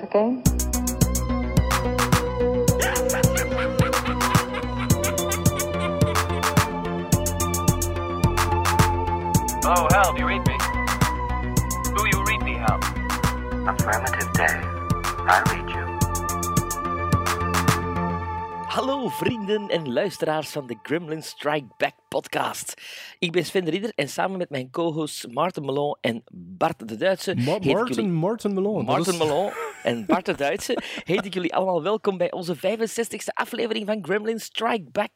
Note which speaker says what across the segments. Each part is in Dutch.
Speaker 1: game?
Speaker 2: Oh, Hal, do you read me? Do you read me, Hal?
Speaker 3: Affirmative, Dave. I read you.
Speaker 4: Hallo vrienden en luisteraars van de Gremlin Strike Back podcast. Ik ben Sven de Ridder en samen met mijn co-hosts Maarten Melon en Bart de Duitse...
Speaker 5: Maarten Melon.
Speaker 4: Maarten Melon en Bart de Duitse heet ik jullie allemaal welkom bij onze 65e aflevering van Gremlin Strike Back.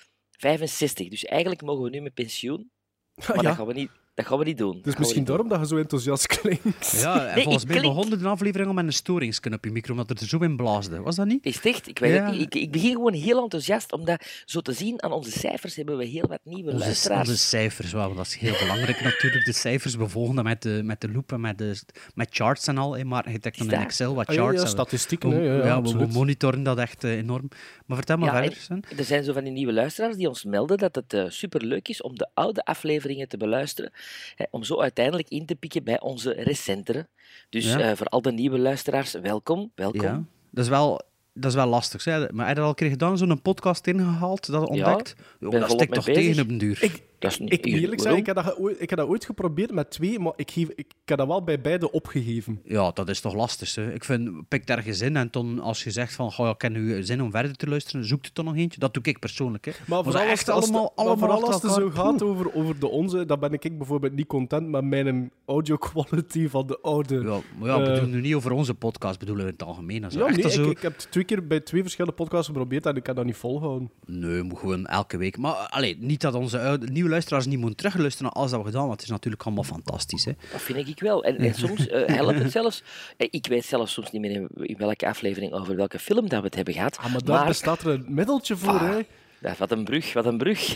Speaker 4: 65, dus eigenlijk mogen we nu met pensioen, maar dat gaan we niet doen.
Speaker 5: Dus misschien daarom dat je zo enthousiast klinkt.
Speaker 6: Ja, en volgens mij begon de aflevering met een storingsken op je micro, omdat het er zo in blaasde. Was dat niet?
Speaker 4: Is het echt? Ik weet het niet. Ik begin gewoon heel enthousiast, omdat zo te zien aan onze cijfers hebben we heel wat nieuwe luisteraars.
Speaker 6: Onze cijfers, wel, dat is heel belangrijk natuurlijk. De cijfers, we volgen dat met de loop en met charts en al. Maar je trekt dan in Excel wat charts.
Speaker 5: Ja, statistieken.
Speaker 6: We monitoren dat echt enorm. Maar vertel maar verder. Sven.
Speaker 4: Er zijn zo van die nieuwe luisteraars die ons melden dat het superleuk is om de oude afleveringen te beluisteren. Om zo uiteindelijk in te pikken bij onze recentere. Dus voor al de nieuwe luisteraars, welkom.
Speaker 6: Ja, dat is wel lastig. Hè? Maar heb je dat al een keer gedaan, zo'n podcast ingehaald, dat ontdekt? Dat stikt toch
Speaker 4: bezig.
Speaker 6: tegen op een duur?
Speaker 5: Ik moet eerlijk zeggen, ik heb dat ooit geprobeerd met 2, maar ik heb dat wel bij beide opgegeven.
Speaker 6: Ja, dat is toch lastig. Hè? Ik vind, pik ergens in en dan als je zegt van, ik heb nu zin om verder te luisteren, zoek er toch nog eentje. Dat doe ik persoonlijk. Hè?
Speaker 5: Maar vooral als het zo gaat over de onze, dan ben ik bijvoorbeeld niet content met mijn audio quality van de oude.
Speaker 6: Ja, we bedoelen nu niet over onze podcast, bedoelen we in het algemeen.
Speaker 5: Ja, nee, ik heb het 2 keer bij 2 verschillende podcasts geprobeerd en ik kan dat niet volhouden.
Speaker 6: Nee, moet gewoon elke week. Maar niet dat onze nieuwe luisteraars niet moeten terugluisteren naar alles dat we gedaan, want het is natuurlijk allemaal fantastisch. Hè?
Speaker 4: Dat vind ik wel. En soms helpt het zelfs. Ik weet zelfs soms niet meer in welke aflevering over welke film dat we het hebben gehad.
Speaker 5: Maar daar bestaat er een middeltje voor, hè?
Speaker 4: Ja, wat een brug.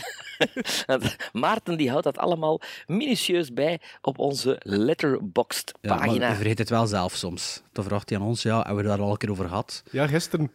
Speaker 4: Maarten die houdt dat allemaal minutieus bij op onze Letterboxd-pagina.
Speaker 6: Ja, maar je vergeet het wel zelf soms. Dan vraagt hij aan ons, hebben we daar al een keer over gehad?
Speaker 5: Ja, gisteren.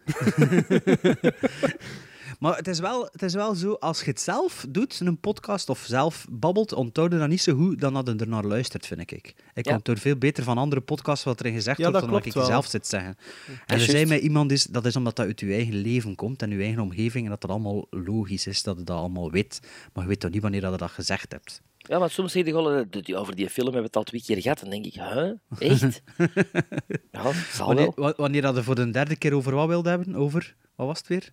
Speaker 6: Maar het is wel zo, als je het zelf doet, een podcast, of zelf babbelt, onthoud je dat niet zo goed dan dat je ernaar luistert, vind ik. Ik onthoud veel beter van andere podcasts wat erin gezegd wordt, dan dat ik zelf zit zeggen. En er zei mij iemand, dat is omdat dat uit je eigen leven komt en je eigen omgeving, en dat dat allemaal logisch is, dat je dat allemaal weet. Maar je weet toch niet wanneer dat je dat gezegd hebt.
Speaker 4: Ja, maar soms zeg je gewoon, over die film hebben we het al 2 keer gehad. Dan denk ik, echt? Ja, zal wel.
Speaker 6: Wanneer dat je voor de 3e keer over wat wilde hebben? Over, wat was het weer?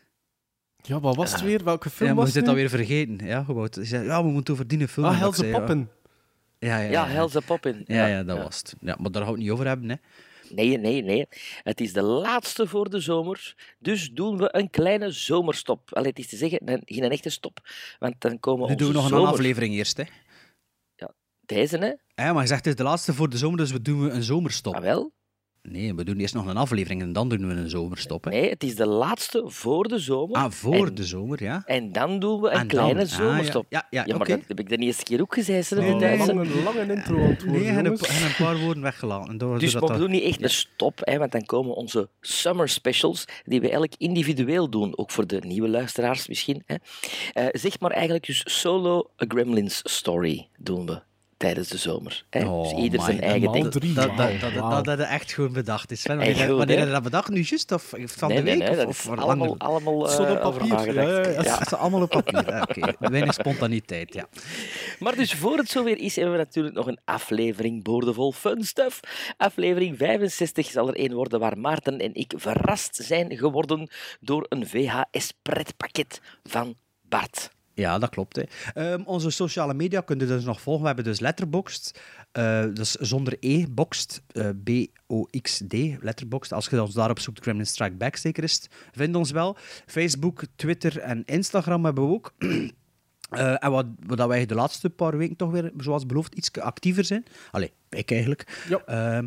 Speaker 5: Ja, wat was het weer? Welke film was het?
Speaker 6: Je zit alweer vergeten. Ja, we moeten over die film.
Speaker 5: Helse Poppen.
Speaker 4: Ja, Helse Poppen.
Speaker 6: Ja, dat was het. Ja, maar daar gaan we het niet over hebben, hè.
Speaker 4: Nee. Het is de laatste voor de zomer, dus doen we een kleine zomerstop. Het is te zeggen, geen echte stop. Want dan komen
Speaker 6: nu doen we nog een aflevering eerst, hè.
Speaker 4: Ja, deze, hè.
Speaker 6: Ja, maar je zegt het is de laatste voor de zomer, dus we doen een zomerstop.
Speaker 4: Ah, wel?
Speaker 6: Nee, we doen eerst nog een aflevering en dan doen we een zomerstop. Hè?
Speaker 4: Nee, het is de laatste voor de zomer.
Speaker 6: Ah, voor de zomer, ja.
Speaker 4: En dan doen we een kleine zomerstop.
Speaker 6: Ja,
Speaker 4: maar
Speaker 6: okay.
Speaker 4: Dat heb ik de eerste keer ook gezegd.
Speaker 5: Een lange intro antwoord.
Speaker 6: Nee, en een paar woorden weggelaten.
Speaker 4: Dus we doen niet echt een stop, want dan komen onze summer specials, die we elk individueel doen. Ook voor de nieuwe luisteraars misschien. Zeg maar eigenlijk dus solo A Gremlins Story doen we tijdens de zomer. Dus ieder zijn eigen ding.
Speaker 6: Dat je echt goed bedacht is. Wanneer heb je dat bedacht? Nu juist? Of van de week?
Speaker 4: Nee, dat is allemaal
Speaker 5: op papier.
Speaker 6: Ja, het is allemaal op papier. Oké. Weinig spontaniteit, ja.
Speaker 4: Maar dus voor het zover is, hebben we natuurlijk nog een aflevering boordevol fun stuff. Aflevering 65 zal er een worden waar Maarten en ik verrast zijn geworden door een VHS-pretpakket van Bart.
Speaker 6: Ja, dat klopt. Hè. Onze sociale media kunnen dus nog volgen. We hebben dus Letterboxd, dus zonder E, Boxd, B-O-X-D, Letterboxd. Als je ons daarop zoekt, Gremlin Strike Back zeker is, vind ons wel. Facebook, Twitter en Instagram hebben we ook. En wat wij de laatste paar weken toch weer, zoals beloofd, iets actiever zijn. Allee, ik eigenlijk.
Speaker 5: Ja.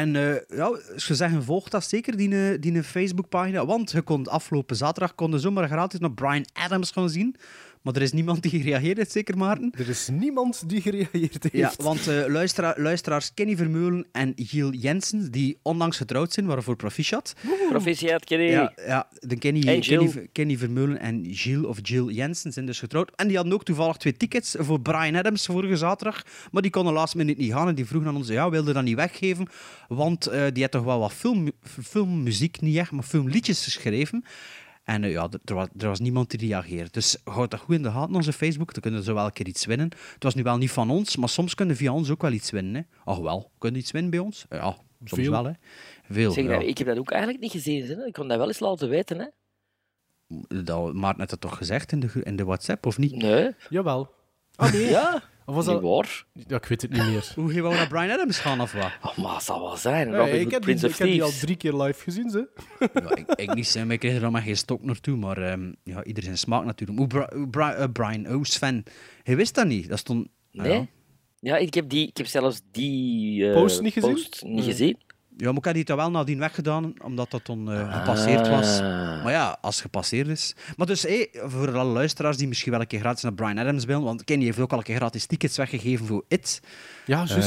Speaker 6: Als je zeggen, volg dat zeker, die Facebookpagina. Want je kon afgelopen zaterdag zomaar gratis naar Bryan Adams gaan zien. Maar er is niemand die gereageerd heeft, zeker Maarten?
Speaker 5: Er is niemand die gereageerd heeft.
Speaker 6: Ja, want luisteraars Kenny Vermeulen en Giel Jensen, die onlangs getrouwd zijn, waarvoor proficiat.
Speaker 4: Proficiat, Kenny.
Speaker 6: Ja, de Kenny Vermeulen en Giel Jensen zijn dus getrouwd. En die hadden ook toevallig 2 tickets voor Bryan Adams vorige zaterdag. Maar die konden last minute niet gaan. En die vroegen aan ons, wilden dat niet weggeven. Want die had toch wel wat filmmuziek, niet echt, maar filmliedjes geschreven. En er was niemand die reageerde. Dus houd dat goed in de gaten, onze Facebook. Dan kunnen we zo wel een keer iets winnen. Het was nu wel niet van ons, maar soms kunnen via ons ook wel iets winnen. Hè. Ach wel, kun je iets winnen bij ons? Ja, soms
Speaker 5: Veel.
Speaker 6: wel. Hè. Veel,
Speaker 4: Zeg,
Speaker 6: ja.
Speaker 4: ik heb dat ook eigenlijk niet gezien. Hè? Ik kon dat wel eens laten weten. Hè?
Speaker 6: Maarten had dat toch gezegd in de WhatsApp, of niet?
Speaker 4: Nee.
Speaker 5: Jawel. Ah, nee.
Speaker 4: Ja,
Speaker 5: Of was
Speaker 4: niet
Speaker 5: dat...
Speaker 4: waar.
Speaker 5: Ja, ik weet het niet meer.
Speaker 6: Hoe gaan we naar Bryan Adams gaan, of wat?
Speaker 4: Oh, maar het zal wel zijn.
Speaker 5: Nee,
Speaker 4: Robin
Speaker 5: ik
Speaker 4: Hood,
Speaker 5: heb
Speaker 4: Prince of
Speaker 5: die al
Speaker 4: Thieves.
Speaker 5: 3 keer live gezien, ze.
Speaker 6: Ja, ik niet, maar ik kreeg er dan maar geen stok naartoe. Maar ieder zijn smaak natuurlijk. Brian, Sven, hij wist dat niet. Dat stond...
Speaker 4: Nee? Ja, ik heb zelfs die
Speaker 5: Post niet gezien?
Speaker 4: niet gezien.
Speaker 6: Ja, maar ik had die toch wel nadien weggedaan, omdat dat dan gepasseerd was.
Speaker 4: Ah.
Speaker 6: Maar ja, als het gepasseerd is... Maar dus, voor alle luisteraars die misschien wel een keer gratis naar Bryan Adams willen, want Kenny heeft ook al een keer gratis tickets weggegeven voor It.
Speaker 5: Ja, juist.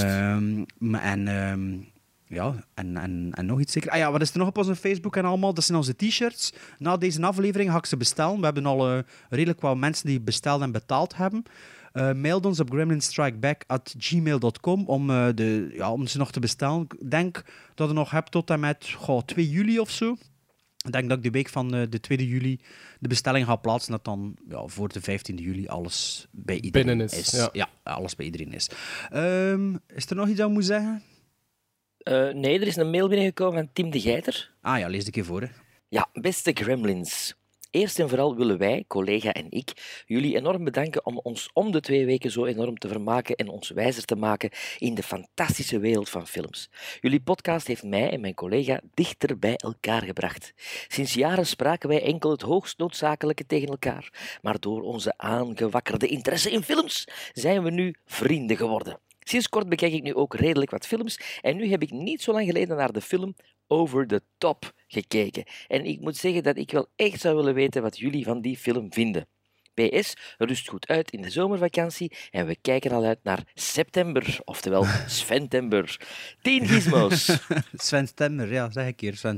Speaker 6: En nog iets zeker. Ah ja, wat is er nog op onze Facebook en allemaal? Dat zijn onze t-shirts. Na deze aflevering ga ik ze bestellen. We hebben al redelijk wat mensen die besteld en betaald hebben. Mail ons op gremlinstrikeback@gmail.com om ze nog te bestellen. Ik denk dat je nog hebt tot en met 2 juli of zo. Ik denk dat ik de week van de 2 juli de bestelling ga plaatsen. Dat dan voor de 15e juli alles bij iedereen
Speaker 5: Binnen is.
Speaker 6: Ja, alles bij iedereen is. Is er nog iets aan moet zeggen?
Speaker 4: Nee, er is een mail binnengekomen van Tim de Geiter.
Speaker 6: Ah ja, lees het een keer voor. Hè.
Speaker 4: Ja, beste Gremlins. Eerst en vooral willen wij, collega en ik, jullie enorm bedanken om ons om de 2 weken zo enorm te vermaken en ons wijzer te maken in de fantastische wereld van films. Jullie podcast heeft mij en mijn collega dichter bij elkaar gebracht. Sinds jaren spraken wij enkel het hoogst noodzakelijke tegen elkaar, maar door onze aangewakkerde interesse in films zijn we nu vrienden geworden. Sinds kort bekijk ik nu ook redelijk wat films en nu heb ik niet zo lang geleden naar de film Over the Top gekeken. En ik moet zeggen dat ik wel echt zou willen weten wat jullie van die film vinden. PS, rust goed uit in de zomervakantie en we kijken al uit naar september, oftewel Sventember. 10 gizmos.
Speaker 6: Sven Stemmer, ja, zeg ik hier.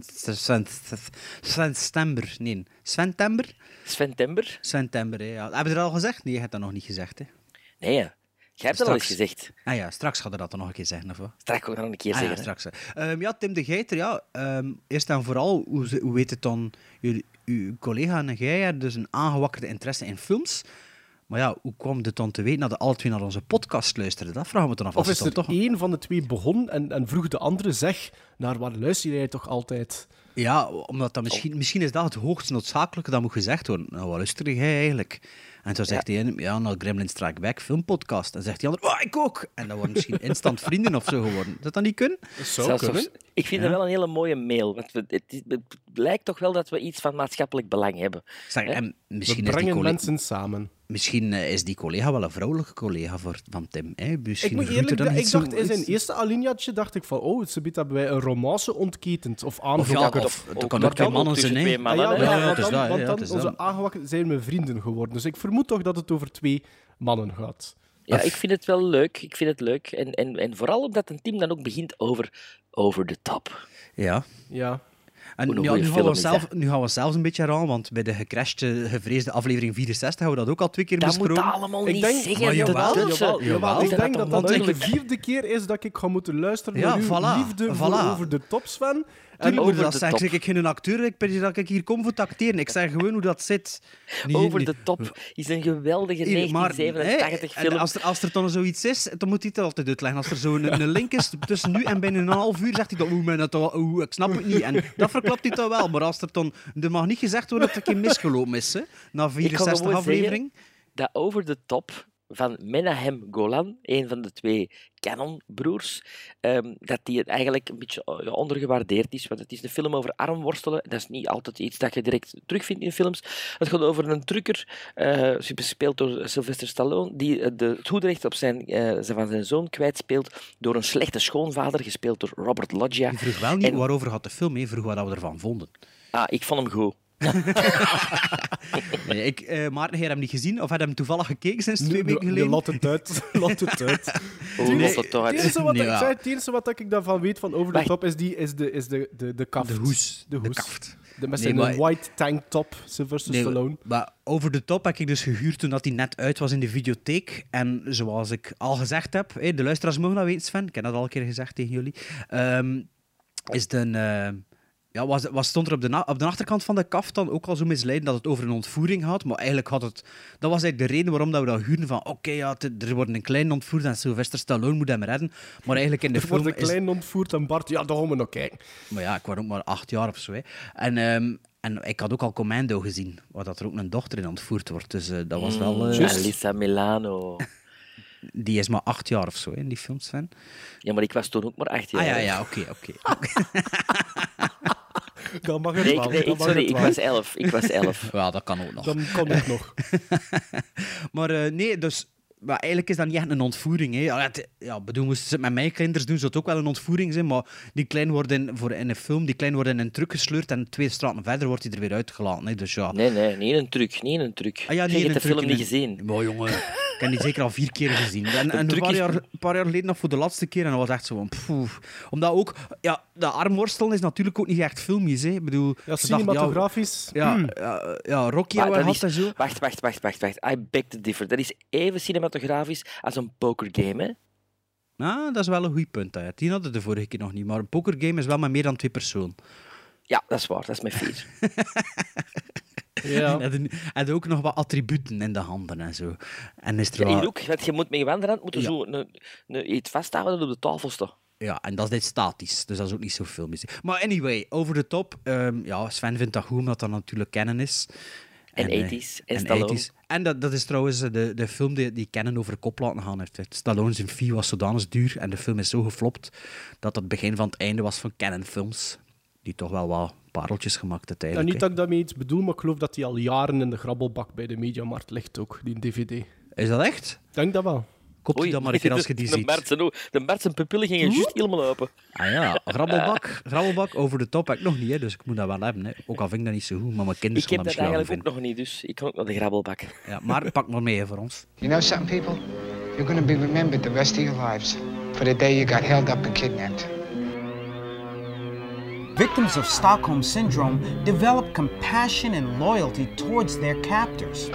Speaker 6: Sven Stemmer, nee. Sventember?
Speaker 4: Sventember?
Speaker 6: Sventember, ja. Hebben we dat al gezegd? Nee, je hebt dat nog niet gezegd, hè.
Speaker 4: Nee, jij hebt dat al eens
Speaker 6: Straks.
Speaker 4: gezegd.
Speaker 6: Ah ja, straks gaat er dat dan nog een keer zeggen, of wat?
Speaker 4: Straks ga ik nog een keer
Speaker 6: Ah ja,
Speaker 4: zeggen. hè.
Speaker 6: straks. Ja, Tim de Geiter, eerst en vooral, hoe weet het dan, uw collega en jij hebben dus een aangewakkerde interesse in films. Maar ja, hoe kwam het dan te weten dat alle 2 naar onze podcast luisterden? Dat vragen we dan af.
Speaker 5: Of is
Speaker 6: het
Speaker 5: er
Speaker 6: dan toch...
Speaker 5: één van de 2 begon en vroeg de andere, zeg, naar waar luister jij toch altijd?
Speaker 6: Ja, omdat dat misschien is dat het hoogst noodzakelijke dat moet gezegd worden. Nou, wat luister jij eigenlijk? En toen zegt hij, naar Gremlin Strike Back, filmpodcast. En zegt die ander, ik ook! En dan worden misschien instant vrienden of zo geworden. Dat dan niet kunnen?
Speaker 5: Dat zou
Speaker 4: Zelfs
Speaker 5: kunnen.
Speaker 4: nog- ik vind dat wel een hele mooie mail. Want het lijkt toch wel dat we iets van maatschappelijk belang hebben.
Speaker 6: Zeg, en
Speaker 5: We
Speaker 6: misschien is,
Speaker 5: brengen mensen samen.
Speaker 6: misschien is die collega wel een vrouwelijke collega van Tim. Hè? Misschien
Speaker 5: Ik moet
Speaker 6: groeit er
Speaker 5: eerlijk
Speaker 6: dan
Speaker 5: zeggen,
Speaker 6: iets
Speaker 5: ik dacht
Speaker 6: zo-
Speaker 5: in zijn
Speaker 6: iets-
Speaker 5: eerste alineaatje dacht ik van, het hebben wij een romance ontketend of
Speaker 6: Of ja,
Speaker 5: aangewakkerd.
Speaker 6: of het kan ook 2 mannen zijn,
Speaker 4: tussen
Speaker 6: hè.
Speaker 4: 2
Speaker 5: Ah,
Speaker 4: mannen. hè.
Speaker 6: ja,
Speaker 5: want
Speaker 6: het is
Speaker 5: dan,
Speaker 6: dat,
Speaker 5: want
Speaker 6: ja,
Speaker 5: dan
Speaker 6: het is
Speaker 5: onze
Speaker 6: dat.
Speaker 5: aangewakkerd zijn we vrienden geworden. Dus ik vermoed toch dat het over 2 mannen gaat.
Speaker 4: Ja, ik vind het wel leuk. Ik vind het leuk. En vooral omdat een team dan ook begint over de top.
Speaker 6: Ja.
Speaker 5: Ja.
Speaker 6: En
Speaker 4: Hoe een
Speaker 6: ja,
Speaker 4: goeie
Speaker 6: nu,
Speaker 4: film
Speaker 6: gaan we zelfs een beetje aan, want bij de gecrashte, gevreesde aflevering 64 hebben we dat ook al 2 keer
Speaker 4: Dat moet
Speaker 6: besproken.
Speaker 4: allemaal
Speaker 5: Ik
Speaker 4: niet
Speaker 5: denk-
Speaker 4: zeggen.
Speaker 6: Maar
Speaker 4: dat
Speaker 6: jawel,
Speaker 4: doet ze.
Speaker 6: jawel.
Speaker 5: Ik
Speaker 4: Is
Speaker 5: denk
Speaker 4: toch
Speaker 5: dat dat de
Speaker 4: mogelijk?
Speaker 5: 4e keer is dat ik ga moeten luisteren
Speaker 6: Ja,
Speaker 5: naar uw
Speaker 6: voilà,
Speaker 5: liefde
Speaker 6: voilà.
Speaker 5: voor over de top, Sven. En
Speaker 6: En
Speaker 4: over
Speaker 6: over dat
Speaker 4: de
Speaker 6: zeg
Speaker 4: top.
Speaker 6: ik geen acteur, ik ben dat ik hier kom voor te acteren. Ik zeg gewoon hoe dat zit.
Speaker 4: Over de top is een geweldige
Speaker 6: Hier, maar,
Speaker 4: 1987
Speaker 6: hè,
Speaker 4: film.
Speaker 6: en als er dan zoiets is, dan moet hij het altijd uitleggen. Als er zo'n een link is tussen nu en binnen een half uur, zegt hij dan, ik snap het niet. En dat verklapt hij dan wel. Maar als er mag niet gezegd worden dat er een keer misgelopen is, hè, na 64
Speaker 4: gewoon
Speaker 6: aflevering.
Speaker 4: Dat over de top van Menahem Golan, een van de 2 Cannon-broers, dat die het eigenlijk een beetje ondergewaardeerd is. Want het is een film over armworstelen. Dat is niet altijd iets dat je direct terugvindt in films. Het gaat over een trucker, gespeeld door Sylvester Stallone, die het hoederecht op van zijn zoon kwijtspeelt door een slechte schoonvader, gespeeld door Robert Loggia.
Speaker 6: Je vroeg wel niet
Speaker 4: En-
Speaker 6: waarover gaat de film, hè. Je vroeg wat we ervan vonden.
Speaker 4: Ik vond hem goed.
Speaker 6: Nee, Maarten, jij hem niet gezien? Of had hem toevallig gekeken sinds 2 weken geleden?
Speaker 5: Laat het uit. Laat het uit.
Speaker 4: Laat het toch uit.
Speaker 5: Het enige wat ik daarvan weet van Over the Top is de kaft.
Speaker 6: De hoes.
Speaker 5: De hoes.
Speaker 6: kaft.
Speaker 5: Met zijn white tanktop, Sylvester Stallone.
Speaker 6: Maar Over the Top heb ik dus gehuurd toen hij net uit was in de videotheek. En zoals ik al gezegd heb, de luisteraars mogen dat weten, Sven. Ik heb dat al een keer gezegd tegen jullie. Is het een... wat stond er op de achterkant van de kaft dan ook al zo misleidend dat het over een ontvoering gaat. Maar eigenlijk dat was eigenlijk de reden waarom dat we dat huurden van er wordt een klein ontvoerd en Sylvester Stallone moet hem redden. Maar eigenlijk in de film
Speaker 5: wordt een klein ontvoerd en Bart, ja, daar gaan we nog kijken.
Speaker 6: Maar ja, ik was ook maar 8 jaar of zo. Hè. En ik had ook al Commando gezien, waar dat er ook een dochter in ontvoerd wordt. Dus dat was wel...
Speaker 4: Alyssa Milano.
Speaker 6: Die is maar 8 jaar of zo in die films, Sven.
Speaker 4: Ja, maar ik was toen ook maar 8 jaar.
Speaker 6: Ja, oké.
Speaker 5: Dan mag het wel.
Speaker 4: Sorry, ik was 11.
Speaker 6: Ja, dat kan ook nog.
Speaker 5: Dan kan het nog.
Speaker 6: Maar nee, dus... Maar eigenlijk is dat niet echt een ontvoering. Hè. Moesten ze het met mijn kinders doen, zou het ook wel een ontvoering zijn. Maar die klein wordt in een film, die klein wordt in een truck gesleurd en 2 straten verder wordt hij er weer uitgelaten. Hè. Dus ja.
Speaker 4: Nee, niet een truc.
Speaker 6: Ah, ja,
Speaker 4: je hebt de film niet gezien.
Speaker 6: Maar jongen, ik heb die zeker al 4 keer gezien. En een paar jaar geleden nog voor de laatste keer. En dat was echt zo van... Omdat ook... Ja, de armworstelen is natuurlijk ook niet echt filmisch. Hè. Ik bedoel...
Speaker 5: Ja, cinematografisch.
Speaker 6: Rocky had en zo.
Speaker 4: Wacht. I beg to differ. Dat is even cinematografisch als een pokergame, hè?
Speaker 6: Nou, dat is wel een goed punt. Hè. Die hadden de vorige keer nog niet. Maar een pokergame is wel met meer dan 2 personen.
Speaker 4: Ja, dat is waar. Dat is met 4.
Speaker 5: Ja.
Speaker 6: En ook nog wat attributen in de handen en zo. En is er
Speaker 4: hier ook, want je moet met je andere hand zo iets vasthouden dat op de tafel staat.
Speaker 6: Ja, en dat is dit statisch, dus dat is ook niet zo filmisch. Maar anyway, Over the Top. Sven vindt dat goed, omdat dat natuurlijk kennen is.
Speaker 4: En 80's, en Stallone.
Speaker 6: 80's. En dat is trouwens de film die kennen over kop laten gaan heeft. Stallone zijn fee was zodanig duur en de film is zo geflopt dat het begin van het einde was van Canon Films. Die toch wel wat pareltjes gemaakt uiteindelijk.
Speaker 5: Ja, niet dat ik daarmee iets bedoel, maar ik geloof dat die al jaren in de grabbelbak bij de Mediamarkt ligt ook, die DVD.
Speaker 6: Is dat echt?
Speaker 5: Ik denk dat wel.
Speaker 6: Koop die dan maar een keer als je die ziet.
Speaker 4: De Bert zijn pupillen gingen juist helemaal open.
Speaker 6: Ah ja, grabbelbak Over the Top heb ik nog niet, hè, dus ik moet dat wel hebben. Hè. Ook al vind ik dat niet zo goed, maar mijn kinderen
Speaker 4: Ik heb dat eigenlijk
Speaker 6: vinden.
Speaker 4: ook nog niet, dus ik kan ook naar de grabbelbak.
Speaker 6: Ja, maar pak maar mee voor ons.
Speaker 1: You know something, people? You're going to be remembered the rest of your lives for the day you got held up and kidnapped.
Speaker 7: Victims of Stockholm Syndrome develop compassion and loyalty towards their captors.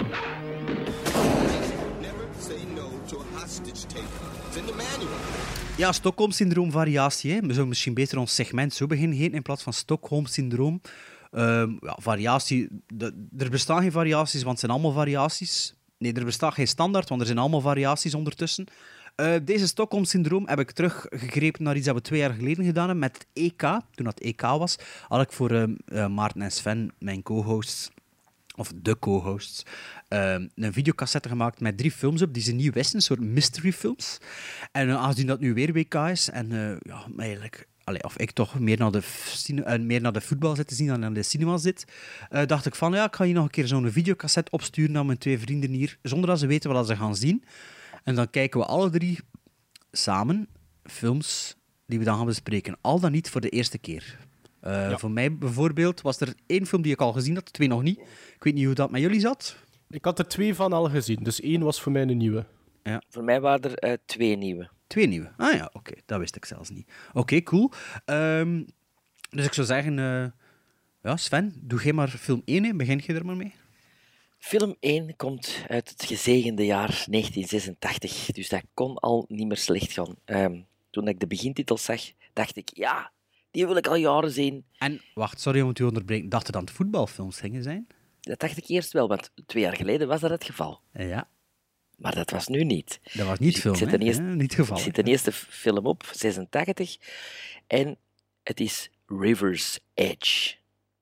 Speaker 6: Ja, Stockholm-syndroom variatie. Hè. We zouden misschien beter ons segment zo beginnen heten in plaats van Stockholm-syndroom. Variatie... Er bestaan geen variaties, want het zijn allemaal variaties. Nee, er bestaat geen standaard, want er zijn allemaal variaties ondertussen. Deze Stockholm-syndroom heb ik teruggegrepen naar iets dat we 2 jaar geleden gedaan hebben met het EK. Toen dat EK was, had ik voor Maarten en Sven, mijn co-hosts, of de co-hosts, een videocassette gemaakt met 3 films op die ze niet wisten, een soort mystery films. En aangezien dat nu weer WK is, en eigenlijk... of ik toch meer naar de voetbal zit te zien dan naar de cinema zit, dacht ik van, ik ga hier nog een keer zo'n videocassette opsturen naar mijn 2 vrienden hier, zonder dat ze weten wat ze gaan zien. En dan kijken we alle 3 samen films die we dan gaan bespreken. Al dan niet voor de eerste keer. Voor mij bijvoorbeeld was er 1 film die ik al gezien had, 2 nog niet. Ik weet niet hoe dat met jullie zat.
Speaker 5: Ik had er 2 van al gezien, dus 1 was voor mij een nieuwe.
Speaker 6: Ja.
Speaker 4: Voor mij waren er 2 nieuwe.
Speaker 6: 2 nieuwe? Ah ja, oké. Dat wist ik zelfs niet. Oké, cool. Dus ik zou zeggen... Sven, doe jij maar film 1, hè. Begin je er maar mee.
Speaker 4: Film 1 komt uit het gezegende jaar 1986, dus dat kon al niet meer slecht gaan. Toen ik de begintitels zag, dacht ik, ja, die wil ik al jaren zien.
Speaker 6: En, wacht, sorry om het te onderbreken, dacht je dat het voetbalfilms gingen zijn?
Speaker 4: Dat dacht ik eerst wel, want 2 jaar geleden was dat het geval.
Speaker 6: Ja.
Speaker 4: Maar dat was nu niet.
Speaker 6: Dat was niet film, hè? Niet geval.
Speaker 4: Ik zet de eerste film op, 86, en het is River's Edge.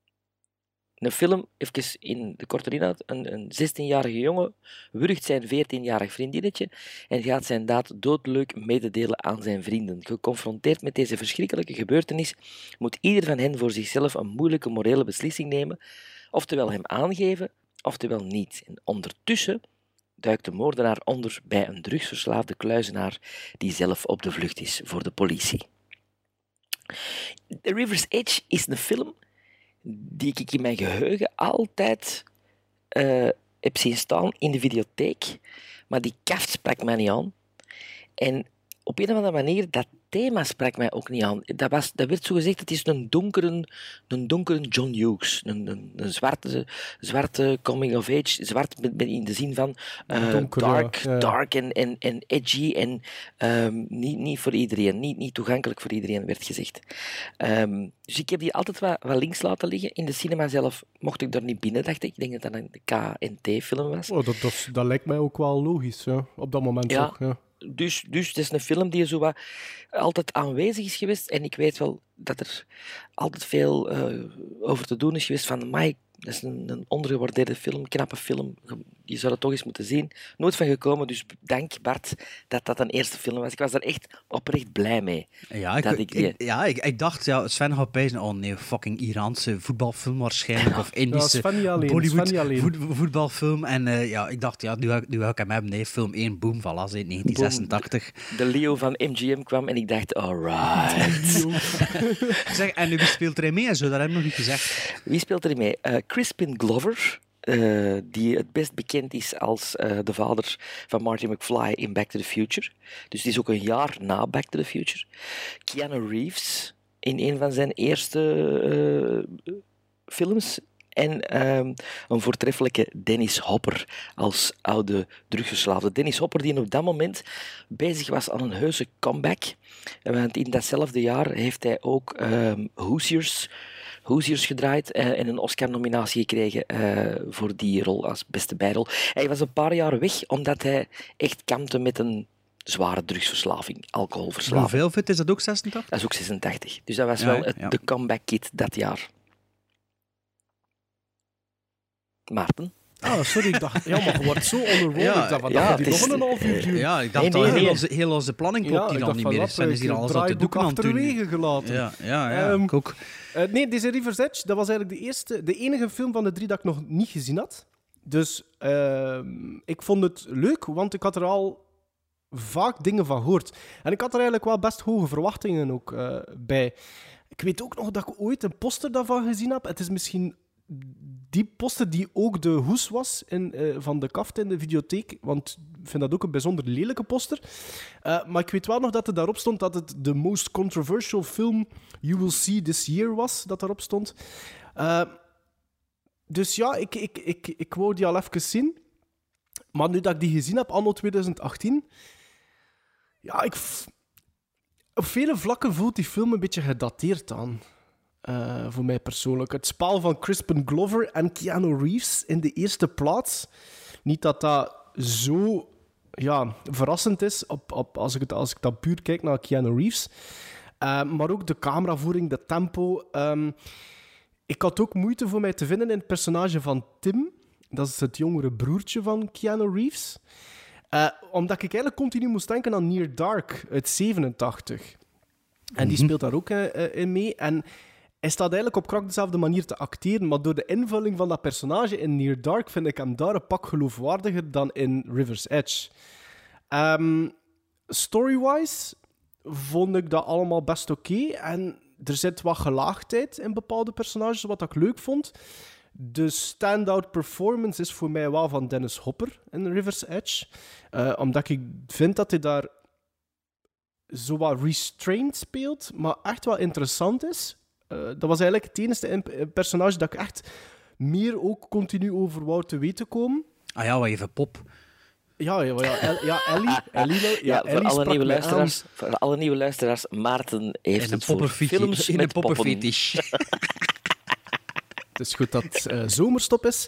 Speaker 4: Een film, even in de korte inhoud, een 16-jarige jongen wurgt zijn 14-jarig vriendinnetje en gaat zijn daad doodleuk mededelen aan zijn vrienden. Geconfronteerd met deze verschrikkelijke gebeurtenis moet ieder van hen voor zichzelf een moeilijke morele beslissing nemen, oftewel hem aangeven, oftewel niet. En ondertussen duikt de moordenaar onder bij een drugsverslaafde kluizenaar die zelf op de vlucht is voor de politie. The River's Edge is een film die ik in mijn geheugen altijd heb zien staan in de videotheek. Maar die kaft sprak mij niet aan. En op een of andere manier, dat thema sprak mij ook niet aan. Dat werd zo gezegd, het is een donkere John Hughes. Een zwarte coming of age. Zwart in de zin van dark en edgy. En niet voor iedereen. Niet toegankelijk voor iedereen, werd gezegd. Dus ik heb die altijd wat links laten liggen. In de cinema zelf mocht ik daar niet binnen, dacht ik. Ik denk dat dat een KNT-film was.
Speaker 5: Oh, dat lijkt mij ook wel logisch, ja. Op dat moment toch. Ja.
Speaker 4: Dus het is een film die zo wat altijd aanwezig is geweest. En ik weet wel dat er altijd veel over te doen is geweest van... Mike, dat is een ondergewaardeerde film, knappe film. Je zou het toch eens moeten zien. Nooit van gekomen, dus dank Bart dat dat een eerste film was. Ik was daar echt oprecht blij mee.
Speaker 6: Ja, ik dacht, Sven gaat pijzen, oh nee, fucking Iraanse voetbalfilm waarschijnlijk. Of Indische Bollywood voetbalfilm. En ik dacht, nu ga ik hem hebben. Nee, film 1, boom, voilà, 1986.
Speaker 4: De Leo van MGM kwam en ik dacht, alright.
Speaker 6: Zeg, en wie speelt erin mee en zo? Dat heb ik nog niet gezegd.
Speaker 4: Wie speelt erin mee? Crispin Glover, die het best bekend is als de vader van Marty McFly in Back to the Future. Dus die is ook een jaar na Back to the Future. Keanu Reeves in een van zijn eerste films. En een voortreffelijke Dennis Hopper als oude drugsverslaafde. Dennis Hopper die op dat moment bezig was aan een heuse comeback. Want in datzelfde jaar heeft hij ook Hoosiers gedraaid en een Oscar-nominatie gekregen voor die rol als beste bijrol. Hij was een paar jaar weg omdat hij echt kampte met een zware drugsverslaving, alcoholverslaving.
Speaker 6: Hoeveel fit is dat ook, 86?
Speaker 4: Dat is ook 86. Dus dat was wel de comeback kid dat jaar. Maarten?
Speaker 5: Sorry, ik dacht... Ja, maar je wordt zo onderworpen dat die nog een half uur duurt.
Speaker 6: Ja, ik dacht dat heel onze planning klopt hier al niet meer. Sven is hier alles aan te doeken aan het doen.
Speaker 5: Achterwege gelaten.
Speaker 6: Ik ook.
Speaker 5: Nee, deze River's Edge, dat was eigenlijk de enige film van de 3 dat ik nog niet gezien had. Dus ik vond het leuk, want ik had er al vaak dingen van gehoord. En ik had er eigenlijk wel best hoge verwachtingen ook bij. Ik weet ook nog dat ik ooit een poster daarvan gezien heb. Het is misschien die poster die ook de hoes was van de kaft in de videotheek, want ik vind dat ook een bijzonder lelijke poster. Maar ik weet wel nog dat er daarop stond dat het de most controversial film you will see this year was, dat daarop stond. Dus ja, ik wou die al even zien. Maar nu dat ik die gezien heb, anno 2018... Ja, op vele vlakken voelt die film een beetje gedateerd aan. Voor mij persoonlijk. Het spel van Crispin Glover en Keanu Reeves in de eerste plaats. Niet dat dat zo verrassend is als ik dan puur kijk naar Keanu Reeves. Maar ook de cameravoering, de tempo. Ik had ook moeite voor mij te vinden in het personage van Tim. Dat is het jongere broertje van Keanu Reeves. Omdat ik eigenlijk continu moest denken aan Near Dark uit 87. En die speelt daar ook in mee. En hij staat eigenlijk op krak dezelfde manier te acteren, maar door de invulling van dat personage in Near Dark vind ik hem daar een pak geloofwaardiger dan in River's Edge. Story-wise vond ik dat allemaal best oké. En er zit wat gelaagdheid in bepaalde personages, wat ik leuk vond. De standout performance is voor mij wel van Dennis Hopper in River's Edge. Omdat ik vind dat hij daar zo wat restrained speelt, maar echt wel interessant is. Dat was eigenlijk het enige personage dat ik echt meer ook continu over wou te weten komen.
Speaker 6: Ah ja, wat even pop.
Speaker 5: Ellie.
Speaker 4: Voor alle nieuwe luisteraars, Maarten heeft het voor films
Speaker 6: in
Speaker 4: met
Speaker 6: een poppenfetish.
Speaker 5: Het is goed dat zomerstop is.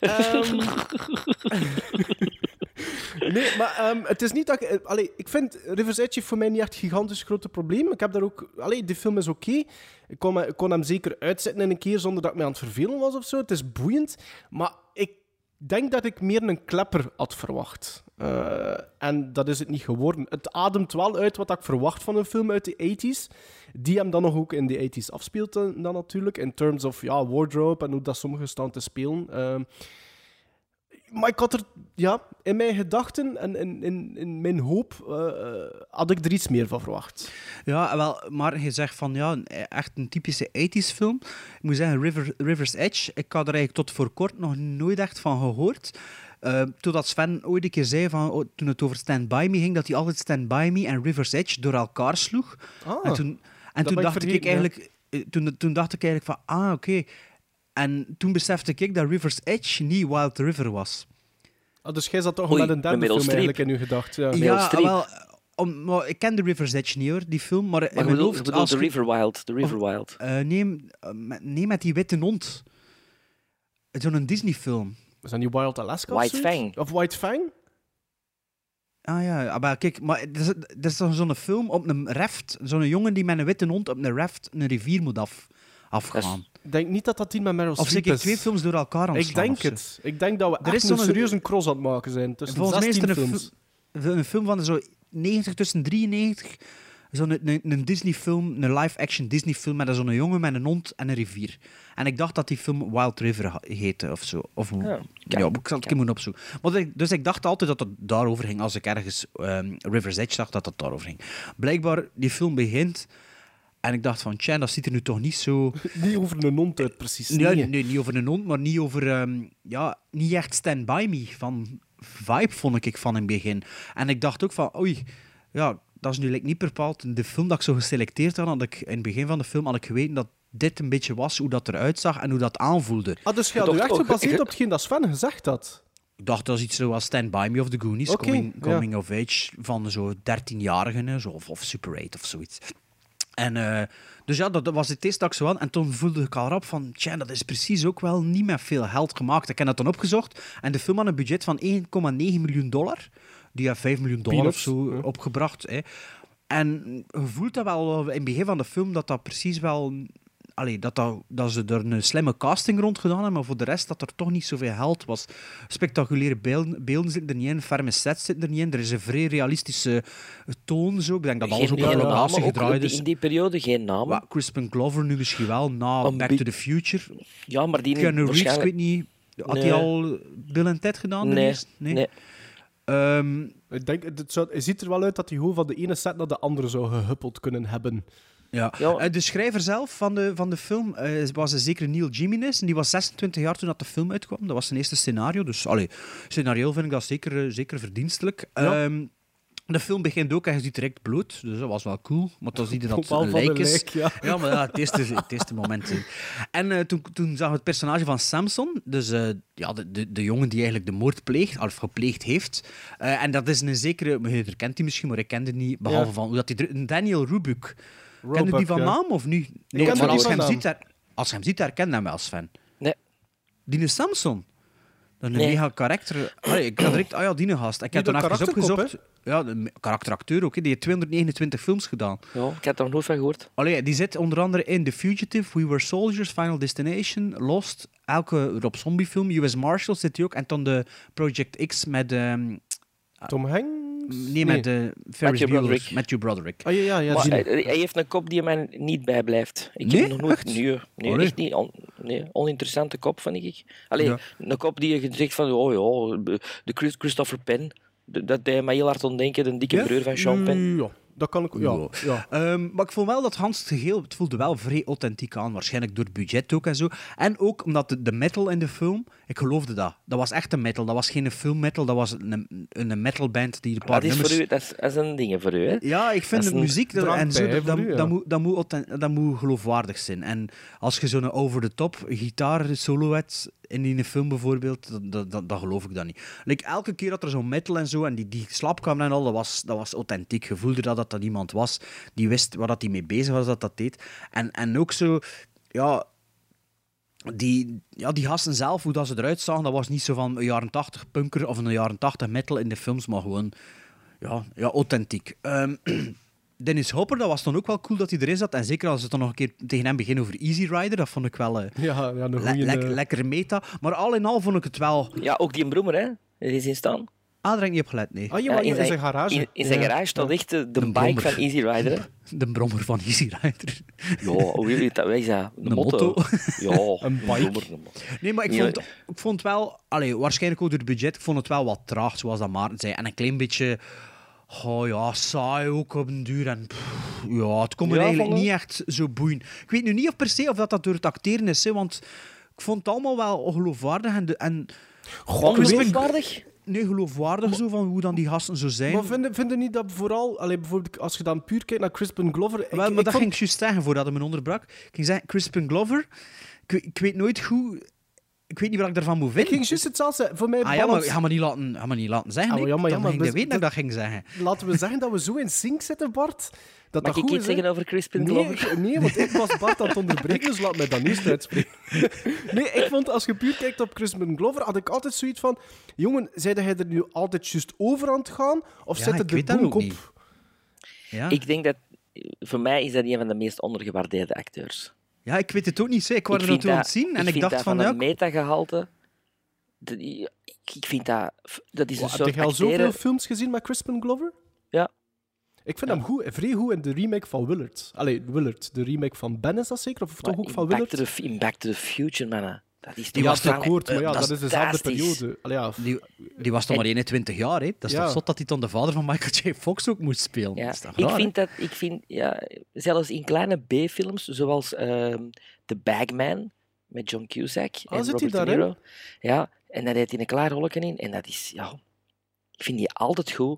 Speaker 5: Nee, maar het is niet dat ik vind River's Edge heeft voor mij niet echt gigantisch grote probleem. Ik heb daar ook... die film is oké. Ik kon hem zeker uitzetten in een keer zonder dat ik mij aan het vervelen was of zo. Het is boeiend. Maar ik denk dat ik meer een klepper had verwacht. En dat is het niet geworden. Het ademt wel uit wat ik verwacht van een film uit de 80s. Die hem dan nog ook in de 80s afspeelt dan natuurlijk. In terms of wardrobe en hoe dat sommigen staan te spelen. Maar ik had er... Ja, in mijn gedachten en in mijn hoop had ik er iets meer van verwacht.
Speaker 6: Ja, wel, maar je zegt van ja, echt een typische 80s film. Ik moet zeggen, River's Edge, ik had er eigenlijk tot voor kort nog nooit echt van gehoord. Totdat Sven ooit een keer zei, toen het over Stand By Me ging, dat hij altijd Stand By Me en River's Edge door elkaar sloeg. En toen dacht ik eigenlijk... Toen dacht ik eigenlijk van, oké. En toen besefte ik dat River's Edge niet Wild River was.
Speaker 5: Dus jij zat toch met een derde film eigenlijk in uw gedachten.
Speaker 6: Ja, wel... Maar ik ken de River's Edge niet, hoor, die film. Maar
Speaker 4: je bedoelt de River Wild. The River Wild.
Speaker 6: Nee, met die witte hond. Zo'n Disney-film.
Speaker 5: Is dat niet Wild Alaska
Speaker 4: White Fang.
Speaker 5: Of White Fang?
Speaker 6: Ah ja, maar kijk, maar dat is dan zo'n film op een raft. Zo'n jongen die met een witte hond op een raft een rivier moet afgaan.
Speaker 5: Ik denk niet dat die met Meryl Streep is.
Speaker 6: Of zeker 2 films door elkaar aan
Speaker 5: Ik denk het. Ik denk dat we echt een serieuze cross aan het maken zijn tussen
Speaker 6: volgens
Speaker 5: 16
Speaker 6: mij is
Speaker 5: films.
Speaker 6: Een film van zo 90 tussen 93... Zo'n Disney-film, een live-action Disney-film met zo'n jongen met een hond en een rivier. En ik dacht dat die film Wild River heette of zo. Of, ik zal het moeten opzoeken. Dus ik dacht altijd dat het daarover ging. Als ik ergens River's Edge zag, dat het daarover ging. Blijkbaar, die film begint... En ik dacht van, tja, dat ziet er nu toch niet zo...
Speaker 5: Niet over een hond uit, precies.
Speaker 6: Nee, niet over een hond, maar niet over... niet echt Stand By Me van vibe, vond ik van in het begin. En ik dacht ook van, oei, ja... Dat is nu niet bepaald de film dat ik zo geselecteerd had ik in het begin van de film had ik geweten dat dit een beetje was, hoe dat eruit zag en hoe dat aanvoelde.
Speaker 5: Dus je had echt gebaseerd op hetgeen dat Sven gezegd had?
Speaker 6: Ik dacht, dat is iets zoals Stand By Me of The Goonies, coming of age van zo 13-jarigen, of Super 8 of zoiets. En dus ja, dat was het eerste dat ik zo had. En toen voelde ik al rap van, tja, dat is precies ook wel niet met veel geld gemaakt. Ik heb dat dan opgezocht en de film had een budget van $1,9 miljoen. Die heeft $5 miljoen of zo opgebracht. Hè. En je voelt dat wel in het begin van de film dat precies wel... dat ze er een slimme casting rond gedaan hebben, maar voor de rest dat er toch niet zoveel geld was. Spectaculaire beelden zitten er niet in, ferme sets zitten er niet in. Er is een vrij realistische toon. Zo. Ik denk dat alles ook op locatie gedraaid is.
Speaker 4: In die periode geen namen.
Speaker 6: Crispin Glover nu misschien wel, na Back to the Future.
Speaker 4: Ja, maar die
Speaker 6: Keanu Reeves, ik weet niet... Had hij al Bill and Ted gedaan?
Speaker 4: Nee.
Speaker 5: Ik denk, het ziet er wel uit dat hij gewoon van de ene set naar de andere zou gehuppeld kunnen hebben.
Speaker 6: Ja. De schrijver zelf van de film was zeker Neil Gaiman. En die was 26 jaar toen dat de film uitkwam. Dat was zijn eerste scenario. Dus scenario vind ik dat zeker verdienstelijk. Ja. De film begint ook en je ziet direct bloed, dus dat was wel cool. Maar dan zie je dat het een lijk is. Ja, maar het eerste moment. En toen zag we het personage van Samson, dus de jongen die eigenlijk de moord pleegt, of gepleegd heeft. En dat is een zekere, je herkent die misschien, maar ik kende die niet, behalve van hoe dat die Daniel Roebuck. Ken je die van naam of niet? Nee, maar als je hem ziet, herken je hem wel, Sven.
Speaker 4: Nee.
Speaker 6: Die is Samson. Dat is een mega karakter. Ik had direct, die gast. Ik heb toen even opgezocht. Ja, de karakteracteur ook. Die heeft 229 films gedaan.
Speaker 4: Ja, ik heb er nog nooit van gehoord.
Speaker 6: Die zit onder andere in The Fugitive, We Were Soldiers, Final Destination, Lost, elke Rob Zombie film, US Marshals zit hij ook. En dan de Project X met...
Speaker 5: Tom Hanks?
Speaker 6: Nee, met Matthew Broderick.
Speaker 5: Oh, ja.
Speaker 4: Maar hij heeft een kop die mij niet bijblijft. Ik heb nog nooit... Nee, echt niet. Oninteressante kop, vind ik. Een kop die je zegt van... de Christopher Penn. Dat deed mij heel hard ontdenken. De dikke broer van Sean Penn.
Speaker 5: Ja. Dat kan ik ook, ja.
Speaker 6: Maar ik vond wel dat Hans het geheel... Het voelde wel vrij authentiek aan. Waarschijnlijk door het budget ook en zo. En ook omdat de metal in de film... Ik geloofde dat. Dat was echt een metal. Dat was geen filmmetal. Dat was een metalband die een paar nummers...
Speaker 4: Dat is een ding voor u, hè?
Speaker 6: Ja, ik vind de muziek... En zo, dat moet geloofwaardig zijn. En als je zo'n over-the-top gitaar-solo hebt... in die film bijvoorbeeld, dat geloof ik dan niet. Elke keer dat er zo'n metal en zo, en die slapkamer en al, dat was authentiek. Je voelde dat iemand was die wist waar hij mee bezig was, dat deed. En ook zo, die gasten zelf, hoe dat ze eruit zagen, dat was niet zo van een jaren 80 punker of een jaren 80 metal in de films, maar gewoon, authentiek. Dennis Hopper, dat was dan ook wel cool dat hij erin zat. En zeker als het dan nog een keer tegen hem begint over Easy Rider, dat vond ik wel lekker meta. Maar al in al vond ik het wel...
Speaker 4: Ja, ook die Broemer, hè? Er is in staan.
Speaker 6: Daar heb ik niet op gelet, nee.
Speaker 5: In zijn garage.
Speaker 4: In zijn garage staat echt de bike van Easy Rider.
Speaker 6: De brommer van Easy Rider.
Speaker 4: Ja, hoe weet dat? Wij is dat?
Speaker 6: Een motto.
Speaker 4: Ja,
Speaker 5: Een bike.
Speaker 6: Nee, maar ik vond wel... waarschijnlijk ook door het budget, ik vond het wel wat traag, zoals dat Maarten zei. En een klein beetje... Oh ja, saai ook op een duur. En het kon me eigenlijk niet echt zo boeien. Ik weet nu niet of per se of dat door het acteren is, hè, want ik vond het allemaal wel ongeloofwaardig.
Speaker 4: Ongeloofwaardig?
Speaker 6: Nee, geloofwaardig zo, van hoe dan die gasten zo zijn.
Speaker 5: Maar vinden niet dat vooral... bijvoorbeeld als je dan puur kijkt naar Crispin Glover...
Speaker 6: Maar dat ging ik juist zeggen, voordat hij me onderbrak. Ik ging zeggen, Crispin Glover... Ik weet nooit goed... Ik weet niet wat ik daarvan moet vinden.
Speaker 5: Ik ging juist hetzelfde voor mij...
Speaker 6: Ja, maar ga me niet laten zeggen.
Speaker 5: Ah,
Speaker 6: Dan ging
Speaker 5: maar
Speaker 6: ik weet dat ik dat ging zeggen.
Speaker 5: Laten we zeggen dat we zo in sync zitten, Bart. Dat
Speaker 4: Mag
Speaker 5: dat
Speaker 4: ik
Speaker 5: goed
Speaker 4: iets
Speaker 5: is,
Speaker 4: zeggen over Crispin Glover?
Speaker 5: Nee, want ik was Bart aan het onderbreken, dus laat mij dan eerst uitspreken. Nee, ik vond, als je puur kijkt op Crispin Glover, had ik altijd zoiets van... Jongen, zeide hij er nu altijd juist over aan het gaan? Of zit het de bonk op?
Speaker 6: Ja?
Speaker 4: Ik denk dat... Voor mij is dat een van de meest ondergewaardeerde acteurs.
Speaker 6: Ja, ik weet het ook niet. Ik wou er naartoe aan het zien en ik dacht
Speaker 4: dat
Speaker 6: van...
Speaker 4: een metagehalte... Ik vind dat... Dat is een soort
Speaker 5: Heb je al
Speaker 4: acteren...
Speaker 5: zoveel films gezien met Crispin Glover?
Speaker 4: Ja.
Speaker 5: Ik vind hem vrij goed in de remake van Willard. Willard, de remake van Ben is dat zeker? Of toch ook van Willard?
Speaker 4: In Back to the Future, mannen. Dat is
Speaker 5: Die was akkoord, maar
Speaker 4: dat
Speaker 5: dat is dezelfde periode.
Speaker 6: Die was toch maar 21 jaar, hè? Dat is toch zot dat hij dan de vader van Michael J. Fox ook moest spelen.
Speaker 4: Ja.
Speaker 6: Dat is toch raar,
Speaker 4: Ik vind zelfs in kleine B-films, zoals The Bagman met John Cusack en
Speaker 5: zit
Speaker 4: Robert
Speaker 5: hij
Speaker 4: De Niro.
Speaker 5: daarin?
Speaker 4: Ja, en daar heeft hij een klaar rolletje in. En dat is, ik vind die altijd goed.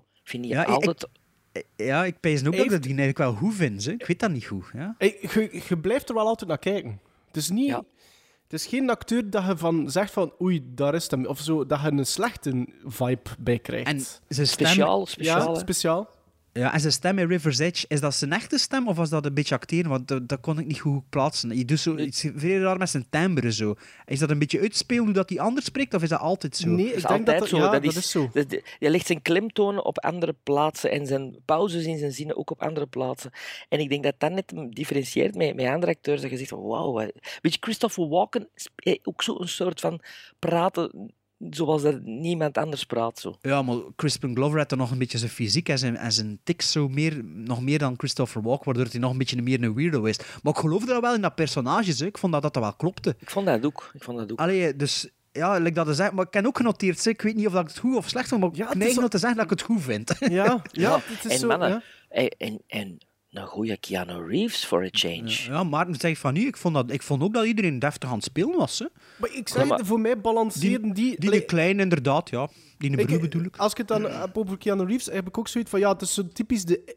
Speaker 6: Ik pijs ook dat ik die eigenlijk wel goed vind. Hè? Ik weet dat niet goed. Ja?
Speaker 5: Je blijft er wel altijd naar kijken. Het is niet...
Speaker 4: Ja.
Speaker 5: Het is geen acteur dat je van zegt van oei, daar is hem. Of zo, dat je een slechte vibe bij krijgt.
Speaker 6: En zijn stem...
Speaker 4: Speciaal.
Speaker 5: Ja,
Speaker 4: hè.
Speaker 5: speciaal.
Speaker 6: Ja, en zijn stem in River's Edge, is dat zijn echte stem of was dat een beetje acteren? Want dat kon ik niet goed plaatsen. Je doet zo iets veel raar met zijn timbre zo. Is dat een beetje uitspelen hoe dat hij anders spreekt, of is dat altijd zo?
Speaker 5: Nee,
Speaker 4: Dat is
Speaker 5: ik denk
Speaker 4: altijd zo.
Speaker 5: dat is zo.
Speaker 4: Je legt zijn klemtonen op andere plaatsen en zijn pauzes in zijn zinnen ook op andere plaatsen. En ik denk dat dat net differentieert met andere acteurs. Dat je zegt, wauw. Weet je, Christopher Walken ook zo'n soort van praten zoals er niemand anders praat. Zo.
Speaker 6: Ja, maar Crispin Glover had dan nog een beetje zijn fysiek en zijn tics zo nog meer dan Christopher Walken, waardoor hij nog een beetje meer een weirdo is. Maar ik geloofde dat wel in dat personage. Hè. Ik vond dat wel klopte.
Speaker 4: Ik vond dat ook.
Speaker 6: Allee, dus... Ja, like dat is, maar ik heb ook genoteerd, ik weet niet of dat ik het goed of slecht vind, maar ik neig nog te zeggen dat ik het goed vind.
Speaker 5: Ja, het is
Speaker 4: en
Speaker 5: zo.
Speaker 4: Mannen,
Speaker 5: Ja.
Speaker 4: en een goede Keanu Reeves for a change.
Speaker 6: Ja, Maarten zegt van nu, ik vond ook dat iedereen deftig aan het spelen was. Hè.
Speaker 5: Maar ik zeg, voor mij balanceren die...
Speaker 6: Die klein, inderdaad, ja. Die in de broer bedoel ik.
Speaker 5: Als ik het dan heb over Keanu Reeves, heb ik ook zoiets van, het is zo typisch de...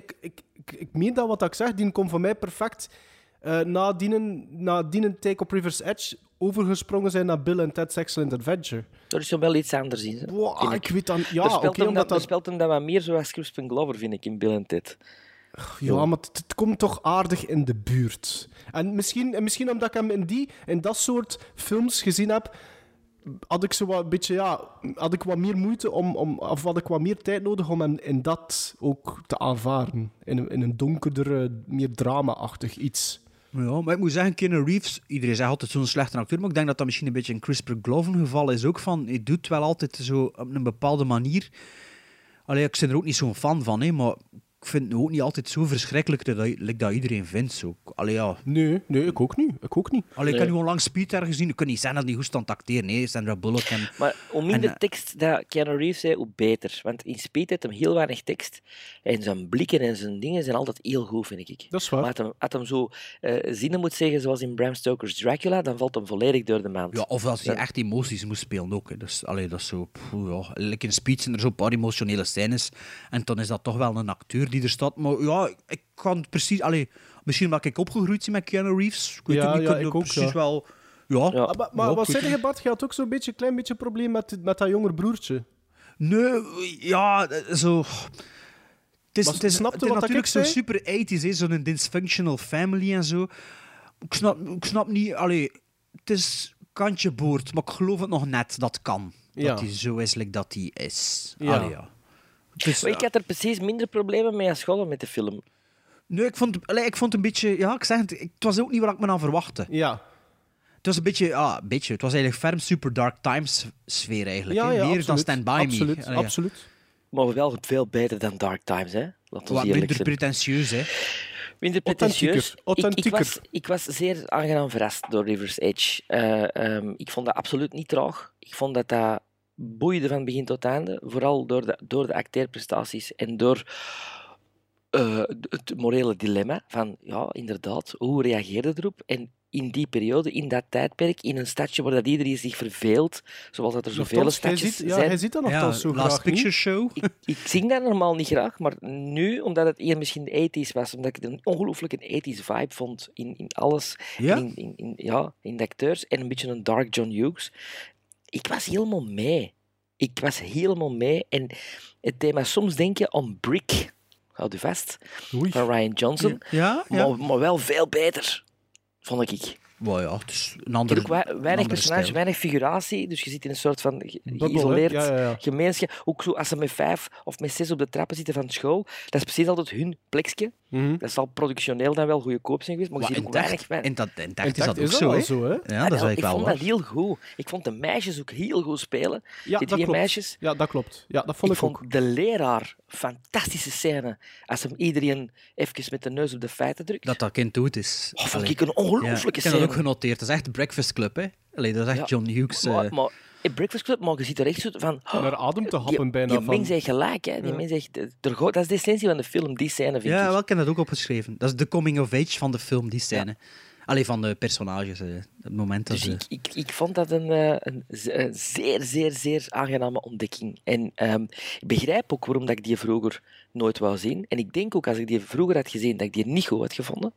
Speaker 5: Ik meen dat wat ik zeg, die komt voor mij perfect na die take op River's Edge overgesprongen zijn naar Bill en Ted's Excellent Adventure.
Speaker 4: Er is wel iets anders in.
Speaker 5: Wow, ik weet dan...
Speaker 4: Er
Speaker 5: Ja,
Speaker 4: speelt,
Speaker 5: oké, omdat
Speaker 4: er speelt hem dan wat meer zoals Crispin Glover, vind ik, in Bill en Ted.
Speaker 5: Ja, maar het komt toch aardig in de buurt. En misschien omdat ik hem in dat soort films gezien heb, had ik zo wat een beetje, had ik wat meer moeite of had ik wat meer tijd nodig om hem in dat ook te aanvaarden. In een donkerder, meer drama-achtig iets.
Speaker 6: Ja, maar ik moet zeggen, Keanu Reeves, iedereen zegt altijd zo'n slechte acteur, maar ik denk dat dat misschien een beetje een Crispin Glover geval is ook van, hij doet wel altijd zo op een bepaalde manier. Allee, ik ben er ook niet zo'n fan van, maar ik vind het ook niet altijd zo verschrikkelijk dat iedereen vindt. Zo. Allee, ja.
Speaker 5: Nee, ik ook niet.
Speaker 6: Allee, ik heb nu onlangs Speed ergens gezien. Ik kan niet zeggen dat hij goed stand acteren. Nee, Sandra Bullock.
Speaker 4: Maar hoe minder tekst dat Keanu Reeves zei, hoe beter. Want in Speed heeft hem heel weinig tekst. En zijn blikken en zijn dingen zijn altijd heel goed, vind ik.
Speaker 5: Dat is waar.
Speaker 4: Maar als hem zo zinnen moet zeggen, zoals in Bram Stoker's Dracula, dan valt hem volledig door de maand.
Speaker 6: Ja, of als hij echt emoties moest spelen ook. Hè. Dus, allee, dat is zo... Like in Speed zijn er zo'n paar emotionele scènes. En dan is dat toch wel een acteur die er staat. Maar ja, ik kan het precies... Allee, misschien omdat ik opgegroeid ben met Keanu Reeves. Ik weet het niet, ik ook precies wel... Ja.
Speaker 5: Maar wat zei je, Bart? Je had ook zo'n klein beetje probleem met dat jonger broertje.
Speaker 6: Nee, ja, zo... Het is natuurlijk zo super 80's, zo'n dysfunctional family en zo. Ik snap niet... Allee, het is kantje boord, maar ik geloof het nog net dat kan. Dat hij zo is, like dat hij is.
Speaker 5: Ja.
Speaker 6: Allee, ja. Dus,
Speaker 4: ik had er precies minder problemen mee als Gollum met de film.
Speaker 6: Nee, ik vond een beetje... Ja, ik zeg het was ook niet wat ik me aan verwachtte.
Speaker 5: Ja.
Speaker 6: Het was een beetje... Het was eigenlijk ferm Super Dark Times sfeer eigenlijk.
Speaker 5: Ja,
Speaker 6: Meer
Speaker 5: absoluut.
Speaker 6: dan Stand By
Speaker 5: absoluut,
Speaker 6: Me.
Speaker 5: Absoluut.
Speaker 4: maar wel veel beter dan Dark Times, hè. Laat ons
Speaker 6: Wat
Speaker 4: eerlijk
Speaker 6: minder
Speaker 4: zijn.
Speaker 6: pretentieus, hè.
Speaker 4: Minder pretentieus.
Speaker 5: Authentieker.
Speaker 4: Ik was zeer aangenaam verrast door River's Edge. Ik vond dat absoluut niet traag. Ik vond dat boeide van begin tot einde. Vooral door de acteerprestaties en door het morele dilemma van, ja, inderdaad, hoe reageerde erop? En in die periode, in dat tijdperk, in een stadje waar dat iedereen zich verveelt, zoals dat er zoveel stadjes zijn.
Speaker 5: Hij ziet dat nogthans zo
Speaker 6: Last
Speaker 5: graag
Speaker 6: Picture
Speaker 5: niet.
Speaker 6: Show.
Speaker 4: Ik zing dat normaal niet graag, maar nu, omdat het hier misschien de 80s was, omdat ik er een ongelooflijk een 80s vibe vond in alles,
Speaker 6: Ja?
Speaker 4: en in de acteurs, en een beetje een dark John Hughes. Ik was helemaal mee. En het thema, soms denk je aan Brick, houd u vast,
Speaker 5: Oei.
Speaker 4: van Ryan Johnson,
Speaker 6: Ja?
Speaker 4: maar wel veel beter, vond ik.
Speaker 6: Well, ja, het is een
Speaker 4: Je
Speaker 6: andere,
Speaker 4: hebt ook weinig personage,
Speaker 6: stijl.
Speaker 4: weinig figuratie, dus je zit in een soort van
Speaker 5: Bubbel,
Speaker 4: geïsoleerd
Speaker 5: hè? Ja.
Speaker 4: gemeenschap. Ook zo als ze met 5 of met 6 op de trappen zitten van school, dat is precies altijd hun plekje.
Speaker 5: Mhm.
Speaker 4: Dat zal productioneel dan wel goedkoop zijn geweest, maar je
Speaker 6: Maar
Speaker 4: ziet ook weinig...
Speaker 6: in het echt is
Speaker 5: Intact
Speaker 6: dat ook
Speaker 5: is
Speaker 6: zo,
Speaker 5: wel
Speaker 6: hè.
Speaker 5: zo, hè?
Speaker 6: Ja, dat is
Speaker 4: ik
Speaker 6: eigenlijk wel
Speaker 4: vond
Speaker 6: waar.
Speaker 4: dat heel goed. Ik vond de meisjes ook heel goed spelen.
Speaker 5: Ja,
Speaker 4: Die
Speaker 5: dat
Speaker 4: twee
Speaker 5: klopt.
Speaker 4: meisjes.
Speaker 5: Ja, dat klopt. Ja, dat vond
Speaker 4: Ik
Speaker 5: ik ook.
Speaker 4: vond de leraar fantastische scène. Als hem iedereen even met de neus op de feiten drukt.
Speaker 6: Dat kind dood is.
Speaker 4: Vond
Speaker 6: Allee.
Speaker 4: ik een
Speaker 6: Ja,
Speaker 4: ongelooflijke
Speaker 6: ik heb dat ook
Speaker 4: scène.
Speaker 6: genoteerd. Dat is echt Breakfast Club, hè. Allee, dat is echt
Speaker 4: Ja,
Speaker 6: John Hughes.
Speaker 4: Maar in Breakfast Club, maar je ziet er echt zo van...
Speaker 5: Naar adem te happen bijna
Speaker 4: Die
Speaker 5: van.
Speaker 4: mens heeft gelijk, hè. Die mens heeft, dat is de essentie van de film, die scène, vind
Speaker 6: Ja,
Speaker 4: ik.
Speaker 6: wel, ik heb dat ook opgeschreven. Dat is de coming of age van de film, die scène. Allee, van de personages. Het moment dat
Speaker 4: Dus
Speaker 6: ze...
Speaker 4: ik vond dat een zeer, zeer, zeer aangename ontdekking. En ik begrijp ook waarom dat ik die vroeger nooit wou zien. En ik denk ook, als ik die vroeger had gezien, dat ik die niet goed had gevonden.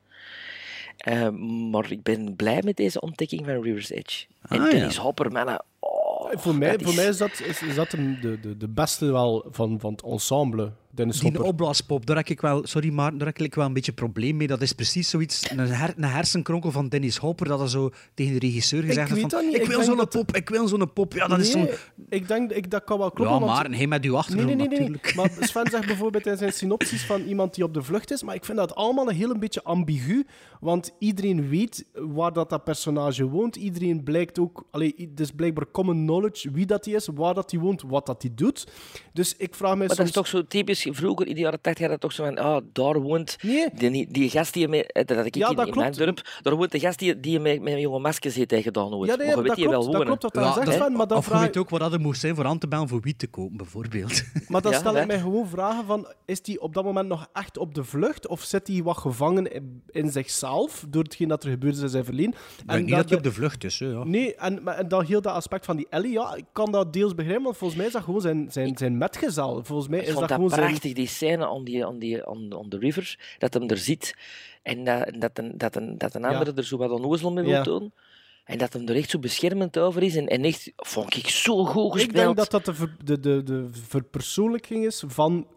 Speaker 4: Maar ik ben blij met deze ontdekking van River's Edge. En
Speaker 6: Ah, ja.
Speaker 4: Dennis Hopper, mannen.
Speaker 5: Voor mij is dat de beste wel van het ensemble, Dennis
Speaker 6: Die
Speaker 5: Hopper.
Speaker 6: opblaaspop, daar heb ik wel... Sorry, maar daar heb ik wel een beetje probleem mee. Dat is precies zoiets... Een hersenkronkel van Dennis Hopper, dat er zo tegen de regisseur gezegd
Speaker 5: weet
Speaker 6: heeft
Speaker 5: dat
Speaker 6: van...
Speaker 5: niet.
Speaker 6: Ik
Speaker 5: Ik
Speaker 6: wil
Speaker 5: denk
Speaker 6: zo'n
Speaker 5: dat-
Speaker 6: pop, ik wil zo'n pop. Ja, dat is zo'n...
Speaker 5: Nee, ik denk dat kan wel kloppen.
Speaker 6: Ja,
Speaker 5: want-
Speaker 6: maar hij met uw achtergrond
Speaker 5: Nee.
Speaker 6: natuurlijk.
Speaker 5: Maar Sven zegt bijvoorbeeld in zijn synopsis van iemand die op de vlucht is, maar ik vind dat allemaal een heel beetje ambigu, want iedereen weet waar dat personage woont. Iedereen blijkt ook... het is blijkbaar common knowledge wie dat die is, waar dat die woont, wat dat die doet. Dus ik vraag mij
Speaker 4: Maar dat is
Speaker 5: soms...
Speaker 4: toch zo typisch, vroeger in de jaren 80 had het toch zo van, daar woont
Speaker 5: Nee.
Speaker 4: die gast die je mee, dat had ik
Speaker 5: Ja,
Speaker 4: in
Speaker 5: dat
Speaker 4: mijn
Speaker 5: klopt.
Speaker 4: dorp, daar woont de gast die je met jonge maskers heeft gedaan nooit.
Speaker 5: Ja, nee,
Speaker 4: maar je weet
Speaker 5: dat
Speaker 4: die wel
Speaker 5: klopt, dat
Speaker 4: wonen.
Speaker 5: klopt wat hij zegt,
Speaker 6: dat-
Speaker 5: Sven, maar dan
Speaker 6: of je
Speaker 5: vraag
Speaker 6: weet ook wat dat er moest zijn voor aan te bellen voor wiet te kopen, bijvoorbeeld.
Speaker 5: Maar dan
Speaker 4: Ja,
Speaker 5: stel ik
Speaker 4: hè?
Speaker 5: mij gewoon vragen van, is die op dat moment nog echt op de vlucht? Of zit hij wat gevangen in zichzelf, door hetgeen dat er gebeurd is in zijn verleden?
Speaker 6: Ik denk niet dat hij op de vlucht is, hè, ja.
Speaker 5: Nee, en dan heel dat aspect van die Ellie, ja, ik kan dat deels begrijpen, want volgens mij is dat gewoon zijn metgezel. Volgens mij
Speaker 4: Ik
Speaker 5: is
Speaker 4: vond
Speaker 5: dat
Speaker 4: dat
Speaker 5: gewoon
Speaker 4: prachtig, die scène on the river, dat hem er zit en dat een andere er zo wat onnozel mee wil
Speaker 5: Ja.
Speaker 4: doen. En dat hem er echt zo beschermend over is. En echt, vond ik zo goed gespeeld.
Speaker 5: Ik denk dat dat de verpersoonlijking is van,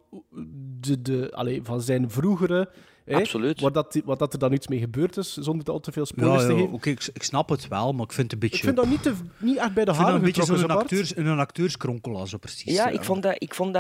Speaker 5: van zijn vroegere...
Speaker 4: Absoluut.
Speaker 5: Wat dat er dan iets mee gebeurd is, zonder al te veel spoilers
Speaker 6: Ja,
Speaker 5: te
Speaker 6: ja,
Speaker 5: geven.
Speaker 6: oké, ik snap het wel, maar ik vind het een beetje...
Speaker 5: Ik vind dat niet echt bij de
Speaker 6: ik vind dat
Speaker 5: haren
Speaker 6: een beetje
Speaker 5: getrokken,
Speaker 6: zo'n een acteurskronkel, al zo precies.
Speaker 4: Ja, ik vond dat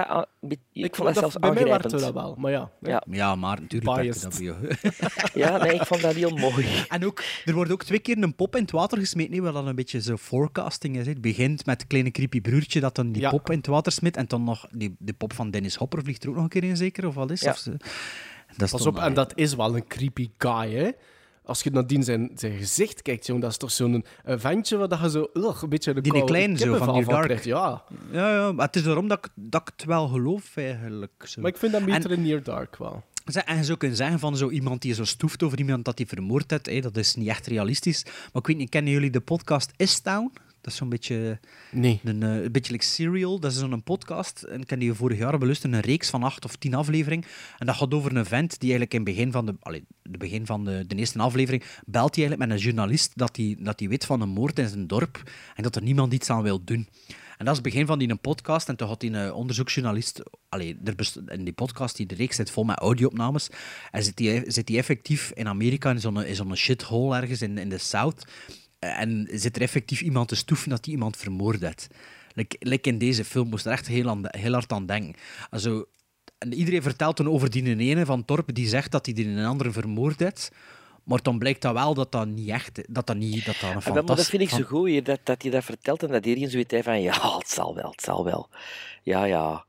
Speaker 4: zelfs
Speaker 5: bij mij werkte
Speaker 4: aangrijpend.
Speaker 5: dat wel, maar ja.
Speaker 4: Ja.
Speaker 6: Ja, maar natuurlijk werkt
Speaker 5: Biased.
Speaker 6: dat bij jou.
Speaker 4: Ja, nee, ik vond dat heel mooi.
Speaker 6: En ook, er wordt ook 2 keer een pop in het water gesmeten, nee, wat dan een beetje zo forecasting is. Hè. Het begint met het kleine creepy broertje dat dan die
Speaker 5: Ja.
Speaker 6: pop in het water smeet en dan nog die pop van Dennis Hopper vliegt er ook nog een keer in, zeker? Of wat is
Speaker 4: Ja.
Speaker 6: of zo. Dat is
Speaker 5: Pas
Speaker 6: toch
Speaker 5: op, en dat is wel een creepy guy, hè. Als je nadien zijn gezicht kijkt, jongen, dat is toch zo'n een ventje waar dat je zo een beetje de
Speaker 6: Die
Speaker 5: koude
Speaker 6: kleine zo,
Speaker 5: kippenvel
Speaker 6: van Near Dark.
Speaker 5: krijgt. Ja,
Speaker 6: Ja, maar het is daarom dat ik het wel geloof, eigenlijk. Zo.
Speaker 5: maar ik vind dat beter in Near Dark wel.
Speaker 6: En je zou kunnen zeggen van zo iemand die zo stoeft over iemand dat hij vermoord heeft, hè, dat is niet echt realistisch. Maar ik weet niet, kennen jullie de podcast Is Town? Dat is zo'n beetje
Speaker 5: Nee.
Speaker 6: een beetje like Serial. Dat is zo'n podcast. En ik heb die vorig jaar beluisterd, een reeks van 8 of 10 afleveringen. En dat gaat over een vent die eigenlijk in het begin van de eerste aflevering belt hij eigenlijk met een journalist dat hij weet van een moord in zijn dorp en dat er niemand iets aan wil doen. En dat is het begin van die podcast. En toen had die onderzoeksjournalist... in die podcast, die de reeks zit vol met audio-opnames. En zit hij effectief in Amerika in zo'n shithole ergens in de South. En zit er effectief iemand te stoeven dat die iemand vermoord heeft. Like in deze film moest er echt heel hard aan denken. Also, en iedereen vertelt dan over die ene van Torp die zegt dat hij die een andere vermoord heeft. Maar dan blijkt dat wel dat dat niet echt is. Dat een fantastisch...
Speaker 4: Maar dat vind ik zo goed hier, dat je dat vertelt en dat iedereen zoiets heeft van ja, het zal wel. Ja.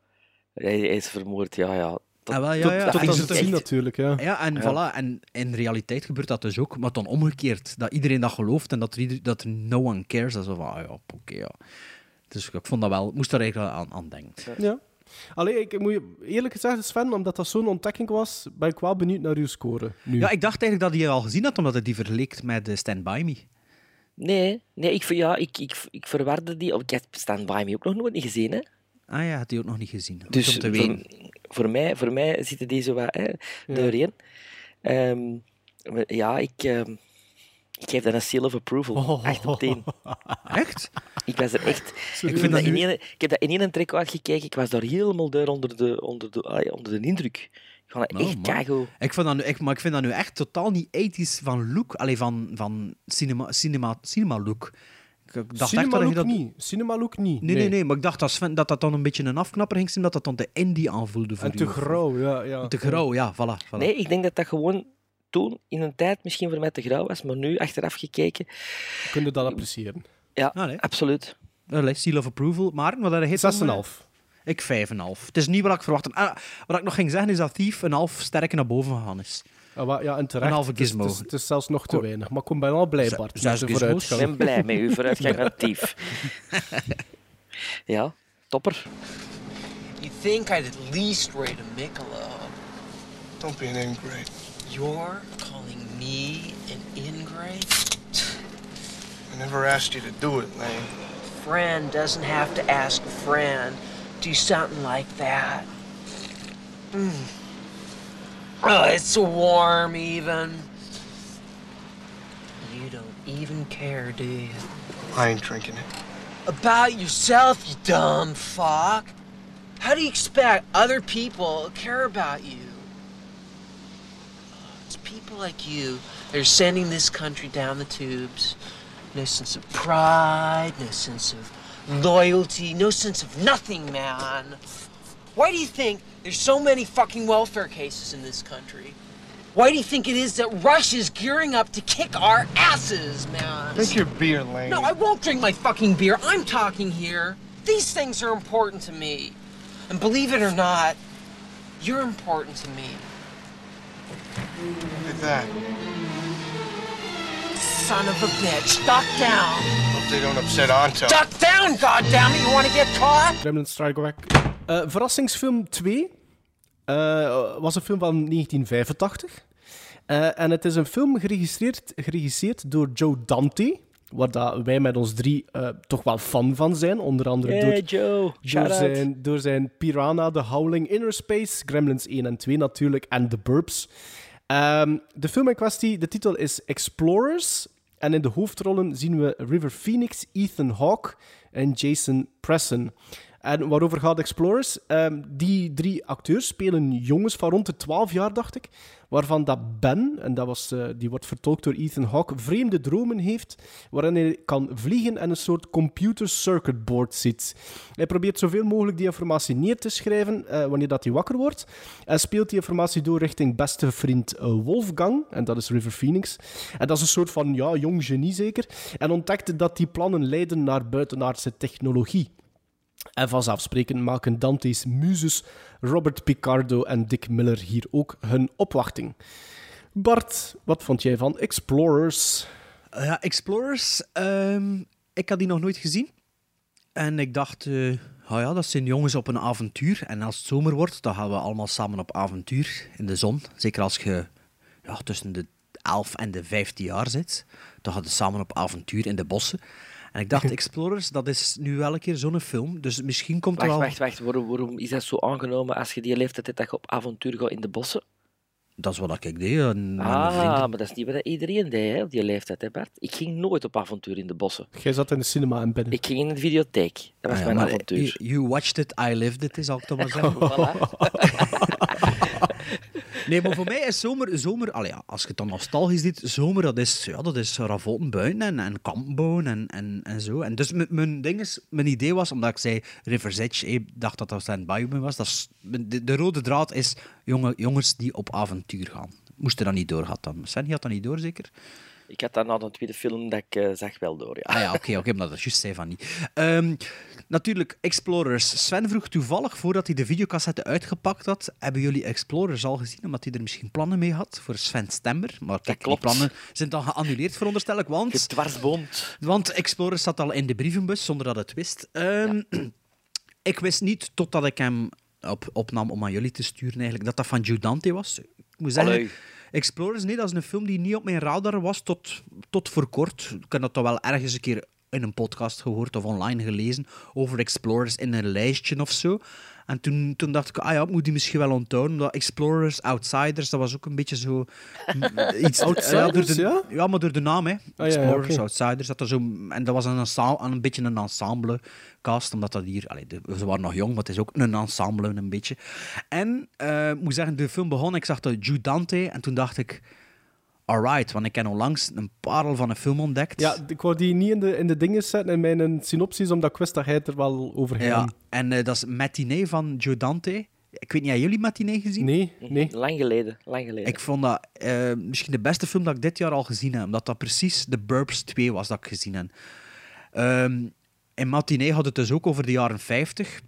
Speaker 4: Hij is vermoord, ja.
Speaker 5: Tot
Speaker 6: En
Speaker 5: als het zien natuurlijk, ja.
Speaker 6: Ja, en voilà. En in realiteit gebeurt dat dus ook, maar dan omgekeerd. Dat iedereen dat gelooft en dat er no one cares. Dat is van, oké. Dus ik vond dat wel... moest daar eigenlijk aan denken.
Speaker 5: Ja. Allee, ik moet je eerlijk gezegd, Sven, omdat dat zo'n ontdekking was, ben ik wel benieuwd naar uw score. Nu.
Speaker 6: Ja, ik dacht eigenlijk dat hij al gezien had, omdat hij die verleekt met Stand By Me.
Speaker 4: Nee, ik verwarde die. Ik heb Stand By Me ook nog nooit niet gezien, hè.
Speaker 6: Ah ja, had hij ook nog niet gezien.
Speaker 4: Dus
Speaker 6: om te weten.
Speaker 4: voor mij zitten deze wat doorheen. Ik geef dat een seal of approval. 8 op 10.
Speaker 6: Echt?
Speaker 4: Ik was er echt...
Speaker 5: Sorry.
Speaker 4: Ik heb dat in één trek uitgekeken. Ik was daar helemaal door onder de indruk. Ik vond het echt keigoed.
Speaker 6: Ik vind dat nu echt totaal niet ethisch van look. Allee, van cinema look. Ik dacht echt dat je dat...
Speaker 5: niet. Cinema look niet.
Speaker 6: Nee, maar ik dacht dat Sven, dat dan een beetje een afknapper ging zijn, dat dat dan de indie aanvoelde voor
Speaker 5: En te
Speaker 6: u.
Speaker 5: grauw, ja.
Speaker 6: Te grauw, ja, voilà.
Speaker 4: Nee, ik denk dat gewoon toen in een tijd misschien voor mij te grauw was, maar nu achteraf gekeken...
Speaker 5: Kun je dat appreciëren?
Speaker 4: Ja,
Speaker 6: Ah, nee.
Speaker 4: absoluut.
Speaker 6: Seal of approval. Maarten, wat heet
Speaker 5: 6,5.
Speaker 6: Ik 5,5. Het is niet wat ik verwacht had. Wat ik nog ging zeggen is dat Thief een half sterke naar boven gegaan is.
Speaker 5: En terecht.
Speaker 6: Een halve gizmo.
Speaker 5: Het is zelfs nog te weinig. Maar ik kom bijna al blij, Bart.
Speaker 6: Zes
Speaker 5: met de
Speaker 6: gizmos.
Speaker 4: Ik
Speaker 5: vooruitgang.
Speaker 4: ben blij met uw vooruitgang actief. Ja, topper.
Speaker 8: You think I'd at least rate a Michelob.
Speaker 1: Don't be an ingrate.
Speaker 8: You're calling me an ingrate?
Speaker 1: I never asked you to do it, Lane.
Speaker 8: Friend doesn't have to ask a friend. Do something like that. Oh, it's so warm even. You don't even care, do you?
Speaker 1: I ain't drinking it.
Speaker 8: About yourself, you dumb fuck. How do you expect other people to care about you? It's people like you that are sending this country down the tubes. No sense of pride, no sense of loyalty, no sense of nothing, man. Why do you think there's so many fucking welfare cases in this country? Why do you think it is that Russia's gearing up to kick our asses, man?
Speaker 1: Drink your beer, Lane.
Speaker 8: No, I won't drink my fucking beer. I'm talking here. These things are important to me. And believe it or not, you're important to me.
Speaker 1: Look at that.
Speaker 8: Son of a bitch. Duck down.
Speaker 1: Hope they don't upset Anto.
Speaker 8: Duck down, goddammit. You want to get caught?
Speaker 5: Gremlins Strike Back. Verrassingsfilm 2 was een film van 1985. En het is een film geregisseerd door Joe Dante, waar dat wij met ons 3 toch wel fan van zijn. Onder andere door zijn Piranha, The Howling, Inner Space, Gremlins 1 en 2 natuurlijk, en The Burbs. De film in kwestie, de titel is Explorers. En in de hoofdrollen zien we River Phoenix, Ethan Hawke en Jason Presson. En waarover gaat Explorers? Die 3 acteurs spelen jongens van rond de 12 jaar, dacht ik. Waarvan dat Ben, en die wordt vertolkt door Ethan Hawke, vreemde dromen heeft waarin hij kan vliegen en een soort computer circuit board ziet. Hij probeert zoveel mogelijk die informatie neer te schrijven wanneer dat hij wakker wordt. En speelt die informatie door richting beste vriend Wolfgang, en dat is River Phoenix. En dat is een soort van jong genie zeker. En ontdekte dat die plannen leiden naar buitenaardse technologie. En vanzelfsprekend maken Dante's muzes Robert Picardo en Dick Miller hier ook hun opwachting. Bart, wat vond jij van Explorers?
Speaker 6: Explorers, ik had die nog nooit gezien. En ik dacht, dat zijn jongens op een avontuur. En als het zomer wordt, dan gaan we allemaal samen op avontuur in de zon. Zeker als je tussen de 11 en de 15 jaar zit. Dan gaan we samen op avontuur in de bossen. En ik dacht, Explorers, dat is nu wel een keer zo'n film. Dus misschien komt er wel...
Speaker 4: Wacht. Waarom is dat zo aangenomen als je die leeftijd hebt dat je op avontuur gaat in de bossen?
Speaker 6: Dat is wat ik deed.
Speaker 4: Maar dat is niet wat iedereen deed, hè, op die leeftijd, hè, Bart? Ik ging nooit op avontuur in de bossen.
Speaker 5: Jij zat in de cinema en binnen.
Speaker 4: Ik ging in de videotheek. Dat was mijn avontuur.
Speaker 6: You watched it, I lived it, zal ik toch maar zeggen. Nee, maar voor mij is zomer als je het dan nostalgisch ziet, zomer, dat is ravotten buiten en kampen bouwen en zo. En dus mijn idee was, omdat ik zei River's Edge, ik dacht dat dat Stand By Me was, de rode draad is jongens die op avontuur gaan. Moest er dan niet doorgaan dan? Sen, je had dat niet door, zeker?
Speaker 4: Ik had dat na de tweede film dat ik zag wel door, ja.
Speaker 6: Ah ja, oké, maar dat is juist zei van niet. Natuurlijk, Explorers. Sven vroeg toevallig, voordat hij de videocassette uitgepakt had, hebben jullie Explorers al gezien, omdat hij er misschien plannen mee had voor Sven Stemmer. Maar kijk, die
Speaker 4: klopt.
Speaker 6: plannen zijn dan geannuleerd, veronderstel ik, want Explorers zat al in de brievenbus, zonder dat het wist. Ik wist niet, totdat ik hem opnam om aan jullie te sturen, eigenlijk, dat van Joe Dante was. Ik moet zeggen...
Speaker 4: Allee.
Speaker 6: Explorers, nee, dat is een film die niet op mijn radar was tot voor kort. Ik heb dat toch wel ergens een keer in een podcast gehoord of online gelezen over Explorers in een lijstje of zo. En toen dacht ik, ik moet die misschien wel onthouden. Omdat Explorers, Outsiders, dat was ook een beetje zo... iets,
Speaker 5: Outsiders, ja?
Speaker 6: Ja, maar door de naam, hè.
Speaker 5: ja,
Speaker 6: Explorers,
Speaker 5: oké.
Speaker 6: Outsiders. Dat zo, en dat was een beetje een ensemble-cast, omdat dat hier... ze waren nog jong, maar het is ook een ensemble, een beetje. En, ik moet zeggen, de film begon, ik zag dat Joe Dante, en toen dacht ik... Alright, want ik heb onlangs een parel van een film ontdekt.
Speaker 5: Ja, ik wou die niet in de dingen zetten in mijn synopsis, omdat ik wist dat hij het er wel over ging.
Speaker 6: Ja, en dat is Matinee van Joe Dante. Ik weet niet, hebben jullie Matinee gezien?
Speaker 5: Nee.
Speaker 4: Lang geleden.
Speaker 6: Ik vond dat misschien de beste film dat ik dit jaar al gezien heb, omdat dat precies The Burbs 2 was dat ik gezien heb. In Matinee had het dus ook over de jaren 50.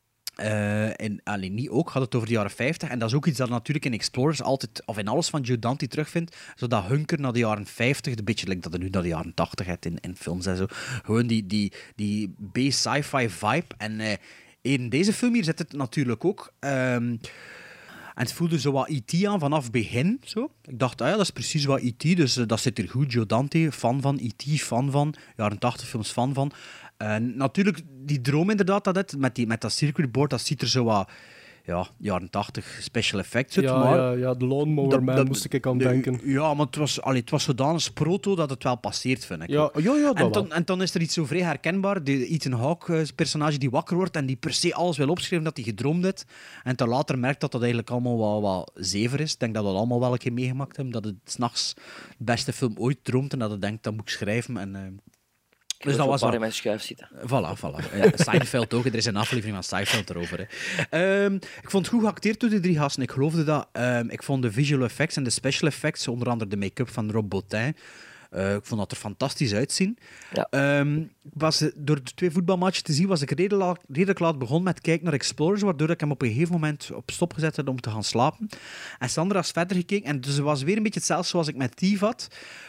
Speaker 6: Niet ook, had het over de jaren 50. En dat is ook iets dat natuurlijk in Explorers altijd, of in alles van Joe Dante terugvindt. Zo dat hunker naar de jaren 50, een beetje like dat er nu naar de jaren 80 gaat in films en zo. Gewoon die B-sci-fi vibe. En in deze film hier zit het natuurlijk ook. En het voelde zo wat E.T. aan vanaf begin. Zo. Ik dacht, dat is precies wat E.T. Dus dat zit er goed. Joe Dante, fan van E.T., fan van. Jaren 80 films, fan van. Natuurlijk, die droom inderdaad, met dat circuit board, dat ziet er zo wat... Ja, jaren 80 special effects uit.
Speaker 5: Ja, de Lawnmower Man moest ik aan denken.
Speaker 6: Ja, maar het was zodanig proto dat het wel passeert, vind ik.
Speaker 5: Ja,
Speaker 6: en dan is er iets zo vrij herkenbaar. De Ethan Hawke personage die wakker wordt en die per se alles wil opschrijven dat hij gedroomd heeft. En dan later merkt dat eigenlijk allemaal wat zever is. Ik denk dat we dat allemaal wel een keer meegemaakt hebben. Dat het 's nachts de beste film ooit droomt en dat het denkt, dat moet ik schrijven. En...
Speaker 4: Dus dat was in mijn schuif zitten.
Speaker 6: Voilà. Ja, Seinfeld ook. Er is een aflevering van Seinfeld erover. Hè. Ik vond het goed geacteerd door de drie gasten. Ik geloofde dat. Ik vond de visual effects en de special effects, onder andere de make-up van Rob Bottin, ik vond dat er fantastisch uitzien.
Speaker 4: Ja.
Speaker 6: Door de 2 voetbalmatchen te zien, was ik redelijk laat begonnen met kijken naar Explorers, waardoor ik hem op een gegeven moment op stop gezet had om te gaan slapen. En Sandra is verder gekeken. En dus het was weer een beetje hetzelfde zoals ik met Tief had.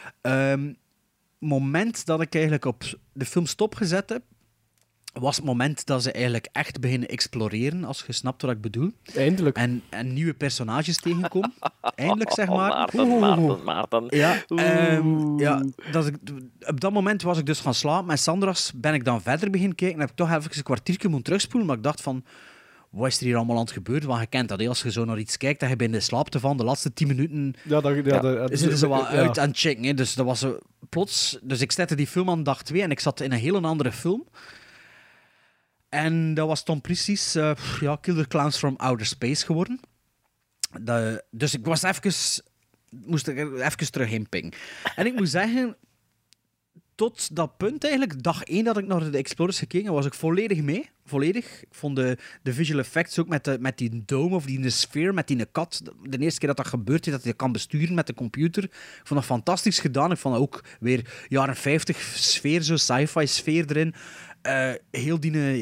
Speaker 6: Moment dat ik eigenlijk op de film stopgezet heb, was het moment dat ze eigenlijk echt beginnen exploreren, als je snapt wat ik bedoel.
Speaker 5: Eindelijk.
Speaker 6: En nieuwe personages tegenkomen. Eindelijk, zeg maar.
Speaker 4: Maarten.
Speaker 6: Ja, op dat moment was ik dus gaan slapen. Met Sandra's ben ik dan verder beginnen kijken en heb ik toch even een kwartiertje moeten terugspoelen, maar ik dacht van... Wat is er hier allemaal aan het gebeuren? Want je kent dat, als je zo naar iets kijkt, dat je binnen de slaap te vallen, de laatste 10 minuten zitten ze wat uit aan het checken. Hè. Dus dat was zo plots... Dus ik zette die film aan dag 2 en ik zat in een hele andere film. En dat was dan precies Killer Clowns from Outer Space geworden. Dus ik was moest er even terug inpingen. En ik moet zeggen... Tot dat punt eigenlijk, dag 1 dat ik naar de Explorers gekeken was ik volledig mee. Volledig. Ik vond de visual effects ook met die dome of die sfeer, met die kat. De eerste keer dat gebeurt, dat hij kan besturen met de computer. Ik vond dat fantastisch gedaan. Ik vond dat ook weer jaren 50 sfeer, zo sci-fi sfeer erin. Heel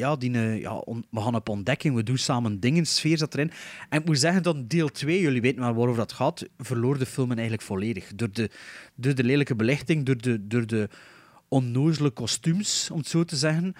Speaker 6: we gaan op ontdekking, we doen samen dingen, sfeer zat erin. En ik moet zeggen dat deel 2, jullie weten maar waarover dat gaat, verloor de film eigenlijk volledig. Door de lelijke belichting, door de onnozele kostuums, om het zo te zeggen.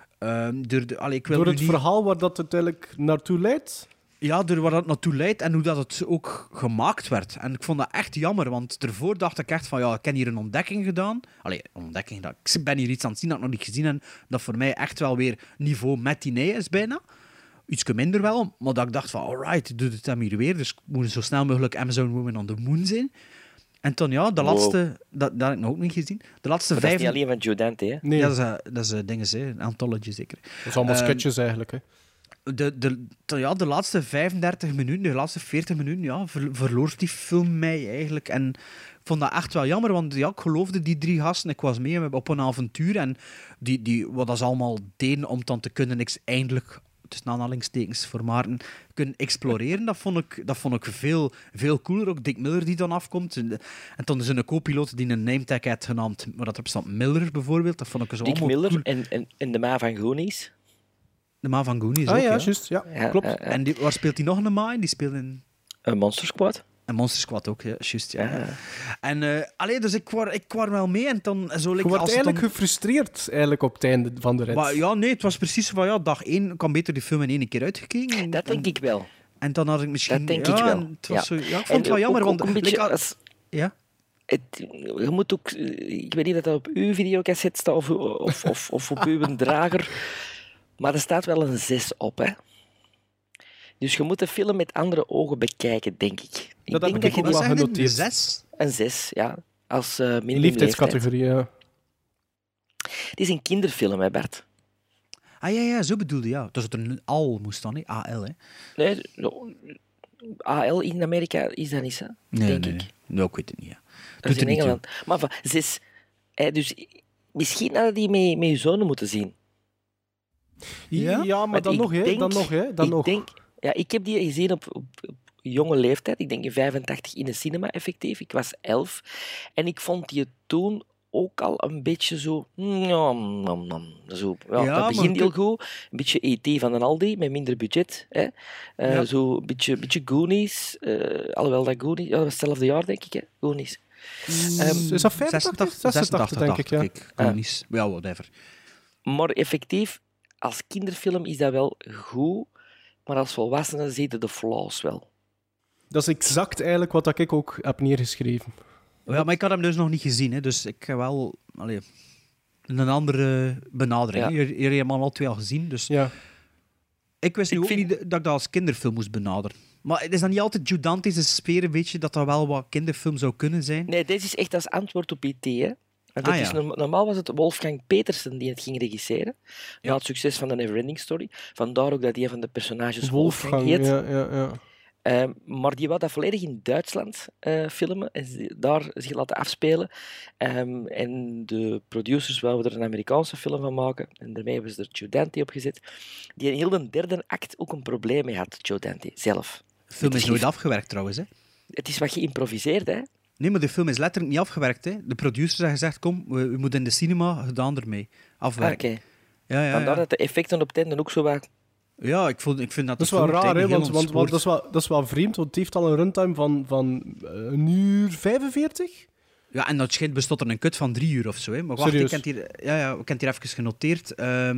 Speaker 5: Door het verhaal waar dat uiteindelijk naartoe leidt?
Speaker 6: Ja, door waar dat naartoe leidt en hoe dat het ook gemaakt werd. En ik vond dat echt jammer, want ervoor dacht ik echt van, ik heb hier een ontdekking gedaan. Ik ben hier iets aan het zien dat ik nog niet gezien heb, dat voor mij echt wel weer niveau matinee is bijna. Ietsje minder wel, maar dat ik dacht van, alright, doe het hem hier weer, dus ik moet zo snel mogelijk Amazon Woman on the Moon zijn. En toen, de laatste... Dat heb ik nog ook niet gezien. De laatste
Speaker 4: maar
Speaker 6: 5...
Speaker 4: dat is niet alleen van Joe Dante, hè?
Speaker 5: Nee.
Speaker 6: Ja, dat is dingen, hè. Een anthology, zeker.
Speaker 5: Dat is allemaal sketches eigenlijk, hè.
Speaker 6: De laatste 35 minuten, de laatste 40 minuten, verloor die film mij eigenlijk. En ik vond dat echt wel jammer, want ik geloofde die drie gasten. Ik was mee op een avontuur en wat ze allemaal deden om dan te kunnen, eindelijk... tussen aanhalingstekens voor Maarten, kunnen exploreren, dat vond ik veel, veel cooler. Ook Dick Miller die dan afkomt. En dan is er een co-piloot die een nametag had genaamd, waar dat op staat Miller bijvoorbeeld. Dat vond ik zo
Speaker 4: Dick
Speaker 6: allemaal
Speaker 4: Miller
Speaker 6: cool.
Speaker 4: en de ma van Goonies.
Speaker 6: De ma van Goonies
Speaker 5: Ah
Speaker 6: ook,
Speaker 5: ja,
Speaker 6: ja.
Speaker 5: juist. Ja,
Speaker 4: Ja,
Speaker 5: klopt.
Speaker 6: En waar speelt hij nog een ma in? Die speelt in...
Speaker 4: Monster Squad.
Speaker 6: En Monster Squad ook, ja, juist. Ja.
Speaker 4: Ja.
Speaker 6: En dus ik kwam wel mee en dan... Zo,
Speaker 5: Je
Speaker 6: like,
Speaker 5: wordt
Speaker 6: als het
Speaker 5: eigenlijk
Speaker 6: dan...
Speaker 5: gefrustreerd eigenlijk op het einde van de rit.
Speaker 6: Maar ja, nee, het was precies van ja, dag 1, ik kan beter die film in één keer uitgekeken.
Speaker 4: Dat denk ik wel.
Speaker 6: En dan had ik misschien...
Speaker 4: Dat denk
Speaker 6: ja,
Speaker 4: ik wel.
Speaker 6: en het was
Speaker 4: Ja.
Speaker 6: zo, ja, ik vond het wel jammer,
Speaker 4: ook
Speaker 6: want...
Speaker 4: een beetje
Speaker 6: like, ja?
Speaker 4: je moet ook... Ik weet niet of dat op uw videocassette staat of op uw drager, maar er staat wel een 6 op, hè. Dus je moet de film met andere ogen bekijken, denk ik.
Speaker 5: Dat heb
Speaker 4: denk
Speaker 5: ik ook
Speaker 4: je
Speaker 5: wel
Speaker 6: Wat zeg je,
Speaker 5: genoteerd.
Speaker 6: 6?
Speaker 4: een 6, ja. Als minimumleeftijd.
Speaker 5: Leeftijdscategorie, ja.
Speaker 4: Het is een kinderfilm, hè, Bart.
Speaker 6: Ah ja, zo bedoelde ja. Dus het er een AL moest dan, hè? AL, hè?
Speaker 4: Nee, AL in Amerika is dat niet, hè? Denk ik.
Speaker 6: Nee, ik weet het niet, ja.
Speaker 4: Dat is
Speaker 6: Doet
Speaker 4: in
Speaker 6: er niet toe.
Speaker 4: Engeland. Maar van 6... Dus misschien hadden die met je zonen moeten zien.
Speaker 6: Ja?
Speaker 5: Ja, maar
Speaker 4: Want
Speaker 5: dan
Speaker 4: ik
Speaker 5: nog, hè.
Speaker 4: denk-
Speaker 5: Dan nog, hè. Dan
Speaker 4: ik
Speaker 5: nog.
Speaker 4: denk... Ja, ik heb die gezien op jonge leeftijd. Ik denk in 85 in de cinema, effectief. Ik was 11. En ik vond die toen ook al een beetje zo... Zo, ja,
Speaker 6: Ja,
Speaker 4: dat begint
Speaker 6: maar
Speaker 4: heel goed. Een beetje E.T. van een Aldi, met minder budget. Hè.
Speaker 6: Ja.
Speaker 4: Zo een beetje Goonies. Alhoewel dat Goonies... Ja, dat was hetzelfde jaar, denk ik, hè. Goonies.
Speaker 5: Is dat 85? 86, denk ik, ja.
Speaker 6: Kijk, Goonies. Ja, whatever.
Speaker 4: Maar effectief, als kinderfilm is dat wel goed. Maar als volwassene zie je de flaws wel.
Speaker 5: Dat is exact eigenlijk wat ik ook heb neergeschreven.
Speaker 6: Ja, maar ik had hem dus nog niet gezien, hè, dus ik heb wel een andere benadering.
Speaker 4: Ja.
Speaker 6: Hier heb je hem al 2 al gezien, dus
Speaker 5: Ja.
Speaker 6: ik wist nu
Speaker 4: Ik
Speaker 6: ook
Speaker 4: vind-
Speaker 6: niet dat ik dat als kinderfilm moest benaderen. Maar het is dan niet altijd Joe Dante's sfeer, weet je, dat dat wel wat kinderfilm zou kunnen zijn?
Speaker 4: Nee, deze is echt als antwoord op E.T. Hè. Want
Speaker 6: Ah,
Speaker 4: het is
Speaker 6: ja.
Speaker 4: normaal was het Wolfgang Petersen die het ging regisseren. Na het succes van de Neverending Story. Vandaar ook dat een van de personages Wolfgang heet.
Speaker 5: ja.
Speaker 4: Maar die wou dat volledig in Duitsland filmen en daar zich laten afspelen. En de producers wouden er een Amerikaanse film van maken. En daarmee hebben ze er Joe Dante op gezet. Die in heel de derde act ook een probleem mee had, Joe Dante zelf.
Speaker 6: De film
Speaker 4: Het
Speaker 6: is
Speaker 4: is
Speaker 6: nooit
Speaker 4: niet-
Speaker 6: afgewerkt trouwens, hè?
Speaker 4: Het is wat geïmproviseerd, hè.
Speaker 6: Nee, maar de film is letterlijk niet afgewerkt, hè? De producers hebben gezegd, kom, we moeten in de cinema gedaan ermee
Speaker 4: Ah,
Speaker 6: afwerken.
Speaker 4: oké.
Speaker 6: Ja.
Speaker 4: Vandaar dat de effecten op het einde ook zo wat...
Speaker 6: Ja, ik vind dat
Speaker 5: Dat is wel raar, hè, want
Speaker 6: dat
Speaker 5: dat is wel vreemd, want het heeft al een runtime van 1 uur 45.
Speaker 6: Ja, en dat schijnt bestond er een cut van 3 uur of zo. Hè. Maar wacht,
Speaker 5: Serieus?
Speaker 6: ik heb het hier even genoteerd.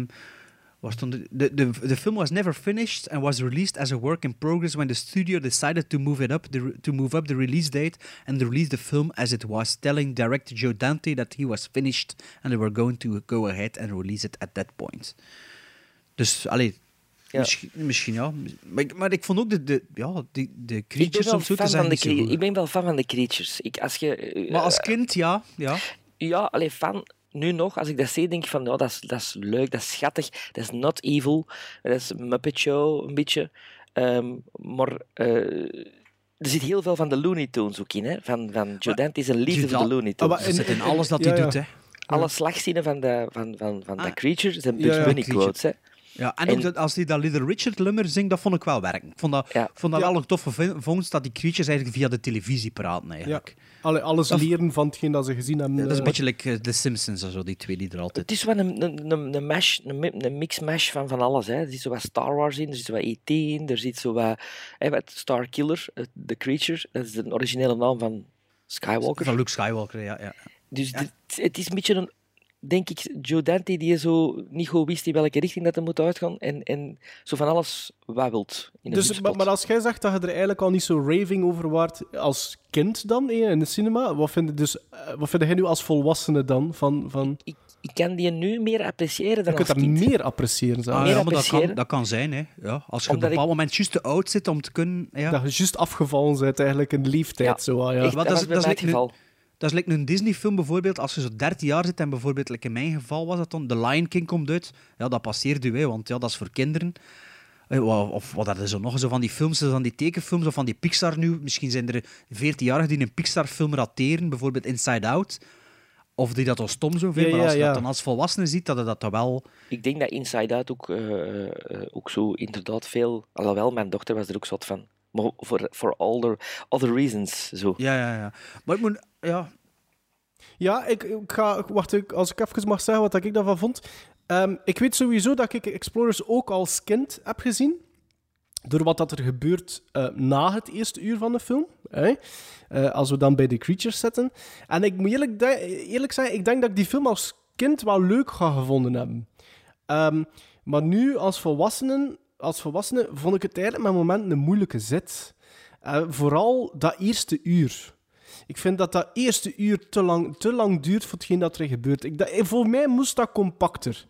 Speaker 6: Waar stond het? The film was never finished and was released as a work in progress when the studio decided to move up the release date and release the film as it was, telling director Joe Dante that he was finished and they were going to go ahead and release it at that point. Dus, allee...
Speaker 4: Ja.
Speaker 6: Misschien ja. Maar ik vond ook de
Speaker 4: Ik ben
Speaker 6: creatures,
Speaker 4: wel
Speaker 6: om zo te
Speaker 4: fan van
Speaker 6: zeggen,
Speaker 4: de
Speaker 6: niet zo goed.
Speaker 4: ik ben wel fan van de creatures.
Speaker 6: Maar als kind, ja.
Speaker 4: Ja, alleen fan. Nu nog, als ik dat zie, denk ik van, ja, dat is leuk, dat is schattig, dat is not evil, dat is een Muppet Show, een beetje. Maar er zit heel veel van de Looney Tunes ook in, hè. Van Joe Dante is een liefde voor de Looney
Speaker 5: Ah, maar
Speaker 4: Tunes.
Speaker 6: Dat zit in alles dat hij
Speaker 5: ja.
Speaker 6: doet, hè.
Speaker 4: Alle slagzinnen van dat creature zijn
Speaker 5: Ja,
Speaker 4: Bugs
Speaker 5: ja,
Speaker 4: Bunny
Speaker 6: creature.
Speaker 4: quotes, hè.
Speaker 6: Ja, en
Speaker 4: En-
Speaker 6: ook als hij dat Little Richard nummer zingt, dat vond ik wel werken. Ik vond dat,
Speaker 4: Ja.
Speaker 6: wel een toffe vondst dat die creatures eigenlijk via de televisie praten, eigenlijk.
Speaker 5: Alles leren van hetgeen dat ze gezien hebben.
Speaker 6: Dat is een beetje like The Simpsons of zo, die twee die er altijd...
Speaker 4: Het is wel een mash, een mix-mash van alles. Hè. Er zit zo wat Star Wars in, er zit zo wat E.T. in, er zit zo wat Star Killer, The Creature, dat is de originele naam van Skywalker.
Speaker 6: Van Luke Skywalker, ja.
Speaker 4: Dus het is een beetje een, denk ik, Joe Dante die zo niet goed wist in welke richting dat hij moet uitgaan en zo van alles wabbelt in een
Speaker 5: Dus,
Speaker 4: hutspot.
Speaker 5: maar als jij zegt dat je er eigenlijk al niet zo raving over waart als kind dan, in de cinema, wat vind jij nu als volwassene dan?
Speaker 4: Ik kan die nu meer appreciëren dan
Speaker 5: Je kunt
Speaker 4: als
Speaker 5: dat
Speaker 4: kind.
Speaker 5: meer appreciëren zelfs.
Speaker 4: meer
Speaker 6: Ja, maar
Speaker 4: appreciëren.
Speaker 6: dat kan zijn, hè. Ja, als je op
Speaker 4: Omdat
Speaker 6: een bepaald moment juist te oud zit om te kunnen... Ja.
Speaker 5: Dat je juist afgevallen bent eigenlijk in de leeftijd.
Speaker 4: Ja.
Speaker 5: Zo, ja.
Speaker 4: Echt,
Speaker 6: Wat
Speaker 4: dat
Speaker 6: is-
Speaker 4: was bij
Speaker 6: dat is
Speaker 4: mij het
Speaker 6: like
Speaker 4: geval.
Speaker 6: Dat is like een Disney-film bijvoorbeeld, als je zo 13 jaar zit en bijvoorbeeld, like in mijn geval was dat dan, The Lion King komt uit, ja, dat passeert u, hè, want ja, dat is voor kinderen. Of wat dat is er nog, zo van die films, zo van die tekenfilms, of van die Pixar nu. Misschien zijn er 14-jarigen die een Pixar-film rateren, bijvoorbeeld Inside Out. Of die dat al stom zo vindt,
Speaker 5: Ja,
Speaker 6: maar als je
Speaker 5: ja,
Speaker 6: dat
Speaker 5: ja.
Speaker 6: dan als volwassene ziet, dat je dat dan wel...
Speaker 4: Ik denk dat Inside Out ook zo inderdaad veel... Alhoewel, mijn dochter was er ook zot van. Maar for all the other reasons. Zo.
Speaker 6: Ja. Maar ik moet... Ja,
Speaker 5: Ja, ik ga... Wacht, als ik even mag zeggen wat ik daarvan vond. Ik weet sowieso dat ik Explorers ook als kind heb gezien. Door wat dat er gebeurt na het eerste uur van de film. Als we dan bij de creatures zitten. En ik moet eerlijk zeggen, ik denk dat ik die film als kind wel leuk ga gevonden hebben. Maar nu, als volwassene, vond ik het eigenlijk met momenten een moeilijke zit. Vooral dat eerste uur. Ik vind dat eerste uur te lang duurt voor hetgeen dat er gebeurt. Voor mij moest dat compacter.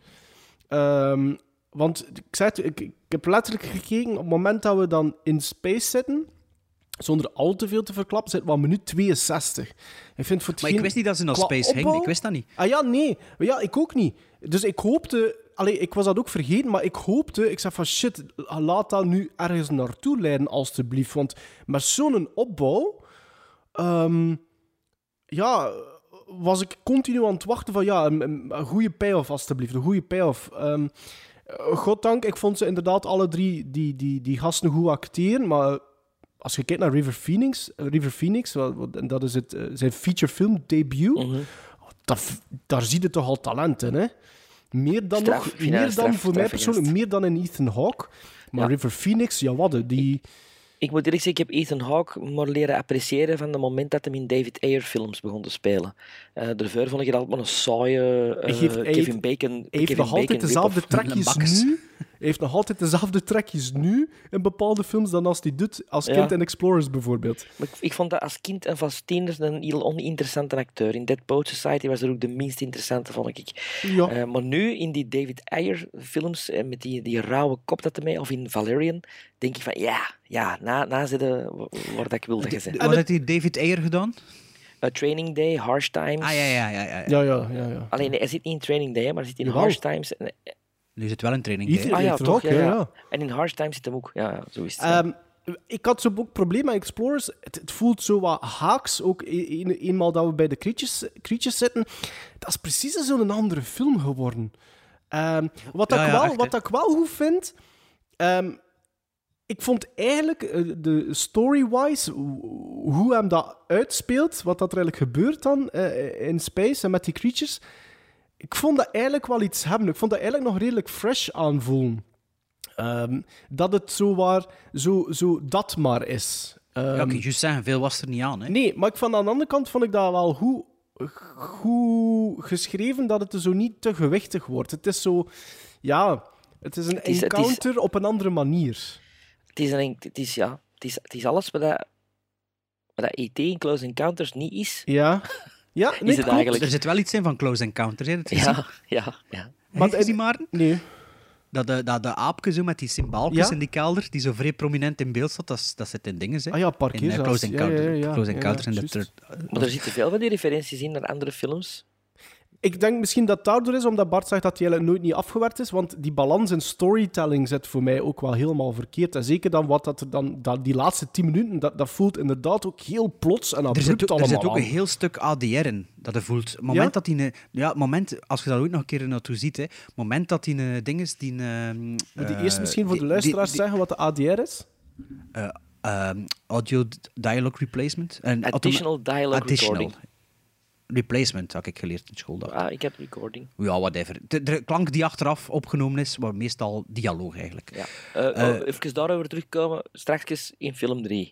Speaker 5: Want ik heb letterlijk gekeken, op het moment dat we dan in space zitten, zonder al te veel te verklappen, zitten we aan minuut 62.
Speaker 6: maar ik wist niet dat ze naar space ging. Ik wist dat niet.
Speaker 5: Ah ja, nee. Ja, ik ook niet. Dus ik hoopte... ik was dat ook vergeten, maar ik hoopte... Ik zei van, shit, laat dat nu ergens naartoe leiden, alstublieft. Want met zo'n opbouw... was ik continu aan het wachten van... Ja, een goede payoff, alstublieft. Een goede payoff. Goddank, ik vond ze inderdaad alle drie die gasten goed acteren, maar als je kijkt naar River Phoenix, dat is zijn feature film debut, daar zie je toch al talent in, hè? Meer dan voor mij persoonlijk, meer dan in Ethan Hawke. Maar River Phoenix, ja wat, die...
Speaker 4: Ik moet eerlijk zeggen, ik heb Ethan Hawke maar leren appreciëren van het moment dat hij in David Ayer films begon te spelen. Daarvoor vond ik het altijd maar een saaie Kevin Bacon.
Speaker 5: Hij heeft nog altijd dezelfde trekjes nu. Hij heeft nog altijd dezelfde trekjes nu in bepaalde films dan als hij doet als kind in Explorers bijvoorbeeld.
Speaker 4: Maar ik vond dat als kind en als tiener een heel oninteressante acteur. In Dead Poet Society was er ook de minst interessante, vond ik.
Speaker 5: Ja.
Speaker 4: Maar nu in die David Ayer films, met die rauwe kop dat ermee, of in Valerian, denk ik van na zitten waar ik wilde gezegd.
Speaker 6: Wat heeft die David Ayer gedaan?
Speaker 4: Training Day, Harsh Times.
Speaker 5: Ja.
Speaker 4: Alleen hij zit niet in Training Day, maar hij zit in Harsh Times.
Speaker 6: Nu zit wel in Training Day.
Speaker 4: Toch? Ja. En in Harsh Times zit hem ook. Ja, zo is het.
Speaker 5: Ik had zo'n ook probleem met Explorers. Het voelt zo wat haaks, ook eenmaal dat we bij de creatures zitten. Dat is precies zo'n andere film geworden. Wat ik wel goed vind... ik vond eigenlijk de story-wise, hoe hem dat uitspeelt, wat dat er eigenlijk gebeurt dan in space en met die creatures, ik vond dat eigenlijk wel iets hebben. Ik vond dat eigenlijk nog redelijk fresh aanvoelen. Dat het zo dat maar is.
Speaker 6: Ja, ik kan juist zeggen, veel was er niet aan. Hè?
Speaker 5: Nee, maar aan de andere kant vond ik dat wel goed geschreven, dat het zo niet te gewichtig wordt. Het is zo... Ja, het is een encounter op een andere manier.
Speaker 4: Het is alles wat E.T. in Close Encounters niet is.
Speaker 5: Ja. Ja, nee,
Speaker 4: is het eigenlijk.
Speaker 6: Er zit wel iets in van Close Encounters. Hè?
Speaker 4: Ja.
Speaker 6: Maar is die Maarten?
Speaker 5: Nee.
Speaker 6: Dat de aapje zo met die symbooltjes in die kelder, die zo vrij prominent in beeld staat, dat zit in dingen. Hè?
Speaker 5: Ah ja, parkeer
Speaker 6: in Close Encounters en de Third.
Speaker 4: Maar er zitten veel van die referenties in naar andere films.
Speaker 5: Ik denk misschien dat het daardoor is, omdat Bart zegt dat die eigenlijk nooit niet afgewerkt is, want die balans in storytelling zit voor mij ook wel helemaal verkeerd. En zeker dan wat dat er dan die laatste 10 minuten, dat voelt inderdaad ook heel plots en abrupt allemaal.
Speaker 6: Er zit ook een heel stuk ADR in, dat je voelt. Het moment dat die als je dat ook nog een keer naartoe ziet, het moment dat die ding is, die...
Speaker 5: Moet je eerst misschien voor de luisteraars zeggen wat de ADR is?
Speaker 6: Audio Dialogue Replacement.
Speaker 4: Additional Dialogue Recording.
Speaker 6: Replacement, had ik geleerd in school.
Speaker 4: Ik heb recording.
Speaker 6: Ja, whatever. De klank die achteraf opgenomen is, maar meestal dialoog eigenlijk.
Speaker 4: Ja. Even daarover terugkomen, straks in film 3.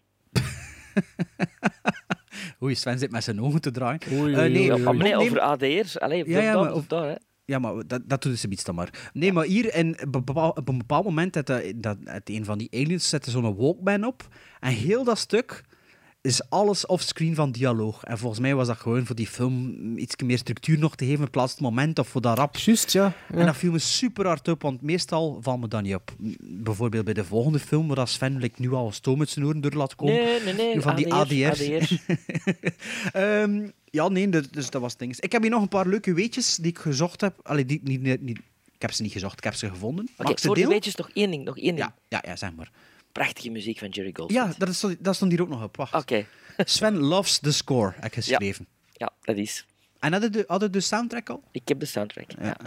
Speaker 6: Oei, Sven zit met zijn ogen te draaien.
Speaker 4: Nee, over ADR's. Daar, hè.
Speaker 6: Ja, maar dat doet ze iets dan maar. Nee, maar hier, op een bepaald moment, dat een van die aliens zette zo'n Walkman op. En heel dat stuk is alles offscreen van dialoog. En volgens mij was dat gewoon voor die film iets meer structuur nog te geven op het laatste moment, of voor dat rap.
Speaker 5: Juist, ja.
Speaker 6: En dat viel me super hard op, want meestal valt me dat niet op. Bijvoorbeeld bij de volgende film, waar Sven nu al een stoom uit zijn oren door laat komen.
Speaker 4: Nee.
Speaker 6: Van die ADR's. Dus dat was ding. Ik heb hier nog een paar leuke weetjes die ik gezocht heb. Ik heb ze niet gezocht, ik heb ze gevonden.
Speaker 4: Oké, voor de weetjes nog één ding.
Speaker 6: Ja, zeg maar.
Speaker 4: Prachtige muziek van Jerry Goldsmith.
Speaker 6: Ja, dat stond hier ook nog op. Wacht.
Speaker 4: Oké.
Speaker 6: Sven loves the score, heb ik geschreven.
Speaker 4: Ja, dat is.
Speaker 6: En hadden de soundtrack al?
Speaker 4: Ik heb de soundtrack. Ja.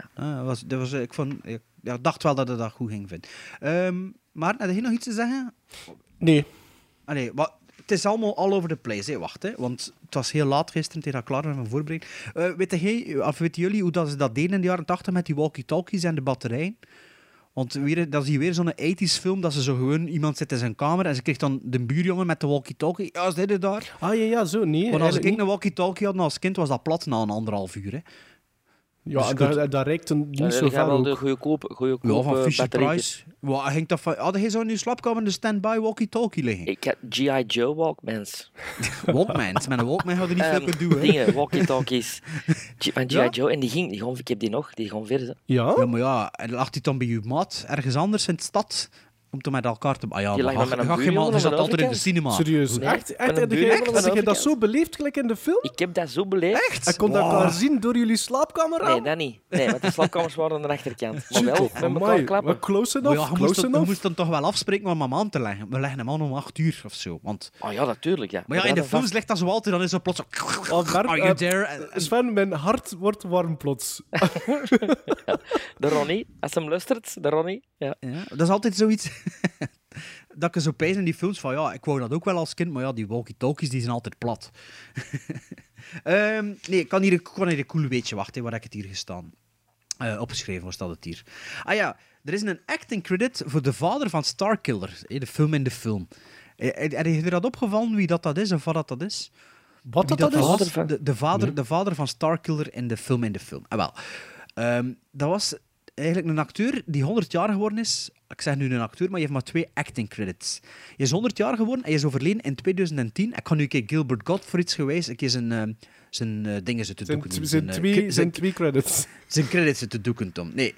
Speaker 6: Ik dacht wel dat het dat goed ging vinden. Maar, had je nog iets te zeggen?
Speaker 5: Nee.
Speaker 6: Allee, het is allemaal all over the place. Hè. Wacht, hè, want het was heel laat gisteren tegen dat klaar met mijn voorbereiding. Weten jullie hoe dat ze dat deden in de jaren 80 met die walkie-talkies en de batterijen? Want dat is hier weer zo'n 80s film dat ze zo gewoon... Iemand zit in zijn kamer en ze krijgt dan de buurjongen met de walkie-talkie. Ja, is dit het daar?
Speaker 5: Ah ja, zo, nee.
Speaker 6: Want als ik een walkie-talkie had als kind, was dat plat na een 1,5 uur. Hè.
Speaker 5: Ja,
Speaker 6: Dus
Speaker 5: dat reikt niet
Speaker 4: Ja,
Speaker 5: zo
Speaker 4: gaan
Speaker 5: ver
Speaker 4: wel
Speaker 5: ook.
Speaker 4: de goedkoop
Speaker 6: van Fisher
Speaker 4: batterijtjes.
Speaker 6: Price. Wat hangt dat van? Had hij zo in uw slaapkamer een stand-by walkie-talkie liggen?
Speaker 4: Ik had G.I. Joe Walkmans.
Speaker 6: Walkmans. Met een Walkman hadden niet veel kunnen doen. Hè.
Speaker 4: Dingen, walkie-talkies. Van G.I.
Speaker 6: Ja?
Speaker 4: Joe. En ik heb die nog. Die gaan verder.
Speaker 5: Ja?
Speaker 6: Ja, maar ja, en lag hij dan bij uw maat ergens anders in de stad? Om te met elkaar te... Ah ja,
Speaker 4: Die lag
Speaker 6: maar
Speaker 4: met een
Speaker 6: je
Speaker 4: buurjongen
Speaker 6: zat
Speaker 4: aan de
Speaker 6: altijd in de
Speaker 4: overkant.
Speaker 6: cinema.
Speaker 5: Serieus?
Speaker 4: Nee,
Speaker 5: Echt?
Speaker 4: met
Speaker 5: Echt?
Speaker 4: een
Speaker 5: Heb
Speaker 4: buurjongen aan de
Speaker 5: je dat
Speaker 4: overkant.
Speaker 5: zo beleefd, gelijk in de film?
Speaker 4: Ik heb dat zo beleefd.
Speaker 5: Hij kon dat
Speaker 6: Wow.
Speaker 5: elkaar zien door jullie slaapkamer
Speaker 4: Nee,
Speaker 5: aan?
Speaker 4: dat niet. Nee, want de slaapkamers waren aan de achterkant. Maar wel
Speaker 5: Super,
Speaker 4: met elkaar
Speaker 5: amai.
Speaker 4: klappen.
Speaker 5: Maar close
Speaker 6: Maar
Speaker 5: enough,
Speaker 6: ja,
Speaker 5: close
Speaker 6: je
Speaker 5: enough.
Speaker 6: moest dan toch wel afspreken om hem aan te leggen. We leggen hem aan om 8 uur of zo. Want...
Speaker 4: Oh ja, natuurlijk. Ja.
Speaker 6: Maar ja, in de
Speaker 4: dat
Speaker 6: films ligt dat zo altijd, dan is zo plots zo...
Speaker 5: Oh, Bert,
Speaker 6: Are you there?
Speaker 5: Sven, mijn hart wordt warm plots.
Speaker 4: De Ronnie, als hem luistert, de Ronnie. Ja.
Speaker 6: Ja, dat is altijd zoiets... dat ik zo pijs in die films van, ja, ik wou dat ook wel als kind, maar ja, die walkie-talkies, die zijn altijd plat. Nee, ik kan hier een cool weetje wachten, waar ik het hier gestaan. Opgeschreven, waar staat het hier? Ah ja, er is een acting credit voor de vader van Starkiller, de film in de film. Heb je dat opgevallen, wie dat is, of wat dat is?
Speaker 5: Wat
Speaker 6: Wie
Speaker 5: dat is?
Speaker 6: was?
Speaker 4: van-
Speaker 6: De vader van Starkiller in de film Ah, wel. Dat was eigenlijk een acteur die 100 jaar geworden is. Ik zeg nu een acteur, maar je heeft maar 2 acting credits. Hij is 100 jaar geworden, hij is overleden in 2010. Ik kan nu een keer Gilbert Gottfried geweest, een keer zijn dingen te doeken doen.
Speaker 5: Zijn twee credits.
Speaker 6: Zijn credits te doeken, Tom. Nee.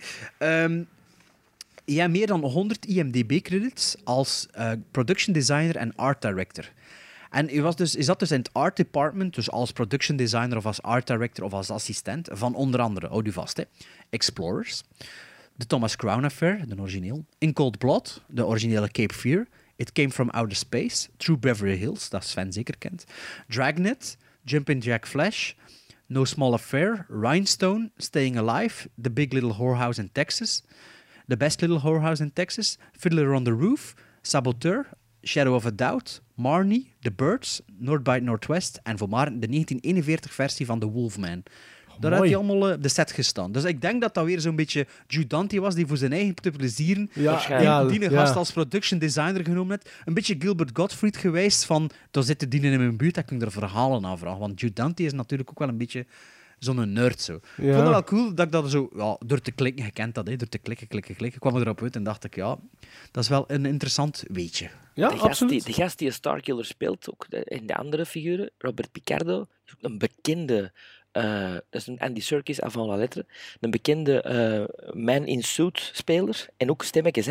Speaker 6: Je hebt meer dan 100 IMDb-credits als production designer en art director. En hij zat dus in het art department, dus als production designer of als art director of als assistent, van onder andere, houd u vast, hè, Explorers, The Thomas Crown Affair, de origineel, In Cold Blood, de originele Cape Fear, It Came From Outer Space, True Beverly Hills, dat Sven zeker kent, Dragnet, Jumpin' Jack Flash, No Small Affair, Rhinestone, Staying Alive, The Big Little Whorehouse in Texas, The Best Little Whorehouse in Texas, Fiddler on the Roof, Saboteur, Shadow of a Doubt, Marnie, The Birds, North by Northwest en voor maar de 1941-versie van The Wolfman. Daar had
Speaker 5: mooi.
Speaker 6: hij allemaal de set gestaan. Dus ik denk dat dat weer zo'n beetje Jude Dante was, die voor zijn eigen te plezieren die een gast als production designer genomen heeft. Een beetje Gilbert Gottfried geweest van, daar zitten dienen in mijn buurt, dat ik er verhalen aan vraag. Want Jude Dante is natuurlijk ook wel een beetje zo'n nerd zo. Ik vond het wel cool dat ik dat zo, ja, door te klikken, je kent dat, hè, door te klikken, kwam ik erop uit en dacht ik, ja, dat is wel een interessant weetje.
Speaker 5: Ja,
Speaker 4: De gast die een Starkiller speelt, ook in de andere figuren, Robert Picardo, is ook een bekende... dat is een Andy Serkis avant la lettre. Een bekende man in suit speler. En ook stemmetjes, hè.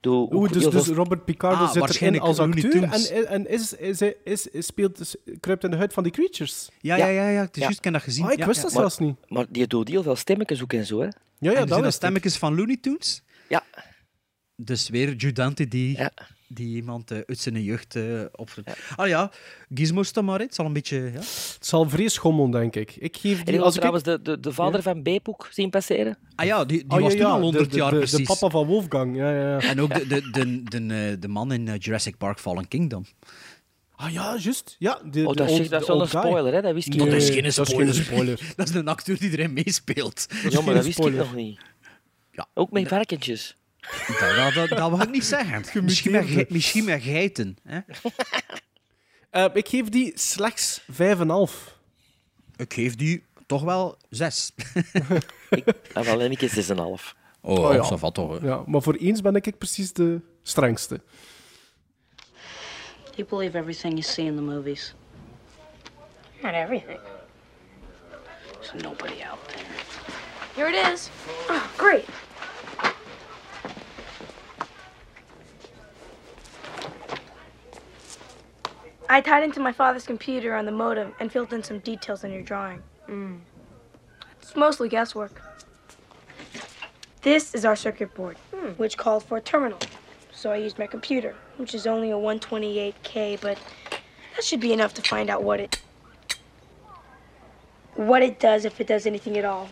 Speaker 5: Dus Robert Picardo zit erin
Speaker 6: waarschijnlijk
Speaker 5: als
Speaker 6: Looney
Speaker 5: acteur
Speaker 6: Tunes.
Speaker 5: en kruipt in de huid van die creatures.
Speaker 6: Ja, het is juist, ik heb dat gezien.
Speaker 5: Ah, ik wist dat zelfs niet.
Speaker 4: Maar die doet heel veel stemmetjes ook en zo, hè.
Speaker 5: Ja,
Speaker 6: En zijn dat
Speaker 5: is
Speaker 6: stemmetjes van Looney Tunes?
Speaker 4: Ja.
Speaker 6: Dus weer Jude Dante die iemand uit zijn jeugd opvoedt. Ah ja, Gizmo staat maar, het zal een beetje... Ja.
Speaker 5: Het zal vrees schommelen, denk ik. Ik geef
Speaker 4: En
Speaker 5: die...
Speaker 4: je
Speaker 5: Als
Speaker 4: wil trouwens de vader van Beep ook zien passeren?
Speaker 6: Ah ja, die was toen al 100 jaar precies.
Speaker 5: De papa van Wolfgang, ja.
Speaker 6: En ook de man in Jurassic Park Fallen Kingdom.
Speaker 5: Ah ja, juist. Ja,
Speaker 4: Dat is wel een spoiler, hè. Dat wist ik
Speaker 5: Nee,
Speaker 4: nog
Speaker 6: dat
Speaker 4: niet.
Speaker 6: is geen spoiler. Dat is een acteur die erin meespeelt.
Speaker 4: Ja, maar dat wist ik
Speaker 5: spoiler.
Speaker 4: nog niet.
Speaker 6: Ja.
Speaker 4: Ook met varkentjes.
Speaker 6: Dat mag ik niet zeggen. Misschien met geiten. Hè?
Speaker 5: Ik geef die slechts 5,5.
Speaker 6: Ik geef die toch wel 6.
Speaker 4: Wel een keer 6,5.
Speaker 6: Oh
Speaker 5: ja.
Speaker 6: dat valt toch. Hè?
Speaker 5: Ja, maar voor eens ben ik precies de strengste.
Speaker 9: You believe everything you see in the movies.
Speaker 10: Not everything.
Speaker 9: There's nobody out there.
Speaker 10: Here it is. Oh, great. I tied into my father's computer on the modem and filled in some details in your drawing. It's mostly guesswork. This is our circuit board, which called for a terminal. So I used my computer, which is only a 128K, but that should be enough to find out what it... what it does, if it does anything at all,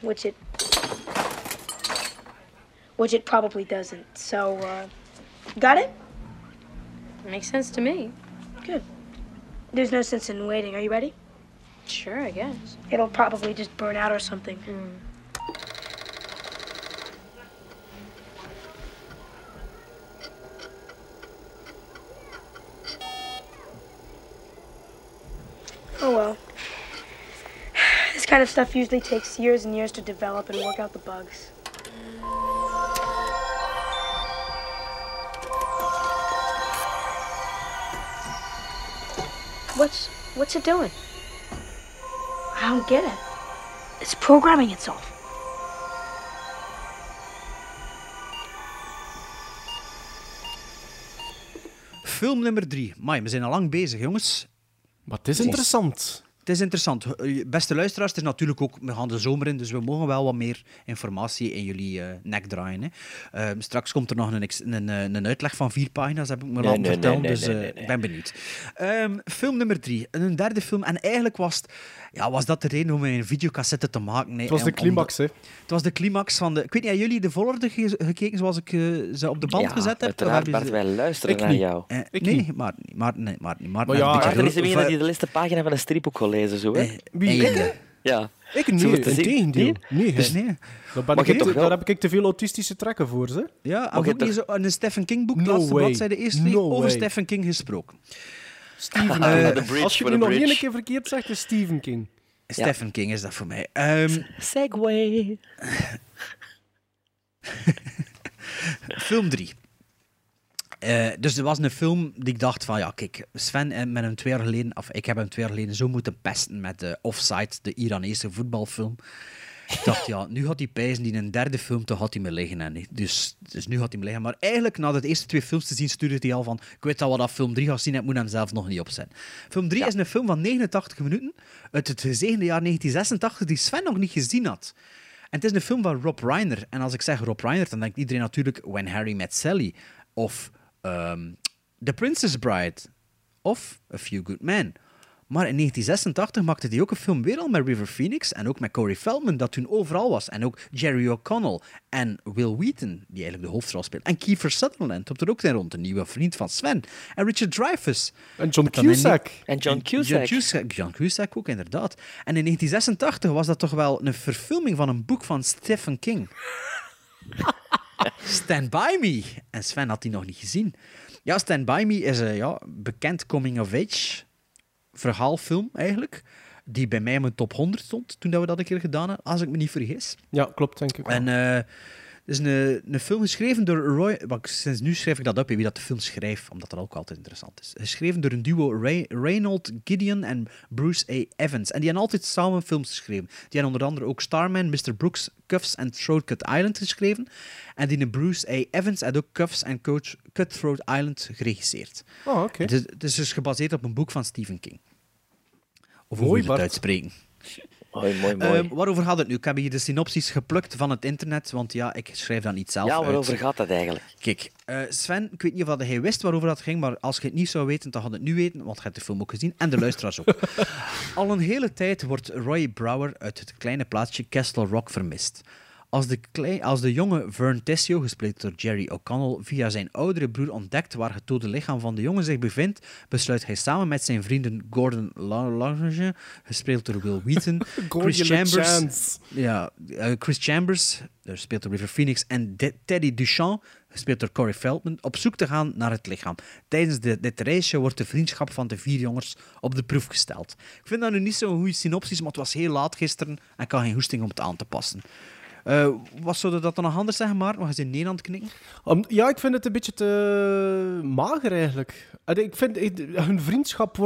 Speaker 10: which it probably doesn't. So, got it?
Speaker 11: Makes sense to me.
Speaker 10: Good. There's no sense in waiting. Are you ready?
Speaker 11: Sure, I guess.
Speaker 10: It'll probably just burn out or something. Oh well. This kind of stuff usually takes years and years to develop and work out the bugs.
Speaker 11: What's it doing?
Speaker 10: I don't get it. It's programming itself.
Speaker 6: Film nummer 3. Amai, we zijn al lang bezig, jongens.
Speaker 5: Maar het is interessant.
Speaker 6: Het is interessant. Beste luisteraars, het is natuurlijk ook... We gaan de zomer in, dus we mogen wel wat meer informatie in jullie nek draaien. Hè. Straks komt er nog een uitleg van 4 pagina's, heb ik me laten vertellen. Dus ik ben benieuwd. Film nummer 3. Een derde film. En eigenlijk was dat de reden om een videocassette te maken. Nee,
Speaker 5: het was de climax, hè?
Speaker 6: Het was de climax van de... Ik weet niet, hebben jullie de volgorde gekeken zoals ik ze op de band gezet heb?
Speaker 4: Uiteraard, Bart, wij luisteren naar jou.
Speaker 6: Nee, maar
Speaker 4: Maarten is de enige die de laatste pagina van een strip ook gelezen, zo, hè?
Speaker 5: Wie?
Speaker 4: Ja.
Speaker 5: Ik niet, integendeel. Nee,
Speaker 6: dus nee.
Speaker 5: Daar heb ik te veel autistische trekken voor, hè?
Speaker 6: Ja, en ook niet zo een Stephen King boek, de laatste bladzijde eerst over Stephen King gesproken.
Speaker 5: Stephen King. Als je nu nog één keer verkeerd zegt, is Stephen King.
Speaker 6: Stephen King is dat voor mij.
Speaker 4: Segway.
Speaker 6: Film 3. Dus er was een film die ik dacht van, ja, kijk, Sven met hem 2 jaar geleden, of ik heb hem 2 jaar geleden zo moeten pesten met Offside, de Iranese voetbalfilm. Ik dacht, ja, nu had hij pijzen die een derde film, toch had hij me liggen. En dus nu had hij me liggen. Maar eigenlijk, na de eerste 2 films te zien, stuurde hij al van, ik weet al wat dat film 3 gaat zien, ik moet hem zelf nog niet opzetten. Film 3 is een film van 89 minuten, uit het gezegende jaar 1986, die Sven nog niet gezien had. En het is een film van Rob Reiner. En als ik zeg Rob Reiner, dan denkt iedereen natuurlijk When Harry Met Sally, of The Princess Bride, of A Few Good Men. Maar in 1986 maakte hij ook een film weer al met River Phoenix en ook met Corey Feldman, dat toen overal was. En ook Jerry O'Connell en Will Wheaton, die eigenlijk de hoofdrol speelt. En Kiefer Sutherland, op er ook zijn rond, een nieuwe vriend van Sven. En Richard Dreyfuss.
Speaker 5: En John Cusack.
Speaker 6: John Cusack ook, inderdaad. En in 1986 was dat toch wel een verfilming van een boek van Stephen King. Stand By Me. En Sven had die nog niet gezien. Ja, Stand By Me is een bekend coming-of-age verhaalfilm, eigenlijk, die bij mij in mijn top 100 stond, toen we dat een keer gedaan hebben, als ik me niet vergis.
Speaker 5: Ja, klopt, denk ik.
Speaker 6: En het is een film geschreven door Roy... Sinds nu schrijf ik dat op, wie dat de film schrijft, omdat dat ook altijd interessant is. Geschreven door een duo Reynold Gideon en Bruce A. Evans. En die hebben altijd samen films geschreven. Die hebben onder andere ook Starman, Mr. Brooks, Cuffs en Throat Island geschreven. En die Bruce A. Evans had ook Cuffs en Cutthroat Island geregisseerd.
Speaker 5: Oh, oké.
Speaker 6: Het is dus gebaseerd op een boek van Stephen King. Of hoe moet je het uitspreken?
Speaker 4: Mooi.
Speaker 6: Waarover gaat het nu? Ik heb hier de synopsis geplukt van het internet, want ja, ik schrijf dat niet zelf
Speaker 4: uit.
Speaker 6: Ja,
Speaker 4: waarover gaat dat eigenlijk?
Speaker 6: Kijk, Sven, ik weet niet of hij wist waarover dat ging, maar als je het niet zou weten, dan gaat het nu weten, want je hebt de film ook gezien, en de luisteraars ook. Al een hele tijd wordt Roy Brower uit het kleine plaatsje Castle Rock vermist. Als de jonge Vern Tessio, gespeeld door Jerry O'Connell, via zijn oudere broer ontdekt waar het dode lichaam van de jongen zich bevindt, besluit hij samen met zijn vrienden Gordon Lange, gespeeld door Will Wheaton, Chris Chambers, gespeeld door River Phoenix, en Teddy Duchamp, gespeeld door Corey Feldman, op zoek te gaan naar het lichaam. Tijdens dit reisje wordt de vriendschap van de 4 jongens op de proef gesteld. Ik vind dat nu niet zo'n goede synopsis, maar het was heel laat gisteren en ik had geen goesting om het aan te passen. Wat zou dat dan nog anders zeggen, Maarten? Mag je in Nederland knikken?
Speaker 5: Ja, ik vind het een beetje te mager, eigenlijk. Ik vind, hun vriendschap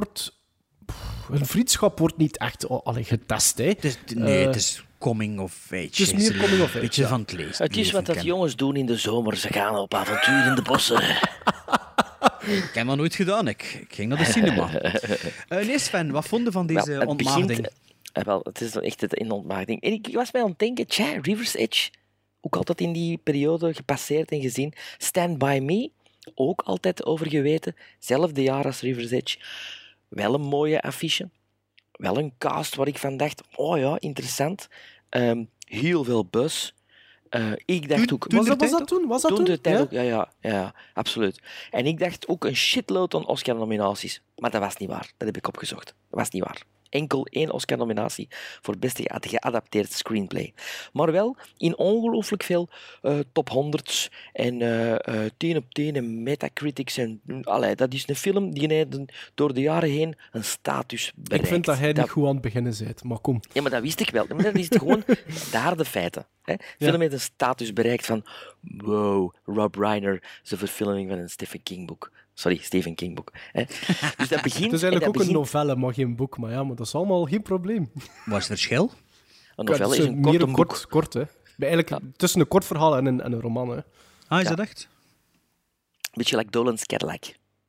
Speaker 5: wordt niet echt getest, hè.
Speaker 6: Het is coming of age.
Speaker 5: Het is meer coming of age,
Speaker 6: beetje van het lezen.
Speaker 4: Het is wat dat jongens doen in de zomer. Ze gaan op avontuur in de bossen.
Speaker 6: Ik heb dat nooit gedaan. Ik ging naar de cinema. Nee, Sven, wat vonden van deze ontmaagding?
Speaker 4: Het is echt een ontmaagding. En ik was mij aan het denken, River's Edge, ook altijd in die periode gepasseerd en gezien. Stand By Me, ook altijd over geweten. Zelfde jaar als River's Edge. Wel een mooie affiche. wel een cast waar ik van dacht, oh ja, interessant. Heel veel buzz. Ik dacht ook...
Speaker 5: Was dat toen? Was dat
Speaker 4: toen?
Speaker 5: toen?
Speaker 4: De tijd
Speaker 5: Ja?
Speaker 4: ook, ja, absoluut. En ik dacht ook een shitload aan Oscar-nominaties. Maar dat was niet waar. Dat heb ik opgezocht. Dat was niet waar. Enkel 1 Oscar-nominatie voor beste geadapteerd screenplay. Maar wel in ongelooflijk veel top 100's en 10 op 10 en Metacritics. Dat is een film die door de jaren heen een status bereikt.
Speaker 5: Ik vind dat hij niet goed aan het beginnen bent, maar kom.
Speaker 4: Ja, maar dat wist ik wel. Maar dat is gewoon de harde feiten. Hè? Film heeft een status bereikt van wow, Rob Reiner, zijn verfilming van een Stephen King boek. Sorry, Stephen King boek. Hè? Dus dat begint...
Speaker 5: Het is eigenlijk ook een novelle, maar geen boek. Maar ja, maar dat is allemaal geen probleem.
Speaker 6: Wat is het verschil?
Speaker 4: Een novelle is een kort boek.
Speaker 5: Kort, hè. Eigenlijk tussen een kort verhaal en een roman. Hè.
Speaker 6: Ah, is dat echt?
Speaker 4: Beetje like Dolan's Cadillac.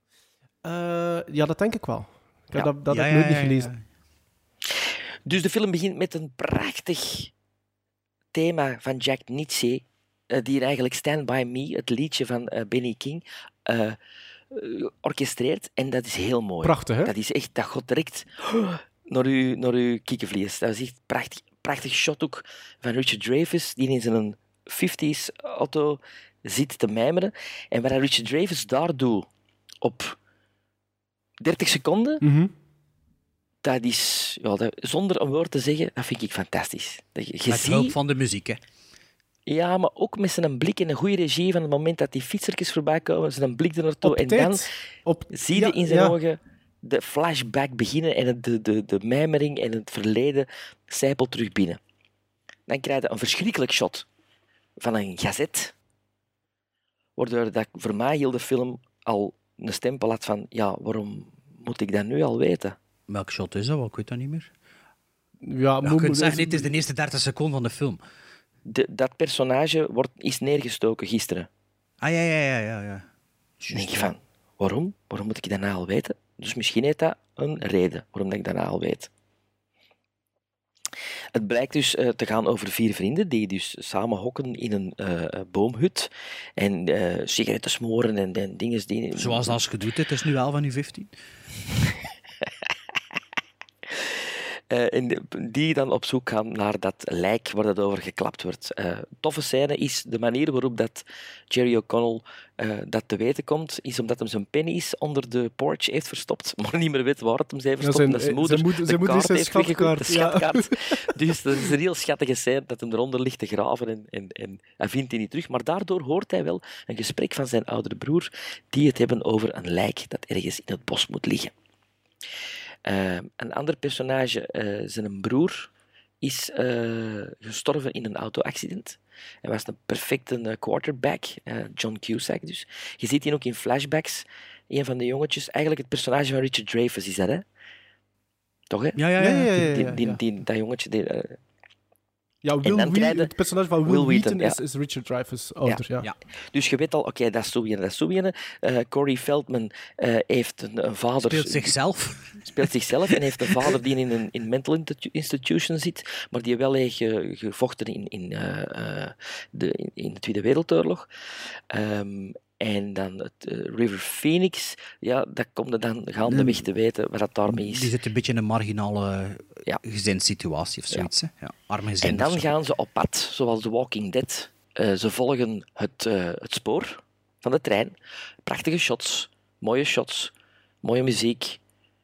Speaker 5: Ja, dat denk ik wel. Dat heb ik nooit niet gelezen.
Speaker 4: Dus de film begint met een prachtig thema van Jack Nietzsche, die eigenlijk Stand By Me, het liedje van Benny King, orchestreert. En dat is heel mooi.
Speaker 5: Prachtig, hè?
Speaker 4: Dat is echt, dat gaat direct naar uw kikkenvlees. Dat is echt prachtig. Prachtig shot ook van Richard Dreyfuss, die in zijn 50s auto zit te mijmeren. En wat Richard Dreyfuss daar doet op 30 seconden, dat is, zonder een woord te zeggen, dat vind ik fantastisch.
Speaker 6: Met hulp van de muziek, hè?
Speaker 4: Ja, maar ook met zijn blik en een goede regie van het moment dat die fietsertjes voorbij komen, zijn blik er naartoe. En dan zie je in zijn ogen de flashback beginnen en de mijmering en het verleden sijpelt terug binnen. Dan krijg je een verschrikkelijk shot van een gazet, waardoor dat voor mij heel de film al een stempel had van ja, waarom moet ik dat nu al weten?
Speaker 6: Welk shot is dat? Ik weet dat niet meer.
Speaker 5: Ja,
Speaker 6: je kunt zeggen, dit is de eerste 30 seconden van de film.
Speaker 4: Dat personage is neergestoken gisteren.
Speaker 6: Ah, ja.
Speaker 4: Dan denk je van, waarom? Waarom moet ik dat nou al weten? Dus misschien heeft dat een reden waarom dat ik dat nou al weet. Het blijkt dus te gaan over 4 vrienden die dus samen hokken in een boomhut en sigaretten smoren en dingen die...
Speaker 6: Zoals als je doet, het is nu wel van uw 15.
Speaker 4: En die dan op zoek gaan naar dat lijk waar dat over geklapt wordt. Toffe scène is de manier waarop dat Jerry O'Connell dat te weten komt, is omdat hij zijn pennies onder de porch heeft verstopt, maar niet meer weet waar het hem heeft verstopt. Dat zijn moeder de kaart heeft weggegooid, de schatkaart. Dus dat is een heel schattige scène dat hem eronder ligt te graven en hij vindt die niet terug. Maar daardoor hoort hij wel een gesprek van zijn oudere broer die het hebben over een lijk dat ergens in het bos moet liggen. Een ander personage, zijn broer, is gestorven in een auto-accident. Hij was een perfecte quarterback, John Cusack dus. Je ziet hier ook in flashbacks, een van de jongetjes, eigenlijk het personage van Richard Dreyfuss is dat, hè? Toch, hè?
Speaker 6: Ja.
Speaker 4: Dat jongetje...
Speaker 5: Het personage van Will Wheaton is Richard Dreyfuss ouder. Ja.
Speaker 4: Dus je weet al, oké, dat is zo weer. Corey Feldman heeft een vader... Speelt zichzelf en heeft een vader die in een mental institution zit, maar die wel heeft gevochten in de Tweede Wereldoorlog. En dan het River Phoenix, ja, dat komt er dan gaandeweg te weten wat dat daarmee is.
Speaker 6: Die zit een beetje in een marginale gezinssituatie of zoiets. Ja. Ja, arme gezin.
Speaker 4: En dan gaan ze op pad, zoals The Walking Dead. Ze volgen het spoor van de trein. Prachtige shots, mooie muziek.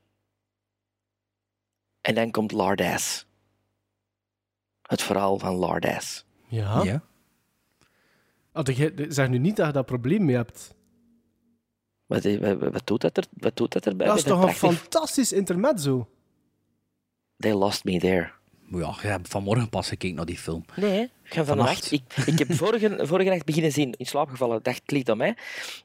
Speaker 4: En dan komt Lardass. Het verhaal van Lardass.
Speaker 5: Ja. Zeg nu niet dat je dat probleem mee hebt.
Speaker 4: Wat doet dat erbij?
Speaker 5: Dat is toch een fantastisch intermezzo?
Speaker 4: They lost me there.
Speaker 6: Ja, je hebt vanmorgen pas gekeken naar die film.
Speaker 4: Nee, ik ga vannacht. Ik heb vorige nacht beginnen zien, in slaap gevallen, dacht het liet aan mij.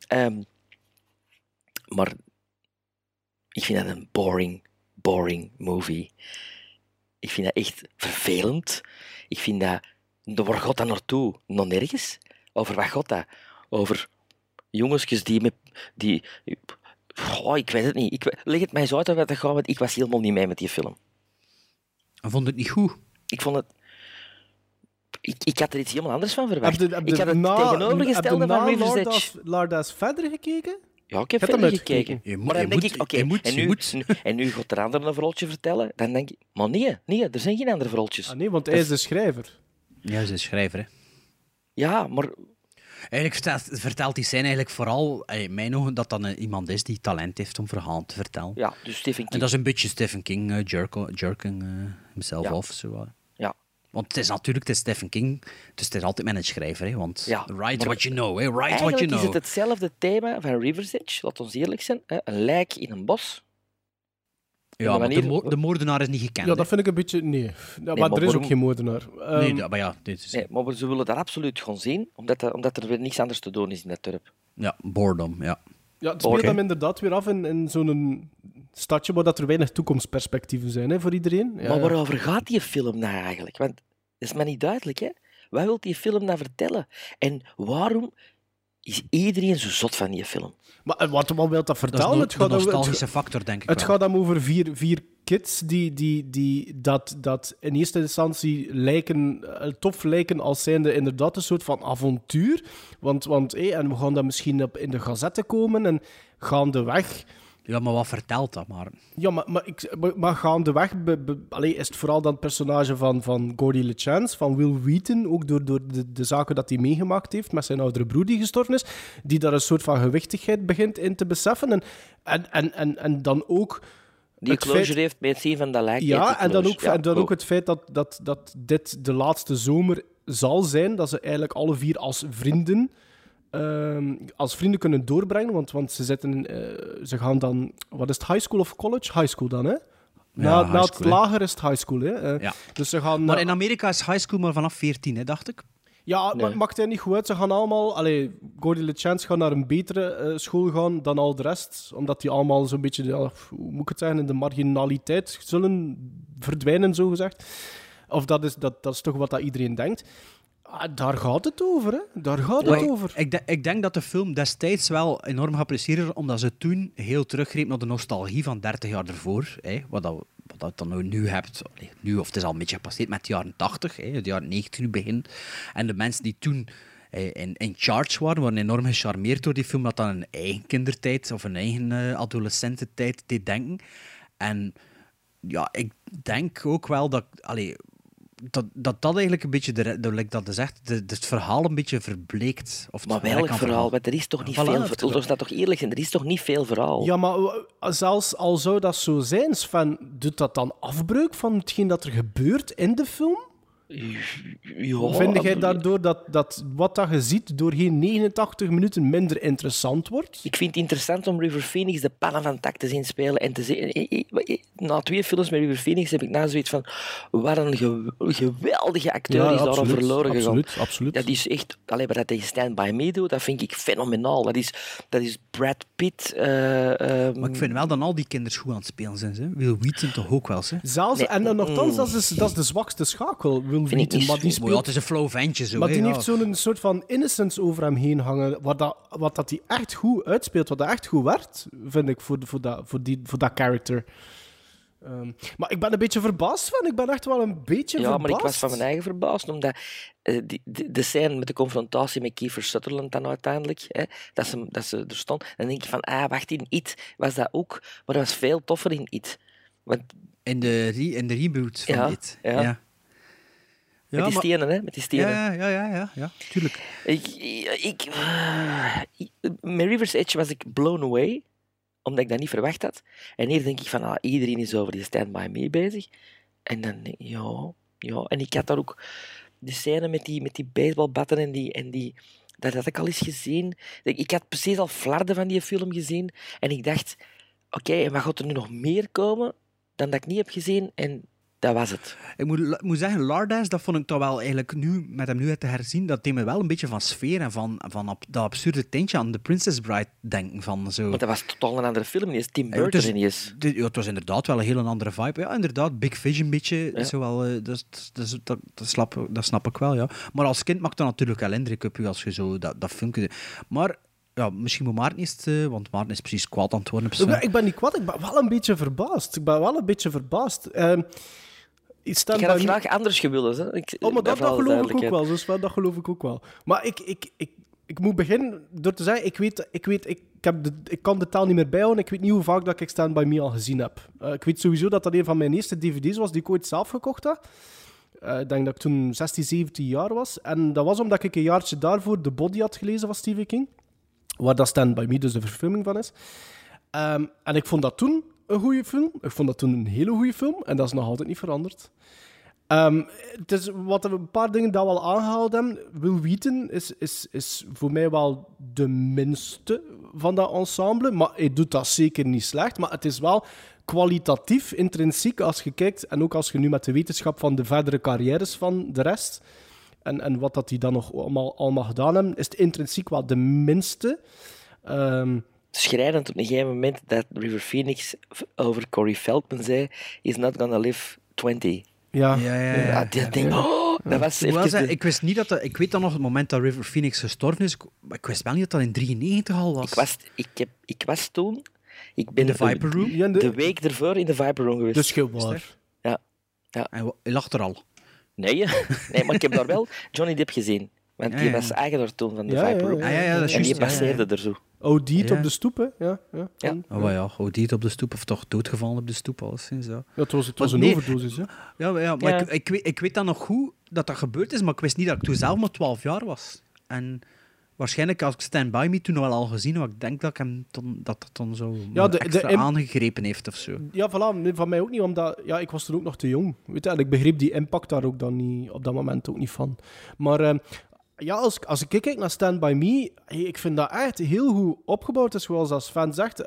Speaker 4: Maar ik vind dat een boring movie. Ik vind dat echt vervelend. Ik vind dat... Waar gaat dat naartoe? Nog nergens. Over wat gaat dat? Over jongensjes die ik weet het niet. Leg het mij zo uit wat dat gaat, want ik was helemaal niet mee met die film.
Speaker 6: Ik vond het niet goed.
Speaker 4: Ik vond het... Ik had er iets helemaal anders van verwacht. Ik had het tegenovergestelde van River's Edge.
Speaker 5: Lardass verder gekeken?
Speaker 4: Ja, ik heb
Speaker 5: Je hebt
Speaker 4: verder
Speaker 5: hem
Speaker 4: gekeken. Maar dan denk ik, oké, en nu gaat er een ander een verhaaltje vertellen. Dan denk ik, maar nee, er zijn geen andere verhaaltjes.
Speaker 5: Ah, nee, want hij is de schrijver.
Speaker 6: Ja, hij is de schrijver, hè.
Speaker 4: Ja, maar...
Speaker 6: Eigenlijk vertelt die scène eigenlijk vooral, in mijn ogen, dat dan iemand is die talent heeft om verhalen te vertellen.
Speaker 4: Ja, dus Stephen King.
Speaker 6: En dat is een beetje Stephen King jerking himself
Speaker 4: Ja.
Speaker 6: off. Zo.
Speaker 4: Ja.
Speaker 6: Want het is natuurlijk Stephen King, dus het is altijd met een schrijver. Hè? Want
Speaker 4: Ja,
Speaker 6: write
Speaker 4: maar
Speaker 6: what you know, hè? Write what
Speaker 4: Eigenlijk
Speaker 6: you know.
Speaker 4: is het hetzelfde thema van River's Edge, laat ons eerlijk zijn. Hè? Een lijk in een bos.
Speaker 6: Ja, maar de moordenaar is niet gekend.
Speaker 5: Ja, dat vind ik een beetje... Nee. Ja, maar er is
Speaker 4: waarom-
Speaker 5: ook geen moordenaar.
Speaker 6: Maar ja, dit is...
Speaker 4: Nee, maar ze willen dat absoluut gaan zien, omdat er weer niks anders te doen is in dat dorp.
Speaker 6: Ja, boredom, ja.
Speaker 5: Ja, het speelt hem inderdaad weer af in zo'n stadje waar dat er weinig toekomstperspectieven zijn, hè, voor iedereen. Ja,
Speaker 4: Maar waarover gaat die film nou eigenlijk? Want dat is mij niet duidelijk, hè? Wat wil die film nou vertellen? En waarom is iedereen zo zot van die film?
Speaker 5: Maar wat wil dat
Speaker 6: Dat
Speaker 5: vertellen?
Speaker 6: is een nostalgische factor, denk ik
Speaker 5: Het
Speaker 6: wel.
Speaker 5: gaat dan over vier kids die dat in eerste instantie tof lijken als zijnde inderdaad een soort van avontuur. Want en we gaan dan misschien in de gazetten komen en gaandeweg...
Speaker 6: Ja, maar wat vertelt dat maar?
Speaker 5: Ja, maar gaandeweg is het vooral dan het personage van Gordy LeChance, van Will Wheaton, ook door de zaken dat hij meegemaakt heeft met zijn oudere broer die gestorven is, die daar een soort van gewichtigheid begint in te beseffen. En dan ook...
Speaker 4: Die closure heeft bij het zien van dat lijk.
Speaker 5: Ja, en dan ook het feit dat dit de laatste zomer zal zijn, dat ze eigenlijk alle vier als vrienden kunnen doorbrengen, want ze gaan dan... Wat is het, high school of college? High school dan, hè? Na het lager is het high school, hè?
Speaker 6: Ja.
Speaker 5: Dus ze gaan...
Speaker 6: Maar in Amerika is high school maar vanaf 14, hè, dacht ik.
Speaker 5: Ja, maar maakt hij niet goed uit. Ze gaan allemaal... Gordy LeChance gaat naar een betere school gaan dan al de rest. Omdat die allemaal zo'n beetje... Ja, hoe moet ik het zeggen? In de marginaliteit zullen verdwijnen, zogezegd. Of dat is toch wat dat iedereen denkt. Daar gaat het over, hè. Daar gaat het over.
Speaker 6: Ik denk dat de film destijds wel enorm geapprecieerd, omdat ze toen heel teruggreep naar de nostalgie van 30 jaar ervoor. Hè, wat dat dan nu hebt. Nu, of het is al een beetje gepasseerd met de jaren 80, hè, de jaren 90 nu begin. En de mensen die toen in charge waren enorm gecharmeerd door die film, dat dan een eigen kindertijd of een eigen adolescententijd deed denken. En ja, ik denk ook wel dat... Dat eigenlijk een beetje, dat is echt, het verhaal een beetje verbleekt. Of
Speaker 4: maar welk verhaal? Want er is toch niet veel verhaal? Laten we toch eerlijk zijn, er is toch niet veel verhaal?
Speaker 5: Ja, maar zelfs al zou dat zo zijn, Sven, doet dat dan afbreuk van hetgeen dat er gebeurt in de film?
Speaker 4: Ja,
Speaker 5: vind jij daardoor dat wat dat je ziet doorheen 89 minuten minder interessant wordt?
Speaker 4: Ik vind het interessant om River Phoenix de pannen van tak te zien spelen. En te zien, na 2 films met River Phoenix heb ik na zoiets van... Wat een geweldige acteur is daarom verloren gegaan.
Speaker 5: Absoluut.
Speaker 4: Dat is echt... Wat dat tegen Stand By Me doet, dat vind ik fenomenaal. Dat is Brad Pitt.
Speaker 6: Maar ik vind wel dat al die kinders goed aan het spelen zijn. Hè? Will Wheaton toch ook wel. Hè?
Speaker 5: Zelfs, nee, en nogthans, dat is de zwakste schakel. Will Wheaton, maar die speelt...
Speaker 6: het is een flow ventje zo.
Speaker 5: Maar die heeft zo'n soort van innocence over hem heen hangen, wat dat hij echt goed uitspeelt, wat dat echt goed werkt, vind ik, voor dat character. Maar ik ben een beetje verbaasd van. Ik ben echt wel een beetje verbaasd.
Speaker 4: Ja, maar ik was van mijn eigen verbaasd, omdat de scène met de confrontatie met Kiefer Sutherland dan uiteindelijk, hè, dat ze er stond, dan denk je van, wacht, in It was dat ook, maar dat was veel toffer in It. Want...
Speaker 6: In de reboot van It.
Speaker 4: Ja. Met die stenen, hè? Met die stenen.
Speaker 6: Ja, tuurlijk.
Speaker 4: Met River's Edge was ik blown away, omdat ik dat niet verwacht had. En hier denk ik van, iedereen is over die Stand By Me bezig. En dan denk ik, ja. En ik had daar ook de scène met die baseballbatten en die... Dat had ik al eens gezien. Ik had precies al flarden van die film gezien. En ik dacht, oké, en wat gaat er nu nog meer komen dan dat ik niet heb gezien? En... Dat was het.
Speaker 6: Ik moet zeggen, Lardass, dat vond ik toch wel eigenlijk nu, met hem nu te herzien, dat deed me wel een beetje van sfeer en van dat absurde tintje aan The Princess Bride denken. Van zo.
Speaker 4: Maar dat was totaal een andere film, niet eens Tim Burton niet eens.
Speaker 6: Het was inderdaad wel een hele andere vibe. Ja, inderdaad, Big Fish een beetje. Ja. Zowel, dat snap ik wel, ja. Maar als kind maakt dat natuurlijk wel indruk op je als je zo dat filmpje... Maar... Ja, misschien moet Maarten eens, want Maarten is precies kwaad aan het worden.
Speaker 5: Ik ben niet kwaad, ik ben wel een beetje verbaasd. Ik
Speaker 4: had het graag anders gewild. Hè?
Speaker 5: Maar dat geloof ik ook wel. Dus dat geloof ik ook wel. Maar Ik moet beginnen door te zeggen, ik kan de taal niet meer bijhouden. Ik weet niet hoe vaak dat ik Stand By Me al gezien heb. Ik weet sowieso dat dat een van mijn eerste dvd's was die ik ooit zelf gekocht had. Ik denk dat ik toen 16, 17 jaar was. En dat was omdat ik een jaartje daarvoor The Body had gelezen van Stephen King. Waar dat Stand By Me dus de verfilming van is. En ik vond dat toen een goede film. Ik vond dat toen een hele goede film. En dat is nog altijd niet veranderd. Het is wat een paar dingen dat we al aangehaald hebben. Wil Wheaton is voor mij wel de minste van dat ensemble. Maar hij doet dat zeker niet slecht. Maar het is wel kwalitatief, intrinsiek als je kijkt. En ook als je nu met de wetenschap van de verdere carrières van de rest. En wat dat die dan nog allemaal gedaan hebben. Is het intrinsiek wel de minste.
Speaker 4: Schrijnend op een gegeven moment dat River Phoenix over Corey Feldman zei: He's not gonna live 20.
Speaker 5: Ja.
Speaker 4: Dat ding, dat was even...
Speaker 6: Ik wist niet dat... Ik weet dan nog het moment dat River Phoenix gestorven is, maar ik wist wel niet dat dat in 93 al was.
Speaker 4: Ik was toen... Ik ben
Speaker 6: in de Viper Room?
Speaker 4: De week ervoor in de Viper Room geweest.
Speaker 5: Dus gewoon.
Speaker 4: Ja.
Speaker 6: En je lag er al?
Speaker 4: Nee, maar ik heb daar wel Johnny Depp gezien. Want die was eigenaar toen van de Viper Room. En die passeerde er zo.
Speaker 5: OD'd op de stoep, hè? Ja.
Speaker 6: OD'd op de stoep, of toch doodgevallen op de stoep, alleszins. Ja.
Speaker 5: Het was een overdosis, hè?
Speaker 6: Ja, maar ik weet dan nog goed dat dat gebeurd is, maar ik wist niet dat ik toen zelf maar 12 jaar was. En waarschijnlijk als ik Stand By Me toen wel al gezien had, ik denk dat ik hem dat dan zo extra aangegrepen heeft of zo.
Speaker 5: Ja, voilà, van mij ook niet, omdat ik was toen ook nog te jong. Weet je, en ik begreep die impact daar ook dan niet, op dat moment ook niet van. Maar... als ik kijk naar Stand By Me, ik vind dat echt heel goed opgebouwd. Dus zoals als fan zegt,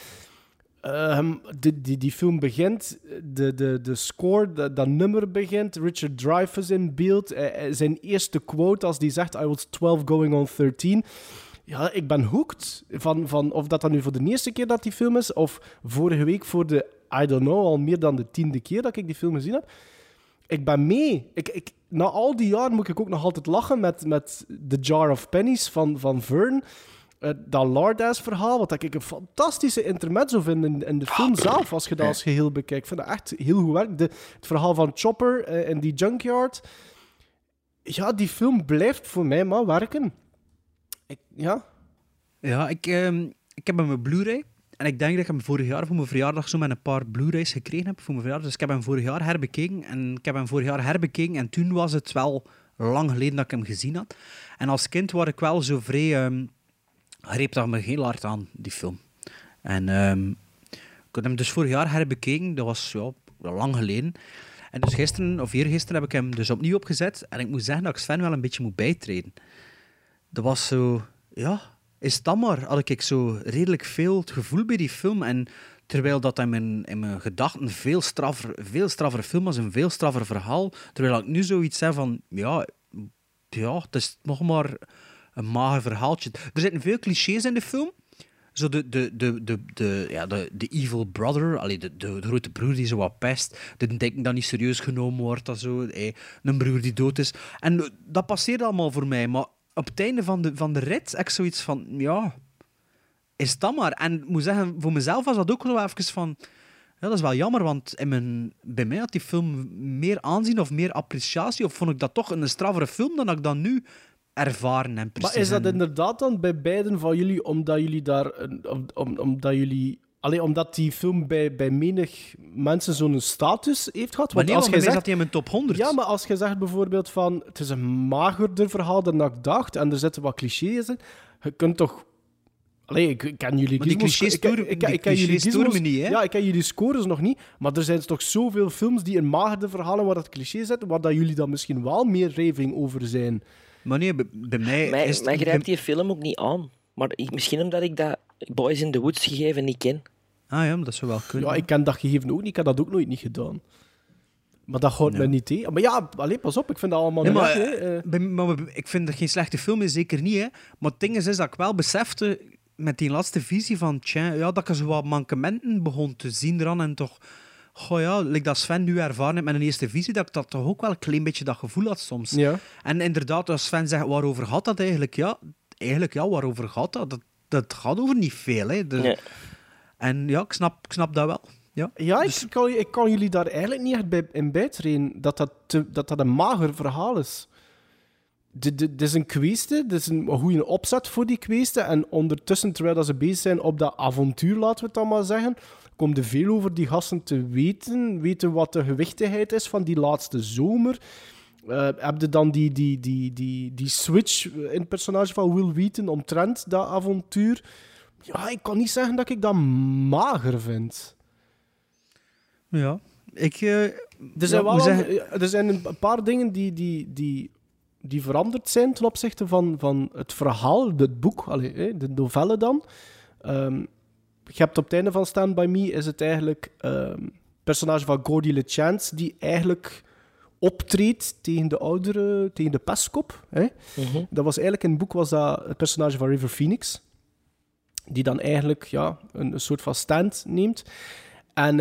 Speaker 5: die film begint, de score, dat nummer begint, Richard Dreyfuss in beeld, zijn eerste quote als die zegt I was 12 going on 13. Ja, ik ben hooked. Van of dat dan nu voor de eerste keer dat die film is, of vorige week voor de, I don't know, al meer dan de 10e keer dat ik die film gezien heb. Ik ben mee. Na al die jaren moet ik ook nog altijd lachen met The Jar of Pennies van Verne. Dat Lardass-verhaal, wat ik een fantastische intermezzo vind in de film zelf, als je dat als geheel bekijkt. Ik vind dat echt heel goed werk. Het verhaal van Chopper in die junkyard. Ja, die film blijft voor mij maar werken.
Speaker 6: Ik heb hem een Blu-ray. En ik denk dat ik hem vorig jaar voor mijn verjaardag zo met een paar Blu-rays gekregen heb voor mijn verjaardag. Dus ik heb hem vorig jaar herbekeken. En toen was het wel lang geleden dat ik hem gezien had. En als kind was ik wel zo vrij... greep dat me heel hard aan, die film. En ik had hem dus vorig jaar herbekeken. Dat was lang geleden. En dus gisteren of eergisteren heb ik hem dus opnieuw opgezet. En ik moet zeggen dat ik Sven wel een beetje moet bijtreden. Dat was zo... Is dat maar, had ik zo redelijk veel het gevoel bij die film. En terwijl dat in mijn gedachten veel straffer film was, een veel straffer verhaal. Terwijl ik nu zoiets zei van, het is nog maar een mager verhaaltje. Er zitten veel clichés in de film. Zo de evil brother, de grote broer die zo wat pest. De denken dat niet serieus genomen wordt. Dat zo, een broer die dood is. En dat passeert allemaal voor mij, maar... Op het einde van de rit heb ik zoiets van, is dat maar. En ik moet zeggen, voor mezelf was dat ook wel even van... Ja, dat is wel jammer, want bij mij had die film meer aanzien of meer appreciatie. Of vond ik dat toch een straffere film dan ik dan nu ervaren heb.
Speaker 5: Maar is dat inderdaad dan bij beiden van jullie, omdat jullie daar... omdat die film bij menig mensen zo'n status heeft gehad.
Speaker 6: Want als jij zegt dat hij in mijn top 100.
Speaker 5: Ja, maar als je zegt bijvoorbeeld van... Het is een magerder verhaal dan ik dacht en er zitten wat clichés in. Je kunt toch... ik ken jullie...
Speaker 6: Maar die clichés storen me niet, hè?
Speaker 5: Ja, ik ken jullie scores nog niet. Maar er zijn toch zoveel films die in magerder verhalen waar dat cliché zitten, waar dat jullie dan misschien wel meer raving over zijn.
Speaker 6: Maar nee, bij mij is...
Speaker 4: Mij grijpt die film ook niet aan. Maar misschien omdat ik dat Boys in the Woods gegeven niet ken.
Speaker 6: Ah ja, maar dat zou wel kunnen.
Speaker 5: Ja, ik ken dat gegeven ook niet. Ik heb dat ook nooit niet gedaan. Maar dat houdt me niet tegen. Maar ja, pas op. Ik vind dat allemaal
Speaker 6: maar ik vind dat geen slechte film is, zeker niet. Hè. Maar het ding is dat ik wel besefte met die laatste visie van... dat ik zo wat mankementen begon te zien eraan en toch... like dat Sven nu ervaren heeft met een eerste visie, dat ik dat toch ook wel een klein beetje dat gevoel had soms.
Speaker 5: Ja.
Speaker 6: En inderdaad, als Sven zegt, waarover gaat dat eigenlijk? Ja, waarover gaat dat? Dat gaat over niet veel, hè. En ja, ik snap dat wel. Ja,
Speaker 5: dus... ik kan jullie daar eigenlijk niet echt in bijtreden dat een mager verhaal is. dit is een kweeste, dit is een goede opzet voor die kweeste. En ondertussen, terwijl dat ze bezig zijn op dat avontuur, laten we het dan maar zeggen, komt er veel over die gasten te weten wat de gewichtigheid is van die laatste zomer. Heb je dan die switch in het personage van Will Wheaton omtrent dat avontuur? Ja, ik kan niet zeggen dat ik dat mager vind.
Speaker 6: Ja,
Speaker 5: er zijn een paar dingen die veranderd zijn ten opzichte van het verhaal, het boek, de novelle dan. Je hebt op het einde van Stand By Me is het eigenlijk het personage van Gordy LeChance die eigenlijk optreedt tegen de oudere, tegen de pestkop. Uh-huh. Dat was eigenlijk in het boek was dat het personage van River Phoenix, die dan eigenlijk een soort van stand neemt. En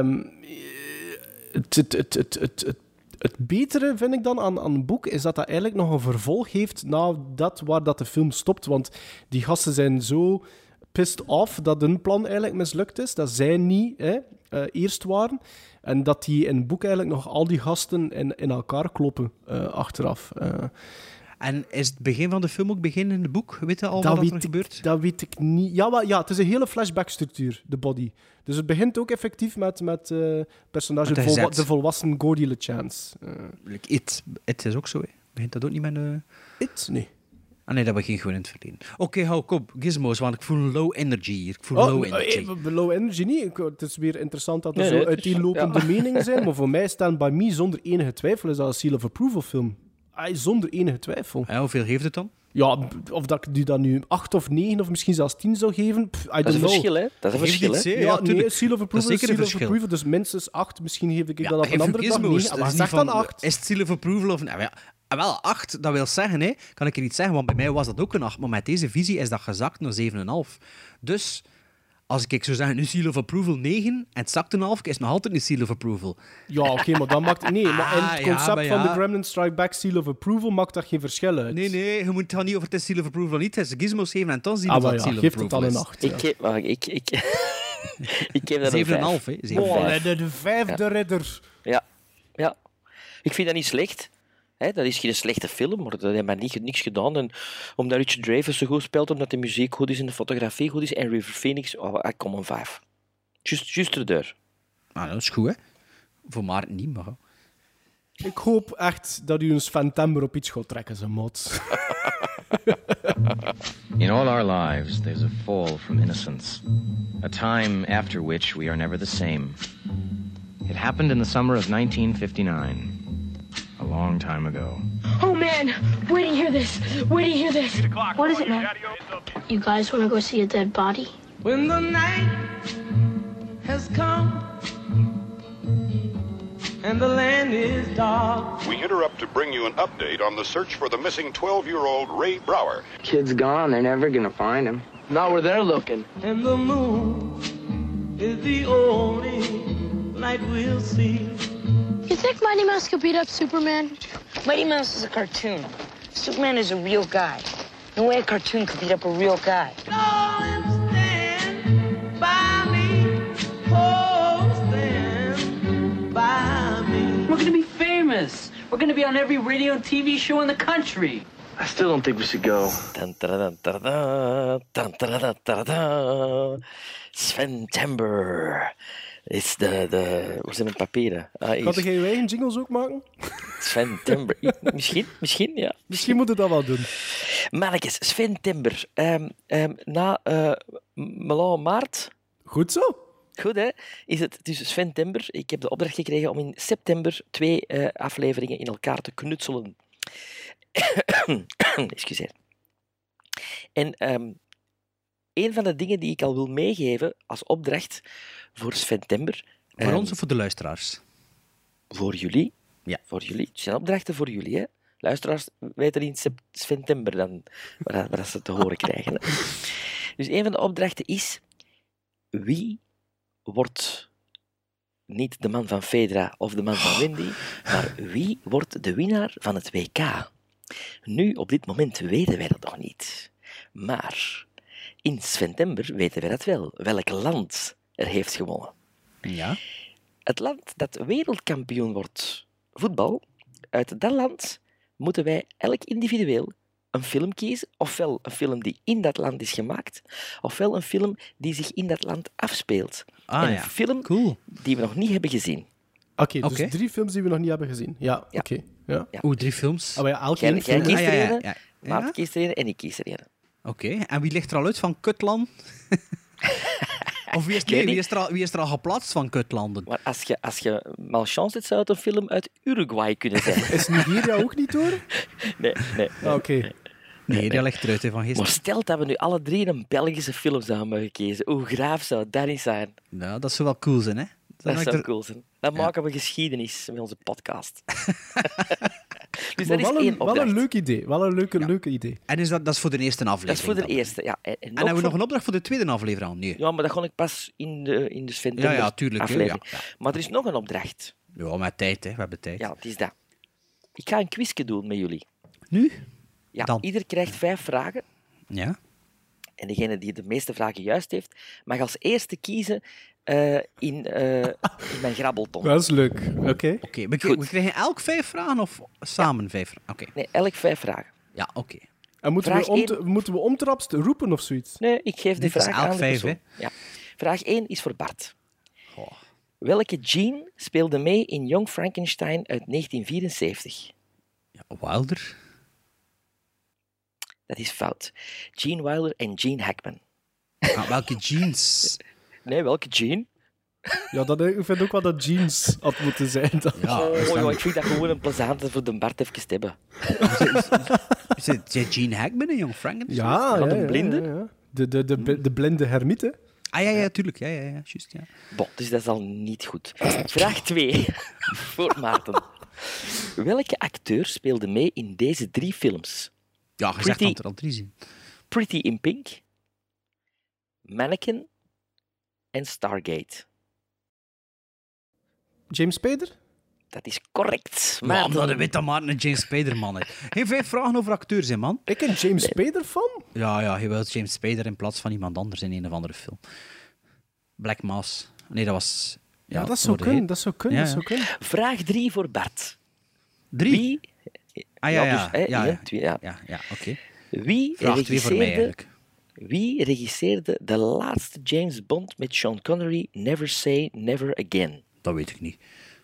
Speaker 5: het betere, vind ik dan, aan het boek, is dat eigenlijk nog een vervolg heeft na dat waar dat de film stopt. Want die gasten zijn zo pissed off dat hun plan eigenlijk mislukt is, dat zij niet eerst waren. En dat die in het boek eigenlijk nog al die gasten in elkaar kloppen achteraf.
Speaker 6: En is het begin van de film ook begin in het boek? Weet je al wat er gebeurt?
Speaker 5: Dat weet ik niet. Ja, het is een hele flashback-structuur, de body. Dus het begint ook effectief met personage, de volwassen Gordy LeChance.
Speaker 6: It is ook zo, hè? Begint dat ook niet met...
Speaker 5: It? Nee.
Speaker 6: Ah nee, dat begint gewoon in het verleden. Oké, hou op, gizmos, want ik voel low energy hier.
Speaker 5: Low energy niet. Het is weer interessant dat er zo uiteenlopende meningen zijn, maar voor mij Stand By Me zonder enige twijfel is dat een Seal of Approval film. Zonder enige twijfel.
Speaker 6: En hoeveel geeft het dan?
Speaker 5: Ja, of dat ik die dan nu 8 of 9 of misschien zelfs 10 zou geven,
Speaker 4: dat is een verschil, hè? Dat is een verschil, hè?
Speaker 5: Ja, nee, Seal of Approval is Seal of Approval, dus minstens 8. Misschien geef ik dat op een andere dag 9. Maar zeg dan 8.
Speaker 6: Is het Seal of Approval of... Wel, 8, dat wil zeggen, hè, kan ik er iets zeggen, want bij mij was dat ook een 8, maar met deze visie is dat gezakt naar 7,5. Dus, als ik zou zeggen, nu Seal of Approval 9 en het zakt een half, is het nog altijd een Seal of Approval.
Speaker 5: Ja, oké, maar dat maakt... Nee, maar in het concept van de Gremlins Strike Back Seal of Approval maakt dat geen verschil uit.
Speaker 6: Nee, je moet het gaan niet over het Seal of Approval of niet. Het is Gizmo 7 en dan Seal of Approval.
Speaker 5: Geef het dan een 8.
Speaker 4: Ik geef dat een 5.
Speaker 6: 7,5, hè.
Speaker 5: De vijfde ridder.
Speaker 4: Ja. Ik vind dat niet slecht. Dat is geen slechte film, maar dat heeft mij niks gedaan. En omdat Richard Dreyfuss zo goed speelt, omdat de muziek goed is en de fotografie goed is, en River Phoenix, ik kom een 5. Juist erdoor.
Speaker 6: Nou, dat is goed, hè. Voor Maarten niet, maar...
Speaker 5: Ik hoop echt dat u een Sven-tember op iets gaat trekken, zijn mot.
Speaker 12: In all our lives, there's a fall from innocence. A time after which we are never the same. It happened in the summer of 1959. A long time ago.
Speaker 10: Oh man, wait till you hear this. Wait till you hear this. What is it, man? You guys want to go see a dead body?
Speaker 8: When the night has come and the land is dark.
Speaker 13: We interrupt to bring you an update on the search for the missing 12-year-old Ray Brower.
Speaker 14: Kid's gone. They're never gonna find him. Not where they're looking.
Speaker 8: And the moon is the only light we'll see.
Speaker 10: You think Mighty Mouse could beat up Superman?
Speaker 15: Mighty Mouse is a cartoon. Superman is a real guy. No way a cartoon could beat up a real guy.
Speaker 8: Oh, stand by me. Oh, stand by me.
Speaker 15: We're gonna be famous. We're gonna be on every radio and TV show in the country.
Speaker 14: I still don't think we should go.
Speaker 4: Sven-tember. Is de... Waar zijn mijn papieren?
Speaker 5: Kan jij je eigen jingles ook maken?
Speaker 4: Sven-tember. Misschien, ja.
Speaker 5: Misschien moet je dat wel doen.
Speaker 4: Mannetjes, Sven-tember. Na Milan maart...
Speaker 5: Goed zo.
Speaker 4: Goed, hè? Is het dus Sven-tember. Ik heb de opdracht gekregen om in september 2 afleveringen in elkaar te knutselen. Excuseer. En een van de dingen die ik al wil meegeven als opdracht voor Sven-tember...
Speaker 6: Voor ons of voor de luisteraars?
Speaker 4: Voor jullie.
Speaker 6: Ja.
Speaker 4: Voor jullie. Het zijn opdrachten voor jullie, hè. Luisteraars weten in Sven-tember dan waar ze te horen krijgen. Hè. Dus een van de opdrachten is... Wie wordt niet de man van Fedra of de man van Wendy, maar wie wordt de winnaar van het WK? Nu, op dit moment, weten wij dat nog niet. Maar in Sven-tember weten wij dat wel. Welk land er heeft gewonnen.
Speaker 6: Ja.
Speaker 4: Het land dat wereldkampioen wordt voetbal, uit dat land moeten wij elk individueel een film kiezen, ofwel een film die in dat land is gemaakt, ofwel een film die zich in dat land afspeelt. En een film die we nog niet hebben gezien.
Speaker 5: Oké, dus 3 films die we nog niet hebben gezien. Ja, oké. Ja.
Speaker 6: Oeh, 3 films.
Speaker 5: Ah, maar ja, elk
Speaker 4: Jij
Speaker 5: één film.
Speaker 4: kiest er een,
Speaker 6: ja.
Speaker 4: Maarten kiest er een en ik kies er een.
Speaker 6: Oké, en wie ligt er al uit van Kutland? Of wie is er al geplaatst van Kutlanden?
Speaker 4: Maar als je malchance hebt, zou het een film uit Uruguay kunnen zijn.
Speaker 5: Is Nigeria ook niet door?
Speaker 4: Nee.
Speaker 5: Oké.
Speaker 6: Nee, dat ligt eruit van gisteren.
Speaker 4: Maar stel dat we nu alle 3 een Belgische film zouden mogen kiezen. Hoe graaf zou dat niet zijn?
Speaker 6: Nou, dat zou wel cool zijn, hè?
Speaker 4: Dat zou cool zijn. Dan maken we geschiedenis met onze podcast. Dus dat is één opdracht.
Speaker 5: Wel een leuk idee. Wel een leuk idee.
Speaker 6: En dat is voor de eerste aflevering?
Speaker 4: Dat is voor de eerste, ja. En
Speaker 6: hebben we nog een opdracht voor de tweede aflevering al? Nee.
Speaker 4: Ja, maar dat ga ik pas in de Sven aflevering.
Speaker 6: Ja.
Speaker 4: Maar er is nog een opdracht.
Speaker 6: Ja, met tijd, hè. We hebben tijd.
Speaker 4: Ja, het is dat. Ik ga een quizje doen met jullie.
Speaker 6: Nu?
Speaker 4: Ja,
Speaker 6: Dan.
Speaker 4: ieder krijgt 5 vragen.
Speaker 6: Ja.
Speaker 4: En degene die de meeste vragen juist heeft, mag als eerste kiezen in mijn grabbelton.
Speaker 5: Dat is leuk. Oké.
Speaker 6: We krijgen elk 5 vragen of samen 5 vragen? Oké.
Speaker 4: Nee, elk 5 vragen.
Speaker 6: Ja, oké.
Speaker 5: En moeten we omtraps roepen of zoiets?
Speaker 4: Nee, ik geef de vraag aan de
Speaker 6: 5,
Speaker 4: persoon. Ja. Vraag 1 is voor Bart. Welke Gene speelde mee in Young Frankenstein uit 1974?
Speaker 6: Ja, Wilder.
Speaker 4: Dat is fout. Gene Wilder en Gene Hackman.
Speaker 6: Welke jeans?
Speaker 4: Nee, welke Gene?
Speaker 5: Ja, ik vind ook wel dat jeans had moeten zijn.
Speaker 4: Ja, ik vind dat gewoon een plezante voor de Bart even te hebben.
Speaker 6: Is het Gene Hackman in Young Frankenstein?
Speaker 5: Ja,
Speaker 4: een blinde?
Speaker 5: Ja. De blinde hermiete.
Speaker 6: Ja, tuurlijk. Ja, juist, ja.
Speaker 4: Bon, dus dat is al niet goed. Vraag 2 voor Maarten. Welke acteur speelde mee in deze 3 films?
Speaker 6: Ja, gezegd dat er al 3 zien.
Speaker 4: Pretty in Pink, Mannequin en Stargate.
Speaker 5: James Spader?
Speaker 4: Dat is correct.
Speaker 6: Man, dat weet dat maar een James Spader, man. Geen 5 vragen over acteurs, hè, man.
Speaker 5: Ik een James Spader fan?
Speaker 6: Ja, je wilt James Spader in plaats van iemand anders in een of andere film. Black Mass. Nee, dat was...
Speaker 5: Ja, dat zou kunnen. Dat zou kunnen.
Speaker 4: Vraag 3 voor Bart.
Speaker 6: 3?
Speaker 4: Wie...
Speaker 6: Oké.
Speaker 4: Wie
Speaker 6: Vraag 2 voor mij, eigenlijk.
Speaker 4: Wie regisseerde de laatste James Bond met Sean Connery, Never Say Never Again?
Speaker 6: Dat weet ik niet.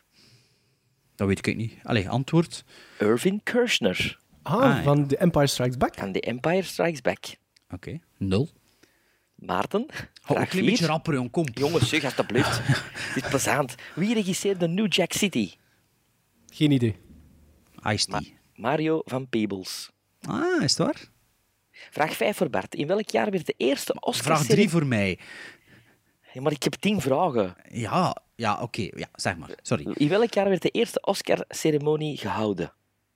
Speaker 6: Allee, antwoord.
Speaker 4: Irving Kershner.
Speaker 5: Van The Empire Strikes Back?
Speaker 4: Van The Empire Strikes Back.
Speaker 6: Oké. 0.
Speaker 4: Maarten,
Speaker 6: vraag 4. Een beetje rapper, jong. Kom.
Speaker 4: Jongens, zeg alsjeblieft. Het is plezant. Wie regisseerde New Jack City?
Speaker 5: Geen idee.
Speaker 6: Ice-T.
Speaker 4: Mario van Peebles.
Speaker 6: Is het waar?
Speaker 4: Vraag 5 voor Bart. In welk jaar werd de eerste Oscar...
Speaker 6: Vraag 3 voor mij.
Speaker 4: Ja, maar ik heb 10 vragen.
Speaker 6: Ja, oké. Ja, zeg maar. Sorry.
Speaker 4: In welk jaar werd de eerste Oscar-ceremonie gehouden?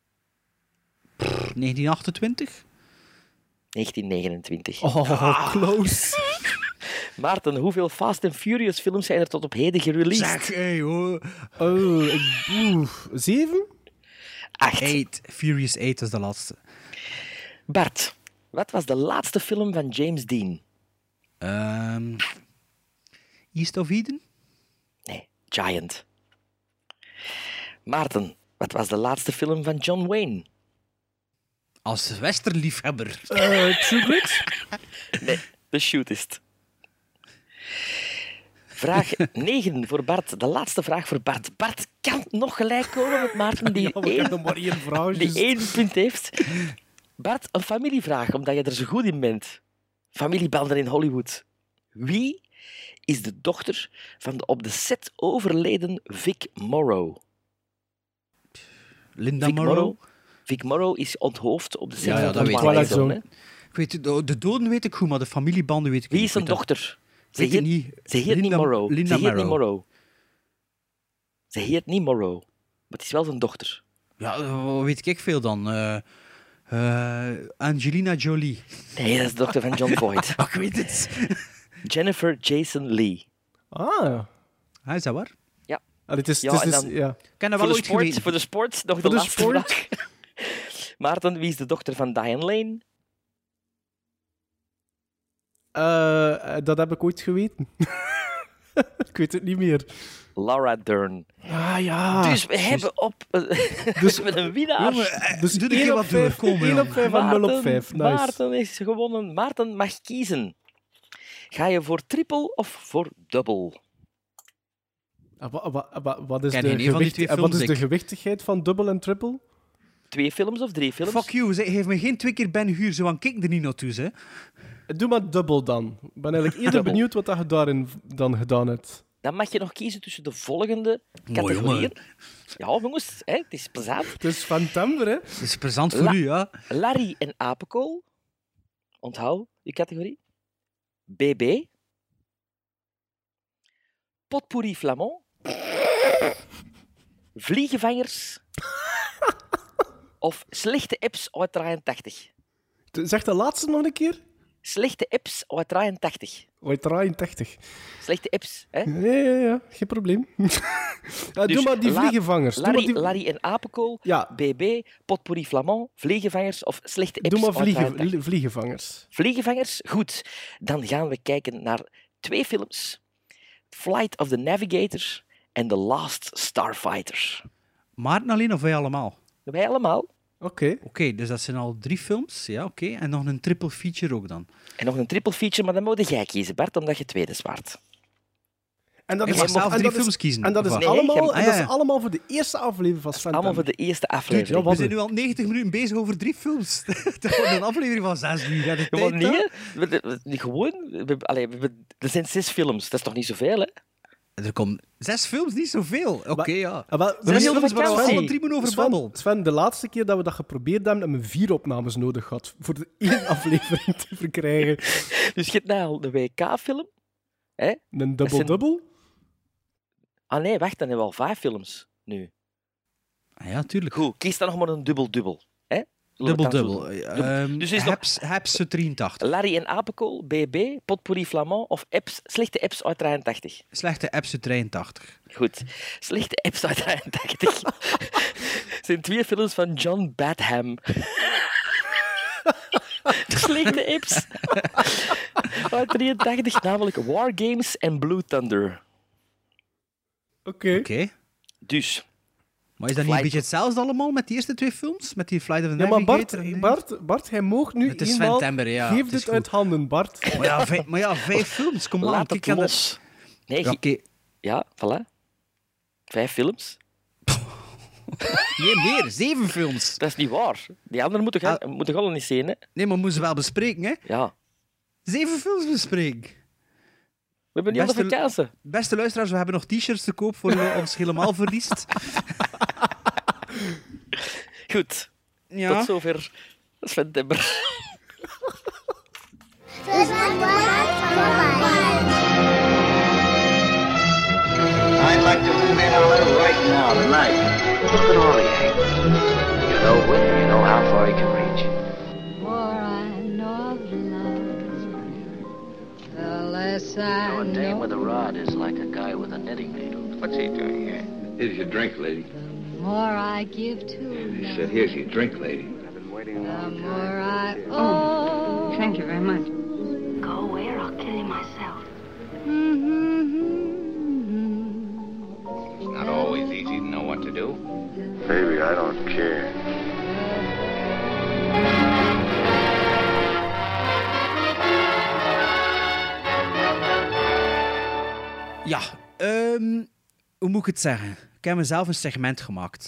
Speaker 6: 1928?
Speaker 4: 1929.
Speaker 5: Oh, close.
Speaker 4: Maarten, hoeveel Fast and Furious films zijn er tot op heden gereleased?
Speaker 6: Zeg, hey, hoor.
Speaker 5: 7?
Speaker 6: 8. Furious 8 is de laatste.
Speaker 4: Bart, wat was de laatste film van James Dean?
Speaker 6: East of Eden?
Speaker 4: Nee, Giant. Maarten, wat was de laatste film van John Wayne?
Speaker 6: Als westerliefhebber.
Speaker 5: True Grit?
Speaker 4: Nee, The Shootist. Vraag 9 voor Bart. De laatste vraag voor Bart. Bart kan nog gelijk komen met Maarten, die 1 punt heeft. Bart, een familievraag, omdat je er zo goed in bent. Familiebanden in Hollywood. Wie is de dochter van de op de set overleden Vic Morrow?
Speaker 6: Linda Morrow?
Speaker 4: Vic Morrow is onthoofd op de set
Speaker 6: van
Speaker 4: de Twilight Zone.
Speaker 6: Ik weet, de doden weet ik goed, maar de familiebanden weet ik niet.
Speaker 4: Wie is zijn dochter? Ze heet niet
Speaker 6: Morrow.
Speaker 4: Ze heet niet Morrow. Ze heet niet Morrow. Maar het is wel zijn dochter.
Speaker 6: Ja, weet ik veel dan. Angelina Jolie.
Speaker 4: Nee, dat is de dochter van John Voight.
Speaker 6: Ik weet het.
Speaker 4: Jennifer Jason Leigh.
Speaker 6: Is dat waar?
Speaker 4: Ja.
Speaker 5: Het is,
Speaker 4: voor de sport nog de laatste vraag. Maarten, wie is de dochter van Diane Lane?
Speaker 5: Dat heb ik ooit geweten. Ik weet het niet meer.
Speaker 4: Laura Dern.
Speaker 5: Ah ja.
Speaker 4: Dus we hebben op... Dus we hebben een winnaar.
Speaker 5: Dus
Speaker 6: doe een keer wat door. Kom,
Speaker 5: 1 op 5 en 0 op 5. Nice.
Speaker 4: Maarten is gewonnen. Maarten mag kiezen. Ga je voor triple of voor dubbel?
Speaker 5: Wat is
Speaker 6: Ken geen een van die twee films,
Speaker 5: wat is de
Speaker 6: ik.
Speaker 5: gewichtigheid van dubbel en triple?
Speaker 4: 2 films of 3 films?
Speaker 6: Fuck you, geef me geen 2 keer Ben Hur, zo aan kijk er niet naartoe, hè.
Speaker 5: Doe maar dubbel dan. Ik ben eigenlijk eerder
Speaker 4: Dubbel.
Speaker 5: benieuwd wat je daarin dan gedaan hebt.
Speaker 4: Dan mag je nog kiezen tussen de volgende
Speaker 6: Mooi,
Speaker 4: categorieën.
Speaker 6: jongen.
Speaker 4: Ja, jongens, hè, het is plezant.
Speaker 5: Het is van timbre, hè?
Speaker 6: Het is plezant voor u, ja.
Speaker 4: Larry en apenkool. Onthoud je categorie. BB. Potpourri Flamand. Vliegenvangers. Of slechte apps uit 83.
Speaker 5: Zeg de laatste nog een keer.
Speaker 4: Slechte apps uit 83.
Speaker 5: Uit 83.
Speaker 4: Slechte apps, hè?
Speaker 5: Ja, geen probleem. Doe maar die vliegenvangers.
Speaker 4: Larry en apenkool,
Speaker 5: Ja.
Speaker 4: BB, Potpourri Flamand, vliegenvangers of slechte apps
Speaker 5: Doe maar
Speaker 4: uit 83.
Speaker 5: vliegenvangers.
Speaker 4: Vliegenvangers, goed. Dan gaan we kijken naar 2 films. Flight of the Navigator en The Last Starfighter.
Speaker 6: Maarten alleen of wij allemaal?
Speaker 4: Wij allemaal.
Speaker 5: Oké,
Speaker 6: dus dat zijn al 3 films. Ja, oké. En nog een triple feature ook dan.
Speaker 4: En nog een triple feature, maar dan moet jij kiezen, Bart, omdat je tweede zwaart.
Speaker 5: En dat
Speaker 6: Je mag zelf 3 films kiezen.
Speaker 5: En dat is,
Speaker 6: of wat?
Speaker 5: allemaal,
Speaker 6: Nee,
Speaker 5: dat is allemaal voor de eerste aflevering van Sven.
Speaker 4: Allemaal voor de eerste aflevering.
Speaker 6: We zijn nu al 90 minuten bezig over 3 films. Dat wordt een aflevering van 6 uur. Ja,
Speaker 4: Gewoon niet, hè? Gewoon, er zijn 6 films, dat is toch niet zoveel, hè?
Speaker 6: Er komen 6 films, niet zoveel. Oké, ja.
Speaker 5: Maar
Speaker 6: 6
Speaker 4: heel
Speaker 6: films waar we
Speaker 4: vakantie.
Speaker 6: alle 3 minuten over babbelen.
Speaker 5: Sven, de laatste keer dat we dat geprobeerd hebben, hebben we 4 opnames nodig gehad voor de 1 aflevering te verkrijgen.
Speaker 4: Dus je hebt nou al de WK-film. Hè?
Speaker 5: Een
Speaker 4: Dat zijn-
Speaker 5: dubbel-dubbel?
Speaker 4: Ah nee, wacht, dan hebben we al 5 films nu.
Speaker 6: Ja, tuurlijk.
Speaker 4: Goed, kies dan nog maar een dubbel-dubbel. Hè?
Speaker 6: Dubbel.
Speaker 4: Dus is nog
Speaker 6: Haps 83.
Speaker 4: Larry en apenkool, BB, Potpourri Flamand of slechte apps uit 83.
Speaker 6: Slechte apps uit 83.
Speaker 4: Goed. Slechte apps uit 83. zijn 2 films van John Badham. Slechte apps uit 83, namelijk War Games en Blue Thunder.
Speaker 5: Oké.
Speaker 4: Dus.
Speaker 6: Maar is dat niet een beetje hetzelfde allemaal met die eerste 2 films? Met die Flight of the
Speaker 5: Ja, maar
Speaker 6: Navigator?
Speaker 5: Bart, hij mag nu
Speaker 6: Het is Sven
Speaker 5: eenmaal...
Speaker 6: Tember, ja.
Speaker 5: Geef
Speaker 6: Het is
Speaker 5: dit
Speaker 6: goed.
Speaker 5: uit handen, Bart.
Speaker 6: Maar ja, 5 films, kom aan.
Speaker 4: Laat
Speaker 6: Kijk,
Speaker 4: het
Speaker 6: kan
Speaker 4: los. Nee,
Speaker 6: Ja, oké.
Speaker 4: Ja, voilà. 5 films.
Speaker 6: Nee, meer. 7 films.
Speaker 4: Dat is niet waar. Die anderen moeten gewoon niet zien, hè?
Speaker 6: Nee, maar we moeten ze wel bespreken, hè?
Speaker 4: Ja.
Speaker 6: 7 films bespreken.
Speaker 4: We hebben niet alle vakantie.
Speaker 6: Beste luisteraars, we hebben nog t-shirts te koop voor je ons helemaal verliest.
Speaker 4: Goed.
Speaker 6: Ja.
Speaker 4: Tot zover Sven Tember.
Speaker 16: I'd like to move in on her right now, tonight.
Speaker 3: Look at all the angles. You know when, you know how far you can reach.
Speaker 17: More I know of love, the less I
Speaker 3: You know, a
Speaker 17: know.
Speaker 3: dame with a rod is like a guy with a knitting needle.
Speaker 16: What's he doing here?
Speaker 18: Here's your drink, lady.
Speaker 17: The more I give to
Speaker 18: He
Speaker 17: love,
Speaker 18: said, here's your drink, lady.
Speaker 16: I've been waiting a
Speaker 17: the
Speaker 16: long time.
Speaker 17: more I owe.
Speaker 11: Thank you very much.
Speaker 17: Go away or I'll kill you myself.
Speaker 18: It's not always easy to know what to do.
Speaker 16: Baby, I don't care.
Speaker 6: Ja, hoe moet ik het zeggen? Ik heb mezelf een segment gemaakt.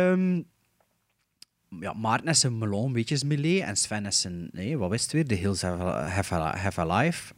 Speaker 6: Ja, Maarten is een melon, weetjes melee. En Sven is een... Nee, wat is het weer? The Hills Have a Life.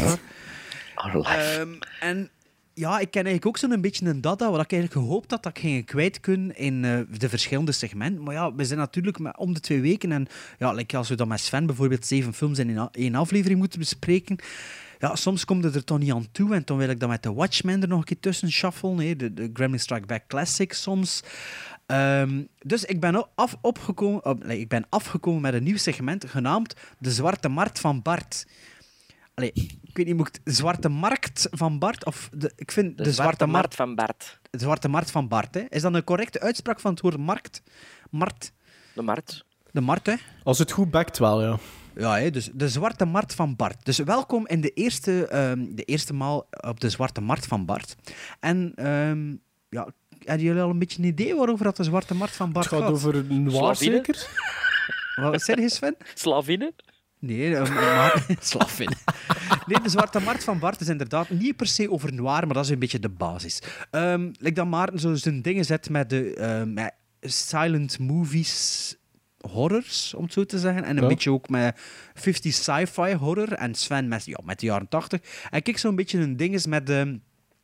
Speaker 6: En ja, ik ken eigenlijk ook zo'n beetje een data, wat ik eigenlijk gehoopt had dat ik ging kwijt kunnen in de verschillende segmenten. Maar ja, we zijn natuurlijk om de 2 weken. En ja, like als we dan met Sven bijvoorbeeld 7 films in 1 aflevering moeten bespreken... Ja, soms komt het er toch niet aan toe. En dan wil ik dan met de Watchmen er nog een keer tussen shuffelen. Nee, de Gremlin Strike Back Classic soms. Dus ik ben afgekomen met een nieuw segment genaamd De Zwarte Markt van Bart. Allee, ik weet niet, moet ik de Zwarte Markt van Bart? Of ik vind
Speaker 4: de Zwarte Markt van Bart.
Speaker 6: De Zwarte Markt van Bart, hè. Is dat een correcte uitspraak van het woord markt? Markt?
Speaker 4: De markt.
Speaker 6: De markt, hè?
Speaker 5: Als het goed bakt wel, ja.
Speaker 6: Ja, hè, dus de Zwarte Markt van Bart. Dus welkom in de eerste maal op de Zwarte Markt van Bart. En ja, hebben jullie al een beetje een idee waarover dat de Zwarte Markt van Bart gaat?
Speaker 5: Het gaat over noir, zeker?
Speaker 6: Wat zeg je, Sven?
Speaker 4: Slavine?
Speaker 6: Nee, maar... Slavine. Nee, de Zwarte Markt van Bart is inderdaad niet per se over noir, maar dat is een beetje de basis. Like dat Maarten zo zijn dingen zet met de met silent movies... horrors, om het zo te zeggen. En een beetje ook met 50 sci-fi horror. En Sven met de jaren 80. En kijk zo'n beetje een ding is met de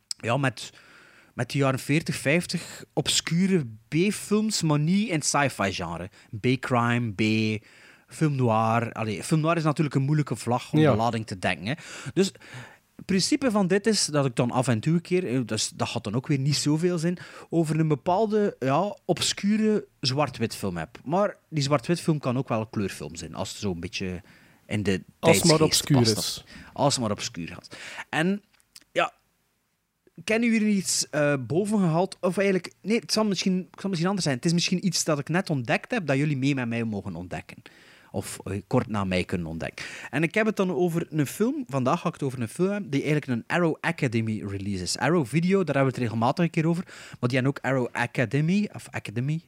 Speaker 6: jaren 40, 50 obscure B-films, maar niet in het sci-fi genre. B-crime, B-film noir. Allee, film noir is natuurlijk een moeilijke vlag om de lading te denken. Hè. Dus het principe van dit is dat ik dan af en toe een keer, dus dat had dan ook weer niet zoveel zin, over een bepaalde obscure zwart-wit film heb. Maar die zwart-wit film kan ook wel een kleurfilm zijn, als het zo een beetje in de tijdsgeest
Speaker 5: maar obscuur is.
Speaker 6: Als het maar obscuur gaat. En ja, kennen jullie iets boven gehaald? Of eigenlijk, nee, het zal misschien anders zijn. Het is misschien iets dat ik net ontdekt heb, dat jullie mee met mij mogen ontdekken. Of kort na mij kunnen ontdekken. En ik heb het dan over een film. Vandaag ga ik het over een film hebben die eigenlijk een Arrow Academy release is. Arrow Video, daar hebben we het regelmatig een keer over. Maar die hebben ook Arrow Academy. Of Academy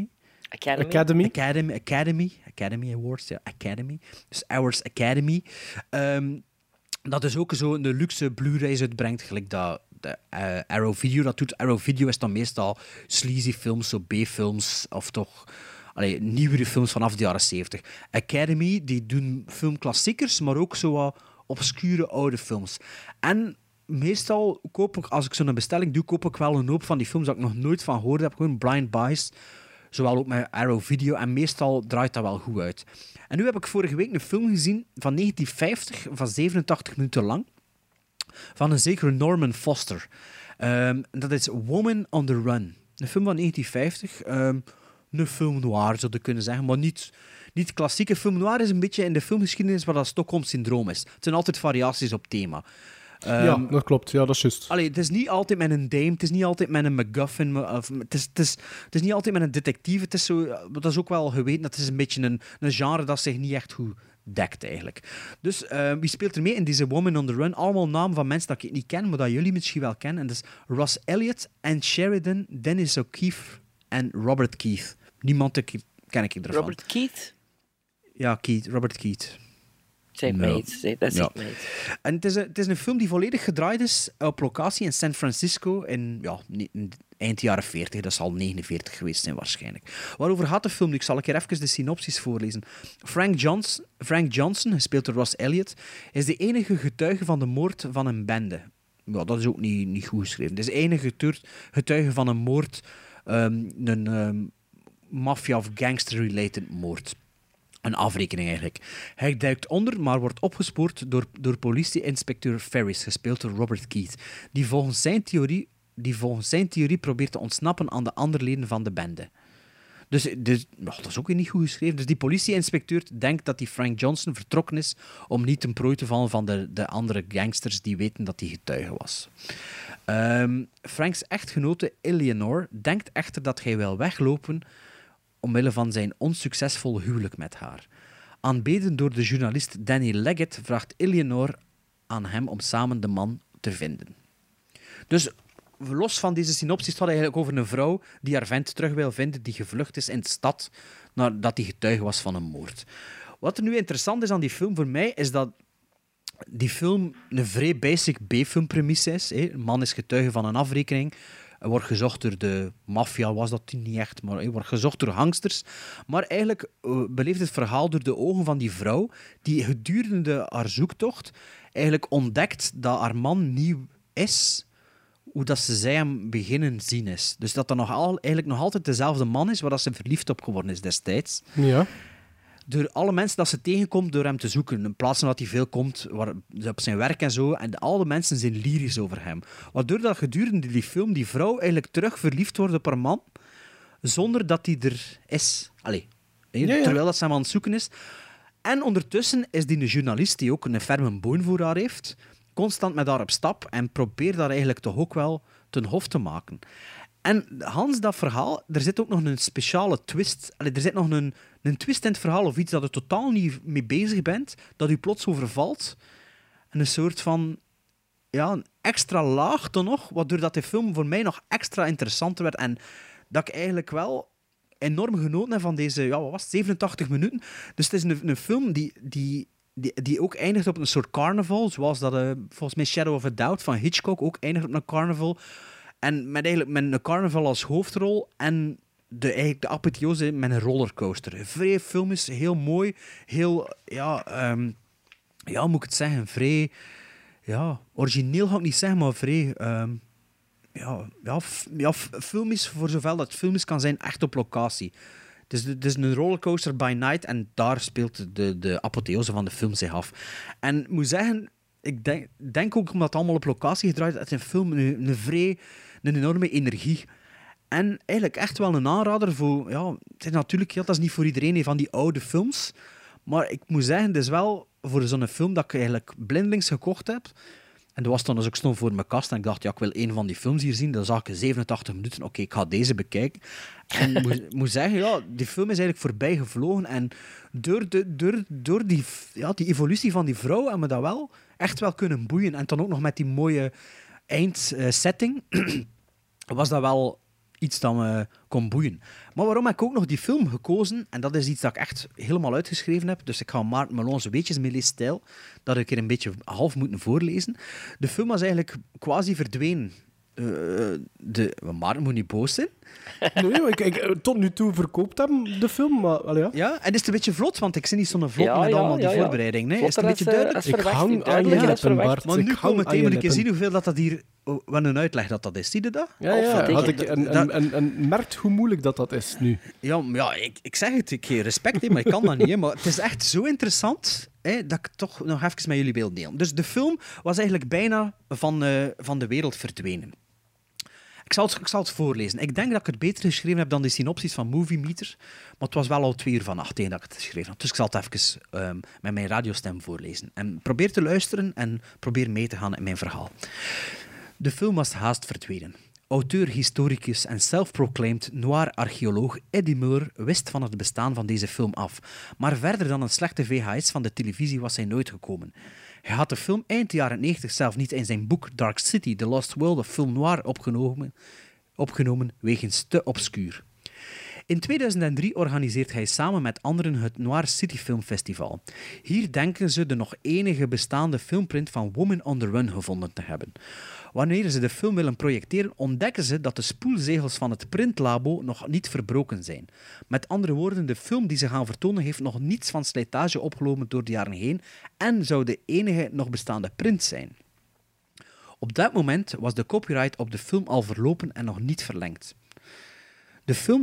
Speaker 6: Awards. Ja, Academy. Dus Hours Academy. Dat is ook zo een luxe Blu-rays uitbrengt, gelijk dat Arrow Video dat doet. Arrow Video is dan meestal sleazy films, zo B-films, of toch... nieuwere films vanaf de jaren 70. Academy, die doen filmklassiekers, maar ook zo wat obscure oude films. En meestal koop ik, als ik zo'n bestelling doe, koop ik wel een hoop van die films dat ik nog nooit van gehoord heb. Gewoon blind buys. Zowel ook met Arrow Video. En meestal draait dat wel goed uit. En nu heb ik vorige week een film gezien van 1950, van 87 minuten lang. Van een zekere Norman Foster. Dat is Woman on the Run. Een film van 1950. Een film noir, zou je kunnen zeggen, maar niet klassieke film noir is een beetje in de filmgeschiedenis wat dat Stockholm-syndroom is. Het zijn altijd variaties op thema.
Speaker 5: Ja, dat klopt. Ja, dat is juist.
Speaker 6: Het is niet altijd met een dame, het is niet altijd met een MacGuffin, het is niet altijd met een detectief. Het is zo, dat is ook wel geweten, dat is een beetje een genre dat zich niet echt goed dekt, eigenlijk. Dus wie speelt er mee in deze Woman on the Run? Allemaal namen van mensen dat ik niet ken, maar dat jullie misschien wel kennen. En dat is Ross Elliott, Ann Sheridan, Dennis O'Keefe en Robert Keith. Niemand ken ik ervan.
Speaker 4: Robert Keith?
Speaker 6: Ja, Robert Keith.
Speaker 4: Zeg mij iets. Dat zegt mij iets.
Speaker 6: En het is een film die volledig gedraaid is op locatie in San Francisco in eind jaren 40. Dat zal 49 geweest zijn waarschijnlijk. Waarover gaat de film? Ik zal even de synopsis voorlezen. Frank Johnson, gespeeld door Ross Elliott, is de enige getuige van de moord van een bende. Ja, dat is ook niet goed geschreven. Het is de enige getuige van een moord, een maffia- of gangster-related moord. Een afrekening eigenlijk. Hij duikt onder, maar wordt opgespoord door politie-inspecteur Ferris, gespeeld door Robert Keith, die volgens zijn theorie probeert te ontsnappen aan de andere leden van de bende. Dus dat is ook weer niet goed geschreven. Dus die politie-inspecteur denkt dat die Frank Johnson vertrokken is om niet ten prooi te vallen van de andere gangsters die weten dat hij getuige was. Franks echtgenote Eleanor denkt echter dat hij wil weglopen omwille van zijn onsuccesvol huwelijk met haar. Aanbeden door de journalist Danny Leggett vraagt Eleanor aan hem om samen de man te vinden. Dus los van deze synopsis gaat het eigenlijk over een vrouw die haar vent terug wil vinden, die gevlucht is in de stad nadat hij getuige was van een moord. Wat er nu interessant is aan die film voor mij, is dat die film een vrij basic B-filmpremisse is. Een man is getuige van een afrekening. Er wordt gezocht door de maffia, was dat niet echt, maar er wordt gezocht door gangsters. Maar eigenlijk beleeft het verhaal door de ogen van die vrouw, die gedurende haar zoektocht eigenlijk ontdekt dat haar man nieuw is, hoe dat zij hem beginnen zien is. Dus dat dat eigenlijk nog altijd dezelfde man is waar dat ze verliefd op geworden is destijds.
Speaker 5: Ja.
Speaker 6: Door alle mensen dat ze tegenkomt, door hem te zoeken. In plaats van dat hij veel komt op zijn werk en zo. En alle mensen zijn lyrisch over hem. Waardoor dat gedurende die film die vrouw eigenlijk terug verliefd wordt op haar man, zonder dat hij er is. Terwijl dat ze hem aan het zoeken is. En ondertussen is die journalist, die ook een ferme boon voor haar heeft, constant met haar op stap en probeert daar eigenlijk toch ook wel ten hof te maken. En Hans, dat verhaal, er zit ook nog een speciale twist. Er zit nog een twist in het verhaal of iets dat je totaal niet mee bezig bent, dat je plots overvalt. En een soort van een extra laag dan nog, waardoor dat die film voor mij nog extra interessant werd. En dat ik eigenlijk wel enorm genoten heb van deze, wat was het, 87 minuten. Dus het is een film die ook eindigt op een soort carnaval, zoals dat volgens mij Shadow of a Doubt van Hitchcock ook eindigt op een carnaval. En met een carnaval als hoofdrol en de apotheose met een rollercoaster. Vrij filmisch, heel mooi, heel, hoe moet ik het zeggen, vrij, origineel ga ik niet zeggen, maar vrij, filmisch, voor zoveel dat filmisch kan zijn, echt op locatie. Het is een rollercoaster by night en daar speelt de apotheose van de film zich af. En ik moet zeggen, ik denk ook omdat het allemaal op locatie gedraaid is, het is een film een enorme energie. En eigenlijk echt wel een aanrader voor... het is natuurlijk, dat is niet voor iedereen van die oude films. Maar ik moet zeggen, het is wel voor zo'n film dat ik eigenlijk blindelings gekocht heb. En dat was dan, als ik stond voor mijn kast en ik dacht, ik wil een van die films hier zien. Dan zag ik 87 minuten. Oké, ik ga deze bekijken. En ik moet zeggen, die film is eigenlijk voorbij gevlogen. En door die evolutie van die vrouw hebben we dat wel echt wel kunnen boeien. En dan ook nog met die mooie eindsetting was dat wel iets dat me kon boeien. Maar waarom heb ik ook nog die film gekozen? En dat is iets dat ik echt helemaal uitgeschreven heb. Dus ik ga Maarten Melon's weetjes mee stijl dat ik er een beetje half moeten voorlezen. De film was eigenlijk quasi verdwenen. Maarten moet niet boos zijn.
Speaker 5: Nee, ik tot nu toe verkoopt hem de film. Maar,
Speaker 6: ja, en is het een beetje vlot, want ik zie niet zo'n vlot met allemaal die voorbereiding. Nee? Is het een beetje duidelijk?
Speaker 5: Ik hang aan je lippen, Bart.
Speaker 6: Maar nu kom meteen moet ik zien hoeveel dat hier... Wat een uitleg dat is. Zie je dat?
Speaker 5: En merkt hoe moeilijk dat is nu.
Speaker 6: Ja, ik zeg het, ik geef respect, maar ik kan dat niet. Maar het is echt zo interessant dat ik toch nog even met jullie wil delen. Dus de film was eigenlijk bijna van de wereld verdwenen. Ik zal het voorlezen. Ik denk dat ik het beter geschreven heb dan de synopsis van Movie Meter, maar het was wel al 2:08 tegen dat ik het geschreven had. Dus ik zal het even met mijn radiostem voorlezen. En probeer te luisteren en probeer mee te gaan in mijn verhaal. De film was haast verdwenen. Auteur, historicus en self-proclaimed noir-archeoloog Eddie Muller wist van het bestaan van deze film af. Maar verder dan een slechte VHS van de televisie was hij nooit gekomen. Hij had de film eind jaren 90 zelf niet in zijn boek Dark City, The Lost World of Film Noir opgenomen wegens te obscuur. In 2003 organiseert hij samen met anderen het Noir City Film Festival. Hier denken ze de nog enige bestaande filmprint van Woman on the Run gevonden te hebben. Wanneer ze de film willen projecteren, ontdekken ze dat de spoelzegels van het printlabo nog niet verbroken zijn. Met andere woorden, de film die ze gaan vertonen heeft nog niets van slijtage opgelopen door de jaren heen en zou de enige nog bestaande print zijn. Op dat moment was de copyright op de film al verlopen en nog niet verlengd. De film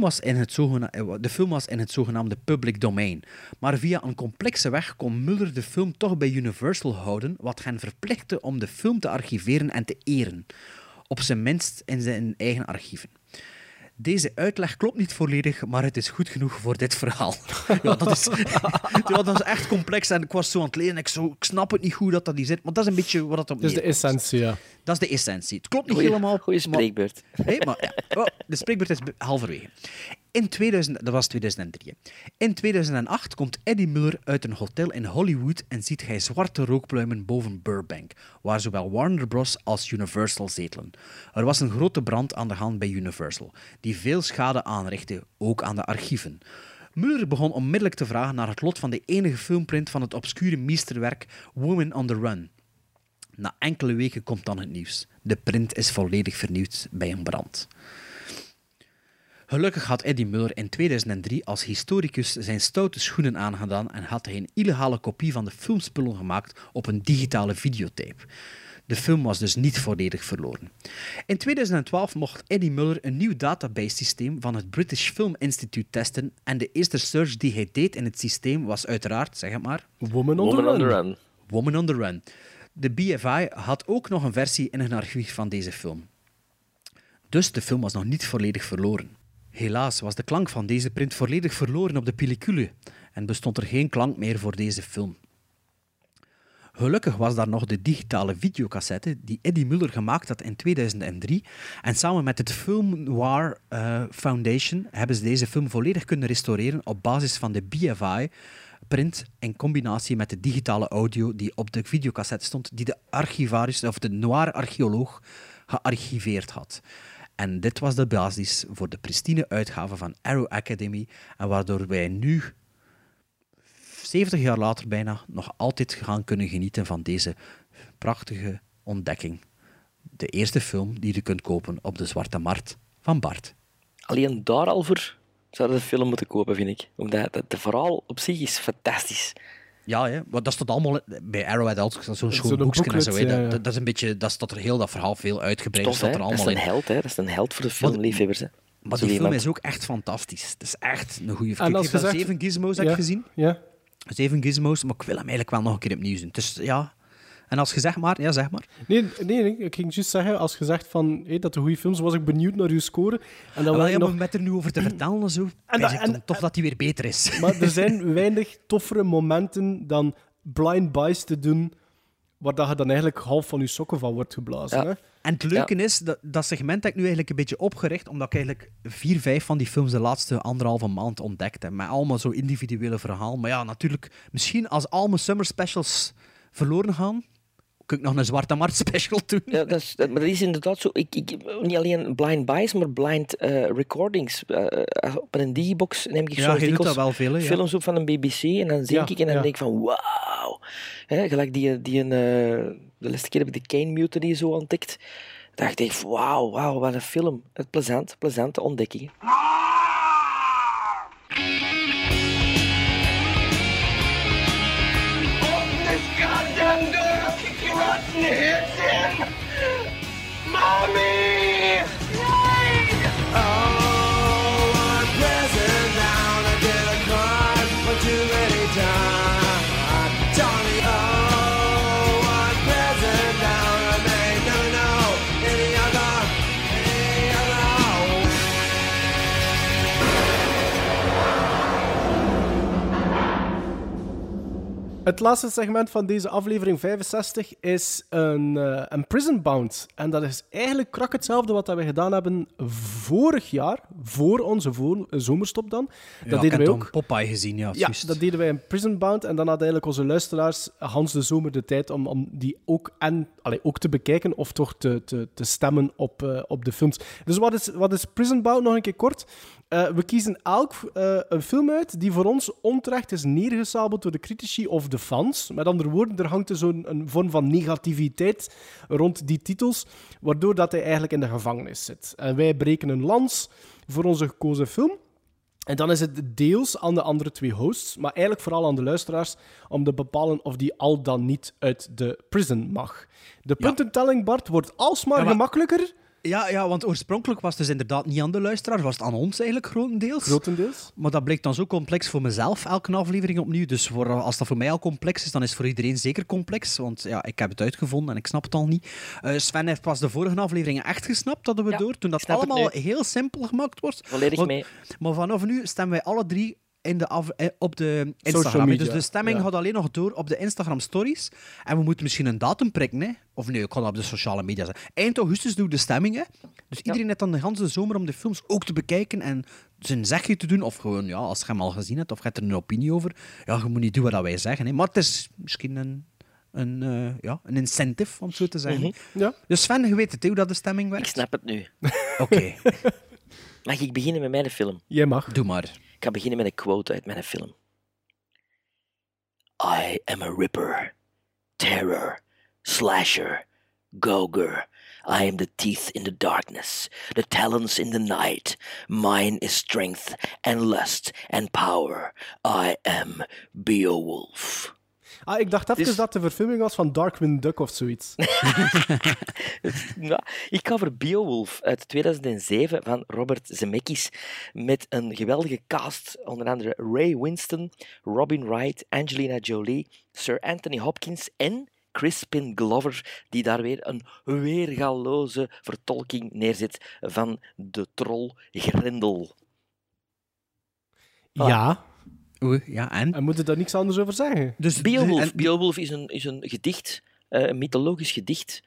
Speaker 6: was in het zogenaamde public domain, maar via een complexe weg kon Muller de film toch bij Universal houden, wat hen verplichtte om de film te archiveren en te eren, op zijn minst in zijn eigen archieven. Deze uitleg klopt niet volledig, maar het is goed genoeg voor dit verhaal. Dat is echt complex en ik was zo aan het lezen. Ik snap het niet goed dat hier zit, maar dat is een beetje wat het op neerkomt.
Speaker 5: Dat is de essentie, ja.
Speaker 6: Dat is de essentie. Het klopt niet helemaal.
Speaker 4: Goeie spreekbeurt.
Speaker 6: De spreekbeurt is halverwege. Dat was 2003. In 2008 komt Eddie Muller uit een hotel in Hollywood en ziet hij zwarte rookpluimen boven Burbank, waar zowel Warner Bros. Als Universal zetelen. Er was een grote brand aan de hand bij Universal, die veel schade aanrichtte, ook aan de archieven. Muller begon onmiddellijk te vragen naar het lot van de enige filmprint van het obscure meesterwerk Woman on the Run. Na enkele weken komt dan het nieuws. De print is volledig vernieuwd bij een brand. Gelukkig had Eddie Muller in 2003 als historicus zijn stoute schoenen aangedaan en had hij een illegale kopie van de filmspullen gemaakt op een digitale videotape. De film was dus niet volledig verloren. In 2012 mocht Eddie Muller een nieuw database-systeem van het British Film Institute testen en de eerste search die hij deed in het systeem was uiteraard, zeg het maar...
Speaker 5: Woman on the Run.
Speaker 6: Woman on the Run. De BFI had ook nog een versie in hun archief van deze film. Dus de film was nog niet volledig verloren. Helaas was de klank van deze print volledig verloren op de pellicule en bestond er geen klank meer voor deze film. Gelukkig was daar nog de digitale videocassette die Eddie Muller gemaakt had in 2003. En samen met het Film Noir Foundation hebben ze deze film volledig kunnen restaureren op basis van de BFI print in combinatie met de digitale audio die op de videocassette stond, die de archivaris of de noir-archeoloog gearchiveerd had. En dit was de basis voor de pristine uitgave van Arrow Academy, en waardoor wij nu, 70 jaar later bijna, nog altijd gaan kunnen genieten van deze prachtige ontdekking. De eerste film die je kunt kopen op de Zwarte Markt van Bart.
Speaker 4: Alleen daar al voor zouden de film moeten kopen, vind ik. Omdat het verhaal op zich is fantastisch.
Speaker 6: Ja, hè? Maar dat staat allemaal bij Arrowhead altijd zo'n schoon boekje en zo. Hè. Dat is een beetje, dat staat er heel dat verhaal veel uitgebreid.
Speaker 4: Stof, dat is een held, hè? Dat is een held voor de filmliefhebbers. Hè?
Speaker 6: Maar die film is ook echt fantastisch. Het is echt een goede film. Ik heb dat 7 Gizmos gezien.
Speaker 5: Ja.
Speaker 6: 7 Gizmos, maar ik wil hem eigenlijk wel nog een keer opnieuw zien. Dus ja. En als je zegt maar, ja, zeg maar.
Speaker 5: Nee, ik ging juist zeggen, als je zegt van, dat de goede films, was ik benieuwd naar uw score. En dan
Speaker 6: maar nog met er nu over te vertellen en zo, en tof dat hij weer beter is.
Speaker 5: Maar er zijn weinig toffere momenten dan blind buys te doen, waar dat je dan eigenlijk half van je sokken van wordt geblazen.
Speaker 6: Ja.
Speaker 5: Hè?
Speaker 6: En het leuke is, dat segment heb ik nu eigenlijk een beetje opgericht, omdat ik eigenlijk 4, 5 van die films de laatste 1,5 maand ontdekt heb. Met allemaal zo individuele verhalen. Maar ja, natuurlijk, misschien als al mijn summer specials verloren gaan, kun ik nog een Zwarte Markt special doen.
Speaker 4: Ja, maar dat is inderdaad zo. Ik niet alleen blind buys, maar blind recordings. Op een digibox neem ik soms
Speaker 6: wel veel,
Speaker 4: films op van een BBC en dan zie ik en dan denk ik van wauw. Gelijk de laatste keer heb ik de Kane Mutiny zo ontdekt. Dan dacht ik, wauw, wat een film. Het plezante ontdekking.
Speaker 2: Hits him! Mommy! Oh, one present down, I did a card for too many times. Johnny, oh, one present down, I may never know any other.
Speaker 5: Het laatste segment van deze aflevering 65 is een Prison Bound. En dat is eigenlijk krak hetzelfde wat we gedaan hebben vorig jaar, voor onze zomerstop dan. Dat deden wij ook.
Speaker 6: Popeye gezien, ja.
Speaker 5: Ja, dat deden wij in Prison Bound. En dan hadden eigenlijk onze luisteraars Hans de zomer de tijd om die ook te bekijken of toch te stemmen op de films. Dus wat is Prison Bound? Nog een keer kort. We kiezen elk een film uit die voor ons onterecht is neergesabeld door de critici of de fans. Met andere woorden, er hangt dus een vorm van negativiteit rond die titels, waardoor dat hij eigenlijk in de gevangenis zit. En wij breken een lans voor onze gekozen film. En dan is het deels aan de andere 2 hosts, maar eigenlijk vooral aan de luisteraars, om te bepalen of die al dan niet uit de prison mag. De puntentelling, Bart, wordt alsmaar gemakkelijker.
Speaker 6: Ja, want oorspronkelijk was het dus inderdaad niet aan de luisteraar, was het aan ons eigenlijk grotendeels. Maar dat bleek dan zo complex voor mezelf, elke aflevering opnieuw. Dus als dat voor mij al complex is, dan is het voor iedereen zeker complex. Want ja, ik heb het uitgevonden en ik snap het al niet. Sven heeft pas de vorige afleveringen echt gesnapt, hadden we door. Toen dat allemaal heel simpel gemaakt wordt.
Speaker 4: Volledig mee.
Speaker 6: Maar vanaf nu stemmen wij alle 3 op de Instagram. Media, dus de stemming gaat alleen nog door op de Instagram stories. En we moeten misschien een datum prikken. Hè? Of nee, ik kan dat op de sociale media zeggen. Eind augustus doe ik de stemming. Hè? Dus iedereen heeft dan de hele zomer om de films ook te bekijken en zijn zegje te doen. Of gewoon, als je hem al gezien hebt, of je hebt er een opinie over. Ja, je moet niet doen wat wij zeggen. Hè? Maar het is misschien een incentive, om het zo te zeggen.
Speaker 5: Mm-hmm. Ja.
Speaker 6: Dus Sven, je weet het, hoe dat de stemming werkt?
Speaker 4: Ik snap het nu.
Speaker 6: Oké.
Speaker 4: Mag ik beginnen met mijn film?
Speaker 5: Jij mag.
Speaker 6: Doe maar.
Speaker 4: Ik ga beginnen met een quote uit mijn film. I am a ripper, terror, slasher, goger. I am the teeth in the darkness, the talons in the night. Mine is strength and lust and power. I am Beowulf.
Speaker 5: Ik dacht even dat de verfilming was van Darkwing Duck of zoiets.
Speaker 4: Nou, ik ga voor Beowulf uit 2007 van Robert Zemeckis met een geweldige cast, onder andere Ray Winston, Robin Wright, Angelina Jolie, Sir Anthony Hopkins en Crispin Glover, die daar weer een weergaloze vertolking neerzet van de troll Grendel.
Speaker 5: Ja.
Speaker 6: Oei, ja, en?
Speaker 5: En moet je daar niks anders over zeggen?
Speaker 6: Dus
Speaker 4: Beowulf is een gedicht, een mythologisch gedicht.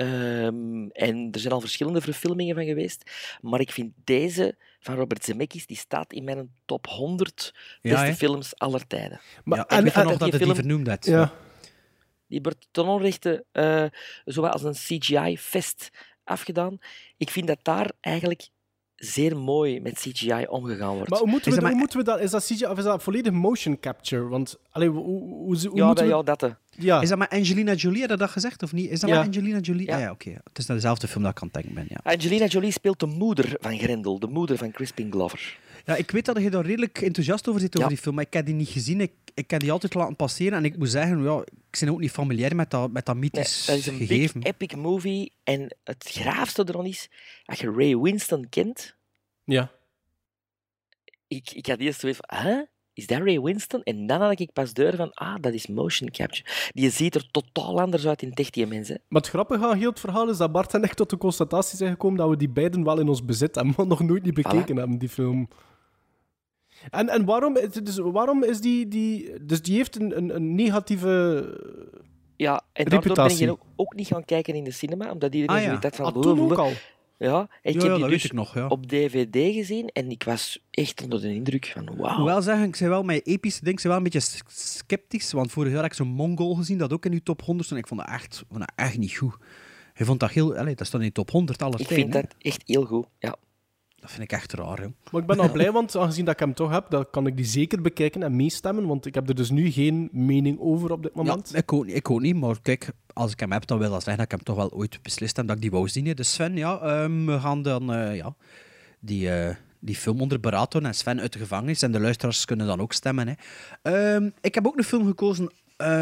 Speaker 4: En er zijn al verschillende verfilmingen van geweest. Maar ik vind deze van Robert Zemeckis, die staat in mijn top 100 beste films aller tijden.
Speaker 6: Maar, ik weet nog dat het die vernoemd had.
Speaker 5: Ja.
Speaker 4: Die wordt ten onrechte zowel als een CGI-fest afgedaan. Ik vind dat daar eigenlijk zeer mooi met CGI omgegaan wordt.
Speaker 5: Maar hoe moeten we dat... Is dat CGI of is dat volledig motion capture? Want, hoe moeten we...
Speaker 4: dat.
Speaker 5: Ja.
Speaker 6: Is dat met Angelina Jolie, had je dat gezegd of niet? Is dat
Speaker 5: Ja.
Speaker 6: met Angelina Jolie?
Speaker 4: Ja.
Speaker 6: Ja, oké. Het is dezelfde film dat ik aan het denken ben, ja.
Speaker 4: Angelina Jolie speelt de moeder van Grendel, de moeder van Crispin Glover.
Speaker 6: Ja, ik weet dat je daar redelijk enthousiast over zit, over die film, maar ik heb die niet gezien. Ik heb die altijd laten passeren en ik moet zeggen, ja, ik ben ook niet familiair met dat mythisch
Speaker 4: dat is een
Speaker 6: gegeven.
Speaker 4: big epic movie en het graafste ervan is, als je Ray Winston kent...
Speaker 5: Ja.
Speaker 4: Ik had eerst zo even van, is dat Ray Winston? En dan had ik pas door van, dat is motion capture. Die ziet er totaal anders uit in echt, die mensen.
Speaker 5: Maar het grappige aan heel het verhaal is dat Bart en ik tot de constatatie zijn gekomen dat we die beiden wel in ons bezit hebben, maar nog nooit niet bekeken hebben, die film. En waarom is die... Dus die heeft een negatieve...
Speaker 4: Ja, en daardoor ben
Speaker 5: reputatie.
Speaker 4: je ook niet gaan kijken in de cinema, omdat iedereen zoiets had van...
Speaker 5: toen ook al.
Speaker 4: Ja, en ik
Speaker 6: Ja,
Speaker 4: heb die
Speaker 6: dat
Speaker 4: dus
Speaker 6: weet ik nog, ja.
Speaker 4: op DVD gezien en ik was echt onder de indruk van wauw.
Speaker 6: Hoewel zeggen, ik zei wel, met epische dingen, ik zei wel een beetje sceptisch, want vorig jaar heb ik zo'n Mongol gezien, dat ook in uw top 100 stond. Ik vond dat echt niet goed. Je vond dat heel... dat staat in de top 100 aller
Speaker 4: Ik
Speaker 6: tijden.
Speaker 4: vind dat echt heel goed, ja.
Speaker 6: Dat vind ik echt raar, joh.
Speaker 5: Maar ik ben al blij, want aangezien dat ik hem toch heb, dan kan ik die zeker bekijken en meestemmen, want ik heb er dus nu geen mening over op dit moment.
Speaker 6: Ja, ik ook niet, maar kijk, als ik hem heb, dan wil dat zeggen dat ik hem toch wel ooit beslist heb dat ik die wou zien. Hè. Dus Sven, we gaan dan die film onder beraad doen en Sven uit de gevangenis en de luisteraars kunnen dan ook stemmen. Hè. Ik heb ook een film gekozen...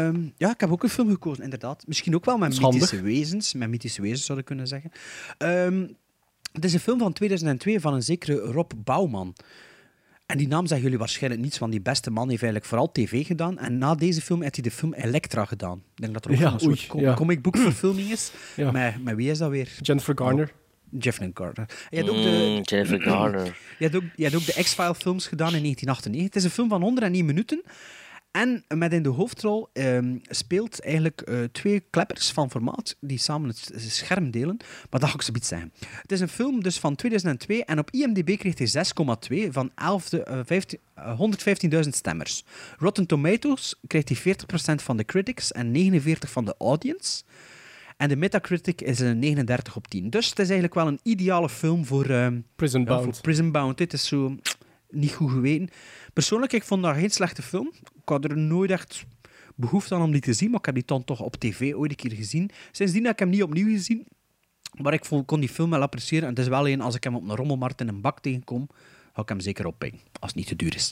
Speaker 6: inderdaad. Misschien ook wel met mythische wezens. Met mythische wezens, zou ik kunnen zeggen. Het is een film van 2002 van een zekere Rob Bouwman. En die naam zeggen jullie waarschijnlijk niets, want die beste man heeft eigenlijk vooral tv gedaan. En na deze film heeft hij de film Elektra gedaan. Ik denk dat er ook een soort comic book verfilming is.
Speaker 5: Ja.
Speaker 6: Met wie is dat weer?
Speaker 5: Jennifer Garner.
Speaker 6: Jennifer Garner. Je
Speaker 4: Jennifer Garner.
Speaker 6: Je had ook de X-File films gedaan in 1998. Het is een film van 101 minuten. En met in de hoofdrol speelt eigenlijk twee kleppers van formaat die samen het scherm delen. Maar dat ga ik zo iets zeggen. Het is een film dus van 2002 en op IMDb kreeg hij 6,2 van 115.000 stemmers. Rotten Tomatoes kreeg hij 40% van de critics en 49% van de audience. En de Metacritic is een 39 op 10. Dus het is eigenlijk wel een ideale film voor
Speaker 5: Prison Bound.
Speaker 6: Voor Prison Bound. Het is zo niet goed geweten. Persoonlijk, ik vond dat geen slechte film. Ik had er nooit echt behoefte aan om die te zien, maar ik heb die dan toch op tv ooit een keer gezien. Sindsdien heb ik hem niet opnieuw gezien, maar ik kon die film wel appreciëren. En het is wel een, als ik hem op een rommelmarkt in een bak tegenkom, ga ik hem zeker oppikken, als het niet te duur is.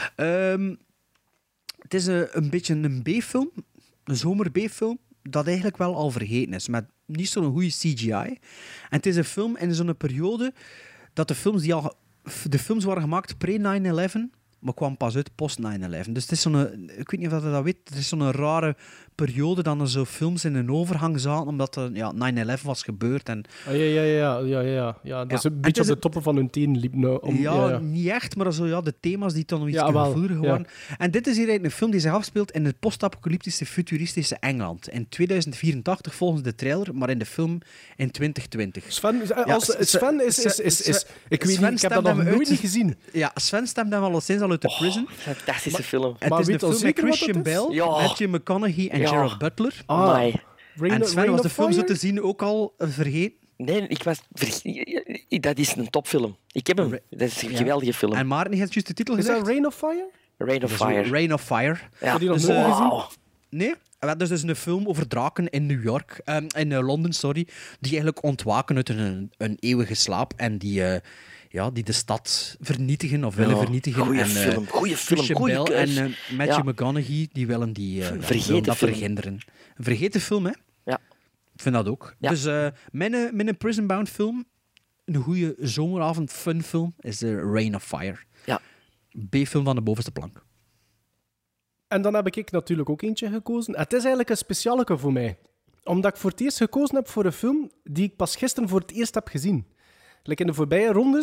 Speaker 6: Het is een beetje een B-film, een zomer-B-film, dat eigenlijk wel al vergeten is, met niet zo'n goede CGI. En het is een film in zo'n periode dat de films waren gemaakt pre-9/11, maar kwam pas uit post-9/11. Dus het is ik weet niet of je dat weet, het is zo'n rare periode dat er zo films in een overgang zaten, omdat er 9/11 was gebeurd. En...
Speaker 5: Ja, dat is een beetje op de toppen van hun teen liep.
Speaker 6: Niet echt, maar zo, de thema's die dan nog iets gevoeliger waren. En dit is hier eigenlijk een film die zich afspeelt in het post-apocalyptische, futuristische Engeland. In 2084 volgens de trailer, maar in de film in 2020.
Speaker 5: Sven is... Ik weet niet, ik heb dat nog nooit niet gezien.
Speaker 6: Ja, Sven stemt hem al sinds uit de prison.
Speaker 4: Fantastische film.
Speaker 6: Het is een film met Christian Bale, Matthew McConaughey en Gerard Butler. En Sven was de film zo te zien ook al vergeten.
Speaker 4: Nee, dat is een topfilm. Ik heb hem. Dat is een geweldige film.
Speaker 6: En Maarten heeft juist de titel gezegd.
Speaker 5: Is dat Rain of Fire?
Speaker 4: Rain of Fire.
Speaker 6: Rain of Fire.
Speaker 4: Ja.
Speaker 5: Heb je die nog nooit gezien?
Speaker 6: Nee. Dat is dus een film over draken in New York, in Londen, sorry, die eigenlijk ontwaken uit een eeuwige slaap en die de stad vernietigen of willen vernietigen.
Speaker 4: Goeie film, goeie keus.
Speaker 6: En Matthew McConaughey, die willen dat verhinderen. Een vergeten film, hè?
Speaker 4: Ja.
Speaker 6: Ik vind dat ook.
Speaker 4: Ja.
Speaker 6: Dus met een Prison Bound film, een goede zomeravond fun film, is Rain of Fire.
Speaker 4: Ja.
Speaker 6: B-film van de bovenste plank.
Speaker 5: En dan heb ik natuurlijk ook eentje gekozen. Het is eigenlijk een specialeke voor mij. Omdat ik voor het eerst gekozen heb voor een film die ik pas gisteren voor het eerst heb gezien. In de voorbije rondes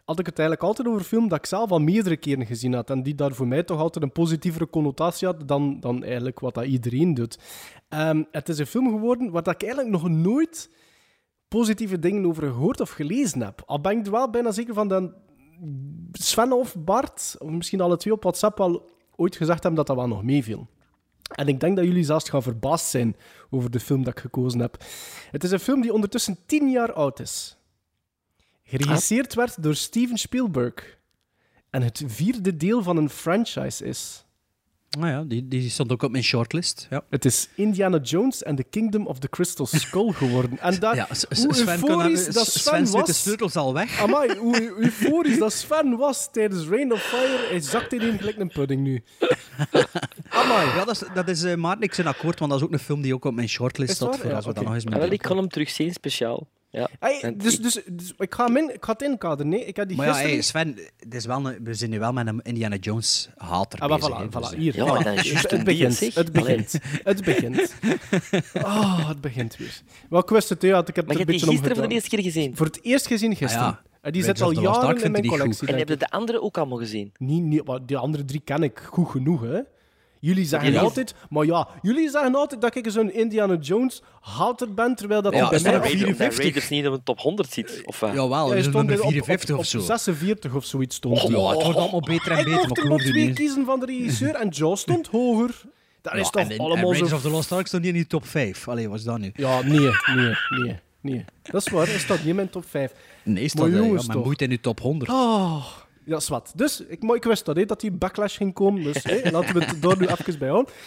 Speaker 5: had ik het eigenlijk altijd over een film dat ik zelf al meerdere keren gezien had. En die daar voor mij toch altijd een positievere connotatie had dan eigenlijk wat dat iedereen doet. Het is een film geworden waar dat ik eigenlijk nog nooit positieve dingen over gehoord of gelezen heb. Al ben ik er wel bijna zeker van dat Sven of Bart, of misschien alle twee op WhatsApp, al ooit gezegd hebben dat dat wel nog meeviel. En ik denk dat jullie zelfs gaan verbaasd zijn over de film dat ik gekozen heb. Het is een film die ondertussen 10 jaar oud is. Geregisseerd werd door Steven Spielberg. En het 4e deel van een franchise is.
Speaker 6: Nou ja, die stond ook op mijn shortlist. Ja.
Speaker 5: Het is Indiana Jones and the Kingdom of the Crystal Skull geworden. En daar,
Speaker 6: Ja,
Speaker 5: hoe euforisch dat Sven
Speaker 6: de
Speaker 5: was...
Speaker 6: sleutels al weg.
Speaker 5: Amai, hoe euforisch dat Sven was tijdens Reign of Fire. Hij zakt in gelijk een pudding nu. Amai.
Speaker 6: Ja, dat is Maarten, ik ben akkoord, want dat is ook een film die ook op mijn shortlist
Speaker 5: Is het
Speaker 6: stond.
Speaker 5: waar?
Speaker 6: Voor als we
Speaker 5: Ja,
Speaker 6: dat nog eens
Speaker 4: Ah,
Speaker 6: moeten
Speaker 4: wel, ik kan hem terugzien, speciaal. Ja.
Speaker 5: Hey, dus ik ga het inkaderen. Nee, ik heb die
Speaker 6: Maar ja,
Speaker 5: gisteren...
Speaker 6: hey, Sven, het is wel we zijn nu wel met een Indiana Jones hater
Speaker 5: Ah, maar
Speaker 6: bezig.
Speaker 5: voilà,
Speaker 6: hè, dus,
Speaker 5: voilà, hier.
Speaker 4: Ja, maar
Speaker 5: voilà.
Speaker 4: dat is juist
Speaker 5: Het
Speaker 4: een
Speaker 5: begint.
Speaker 4: ding, zeg.
Speaker 5: Het begint. Het begint. Oh, het begint weer. Wel, ik wist het, ja, ik heb
Speaker 4: Maar
Speaker 5: het
Speaker 4: je
Speaker 5: een
Speaker 4: hebt die
Speaker 5: beetje
Speaker 4: gisteren voor de
Speaker 5: omgedaan.
Speaker 4: eerste keer gezien.
Speaker 5: Voor het eerst gezien gisteren.
Speaker 6: Ah, ja.
Speaker 5: En die
Speaker 6: Raiders
Speaker 5: zit al
Speaker 6: of the Lost Ark
Speaker 5: jaren in
Speaker 6: vind
Speaker 5: mijn
Speaker 6: ik niet
Speaker 5: collectie.
Speaker 6: goed.
Speaker 4: En
Speaker 5: denk
Speaker 4: heb je
Speaker 5: ik.
Speaker 4: de andere ook allemaal gezien?
Speaker 5: Niet, maar die andere 3 ken ik goed genoeg, hè. Jullie zeggen
Speaker 4: Ja,
Speaker 5: altijd... Maar ja, jullie zeggen altijd dat ik zo'n Indiana Jones hater ben, terwijl dat
Speaker 6: Ja,
Speaker 5: die bij
Speaker 6: is
Speaker 5: mij...
Speaker 6: dat
Speaker 5: op-
Speaker 6: Raiders?
Speaker 4: Dat
Speaker 6: 54.
Speaker 4: Raiders niet op een top 100 zit. Of,
Speaker 6: Jawel,
Speaker 5: Hij
Speaker 6: dat is
Speaker 5: stond
Speaker 6: nummer
Speaker 5: op
Speaker 6: 54
Speaker 5: op
Speaker 6: of zo.
Speaker 5: 46 of zoiets stond.
Speaker 6: Ja, het wordt allemaal beter en
Speaker 5: Ik
Speaker 6: beter, maar
Speaker 5: mocht
Speaker 6: ik
Speaker 5: er nog
Speaker 6: geloof
Speaker 5: 2
Speaker 6: niet.
Speaker 5: kiezen van de regisseur en Jaws stond hoger. Dat is
Speaker 6: Ja,
Speaker 5: toch
Speaker 6: en
Speaker 5: allemaal
Speaker 6: Raiders
Speaker 5: zo...
Speaker 6: of the Lost Ark stond niet in die top 5. Allee, wat is dat nu?
Speaker 5: Ja, nee. Dat is waar, hij staat niet in mijn top 5.
Speaker 6: Nee, is
Speaker 5: Maar
Speaker 6: dat
Speaker 5: jongens,
Speaker 6: maar
Speaker 5: toch.
Speaker 6: moet in die top 100.
Speaker 5: Oh, ja, zwart. Dus, ik wist dat, dat die backlash ging komen. Dus laten we het daar nu even bij houden.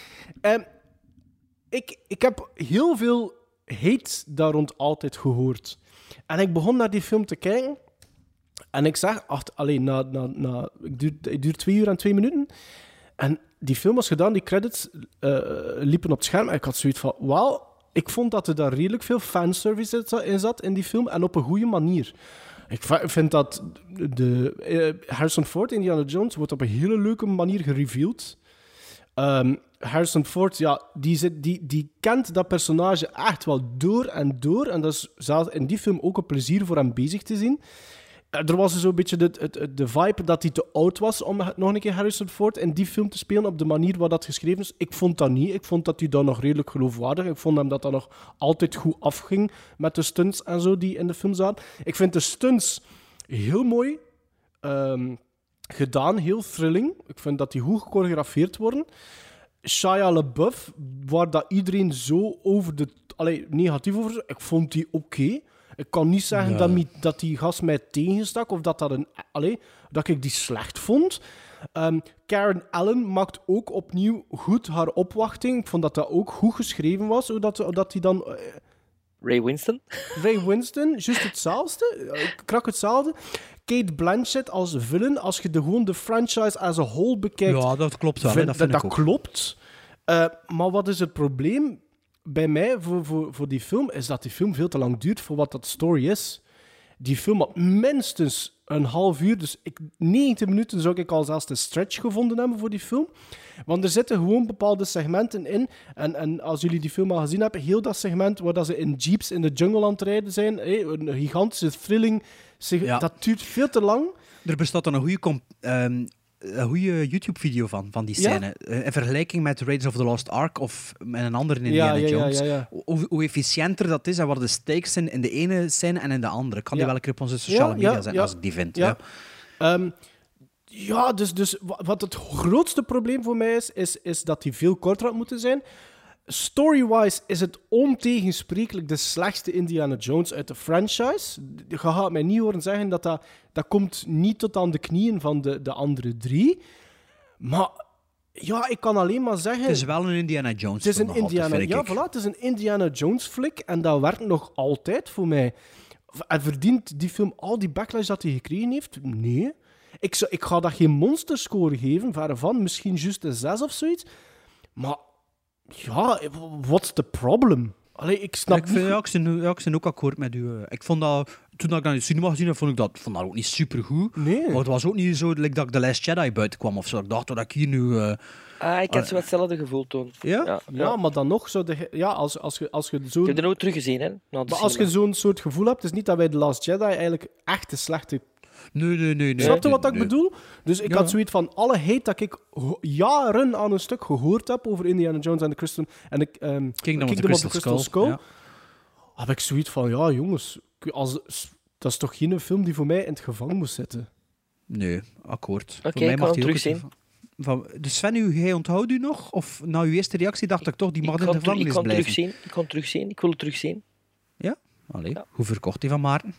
Speaker 5: Ik heb heel veel hate daar rond altijd gehoord. En ik begon naar die film te kijken. En ik zag, het duurt 2 uur en 2 minuten. En die film was gedaan, die credits liepen op het scherm. En ik had zoiets van, wauw, ik vond dat er daar redelijk veel fanservice in zat in die film. En op een goede manier. Ik vind dat Harrison Ford, Indiana Jones, wordt op een hele leuke manier gereveeld. Harrison Ford, ja, die kent dat personage echt wel door en door. En dat is zelfs in die film ook een plezier voor hem bezig te zien. Er was dus zo'n beetje de vibe dat hij te oud was om nog een keer Harrison Ford in die film te spelen op de manier waar dat geschreven is. Ik vond dat niet. Ik vond dat hij dan nog redelijk geloofwaardig. Ik vond hem dat nog altijd goed afging met de stunts en zo die in de film zaten. Ik vind de stunts heel mooi gedaan, heel thrilling. Ik vind dat die goed gechoreografeerd worden. Shia LaBeouf, waar dat iedereen zo negatief over is, ik vond die oké. Ik kan niet zeggen dat die gast mij tegenstak of dat ik die slecht vond. Karen Allen maakt ook opnieuw goed haar opwachting. Ik vond dat dat ook goed geschreven was. Dat hij dan...
Speaker 4: Ray Winston?
Speaker 5: Ray Winston, juist hetzelfde. Krak hetzelfde. Kate Blanchett als villain, als je gewoon de franchise as a whole bekijkt...
Speaker 6: Ja, dat klopt wel. Dat
Speaker 5: klopt. Maar wat is het probleem bij mij voor die film? Is dat die film veel te lang duurt voor wat dat story is. Die film had minstens een half uur, dus 90 minuten zou ik al zelfs de stretch gevonden hebben voor die film. Want er zitten gewoon bepaalde segmenten in. En als jullie die film al gezien hebben, heel dat segment waar dat ze in jeeps in de jungle aan het rijden zijn, een gigantische thrilling, dat duurt veel te lang.
Speaker 6: Er bestaat dan een goede YouTube-video van die scène. In vergelijking met Raiders of the Lost Ark of met een andere Indiana Jones.
Speaker 5: Ja.
Speaker 6: Hoe efficiënter dat is en waar de stakes zijn in de ene scène en in de andere. Ik kan die wel een keer op onze sociale media zijn als ik die vind.
Speaker 5: Ja. Dus wat het grootste probleem voor mij is dat die veel korter had moeten zijn. Story-wise is het ontegensprekelijk de slechtste Indiana Jones uit de franchise. Je gaat mij niet horen zeggen dat komt niet tot aan de knieën van de andere 3. Maar ja, ik kan alleen maar zeggen...
Speaker 6: Het is wel een Indiana Jones
Speaker 5: Het is een het is een Indiana Jones flick en dat werkt nog altijd voor mij. En verdient die film al die backlash dat hij gekregen heeft? Nee. Ik ga dat geen monsterscore geven, verre van. Misschien juist een 6 of zoiets. Maar... ja, what's the problem? Allee, ik snap
Speaker 6: ik ben ook akkoord met u. Ik vond dat, toen ik dat in de cinema gezien heb, vond dat ook niet supergoed.
Speaker 5: Nee.
Speaker 6: Maar het was ook niet zo dat ik The Last Jedi buiten kwam of zo. Ik dacht dat ik hier nu...
Speaker 4: ik had zo hetzelfde gevoel toen.
Speaker 5: Ja, maar dan nog, als je zo...
Speaker 4: Ik heb er ook teruggezien, hè?
Speaker 5: Maar als je zo'n soort gevoel hebt, is niet dat wij The Last Jedi eigenlijk echt een slechte
Speaker 6: Nee.
Speaker 5: Snap je wat ik bedoel? Dus ik had zoiets van alle hate dat ik jaren aan een stuk gehoord heb over Indiana Jones en de Kingdom of the Crystal Skull.
Speaker 6: Ja.
Speaker 5: Heb ik zoiets van, ja jongens, dat is toch geen film die voor mij in het gevangen moest zitten?
Speaker 6: Nee, akkoord.
Speaker 4: Oké, ik kan hem terugzien.
Speaker 6: Dus Sven, jij onthoudt u nog? Of na uw eerste reactie dacht ik toch, die mag in de gevangenis blijven?
Speaker 4: Ik kan terugzien. Ik wil het terugzien.
Speaker 6: Ja? Allee, hoe verkocht die van Maarten?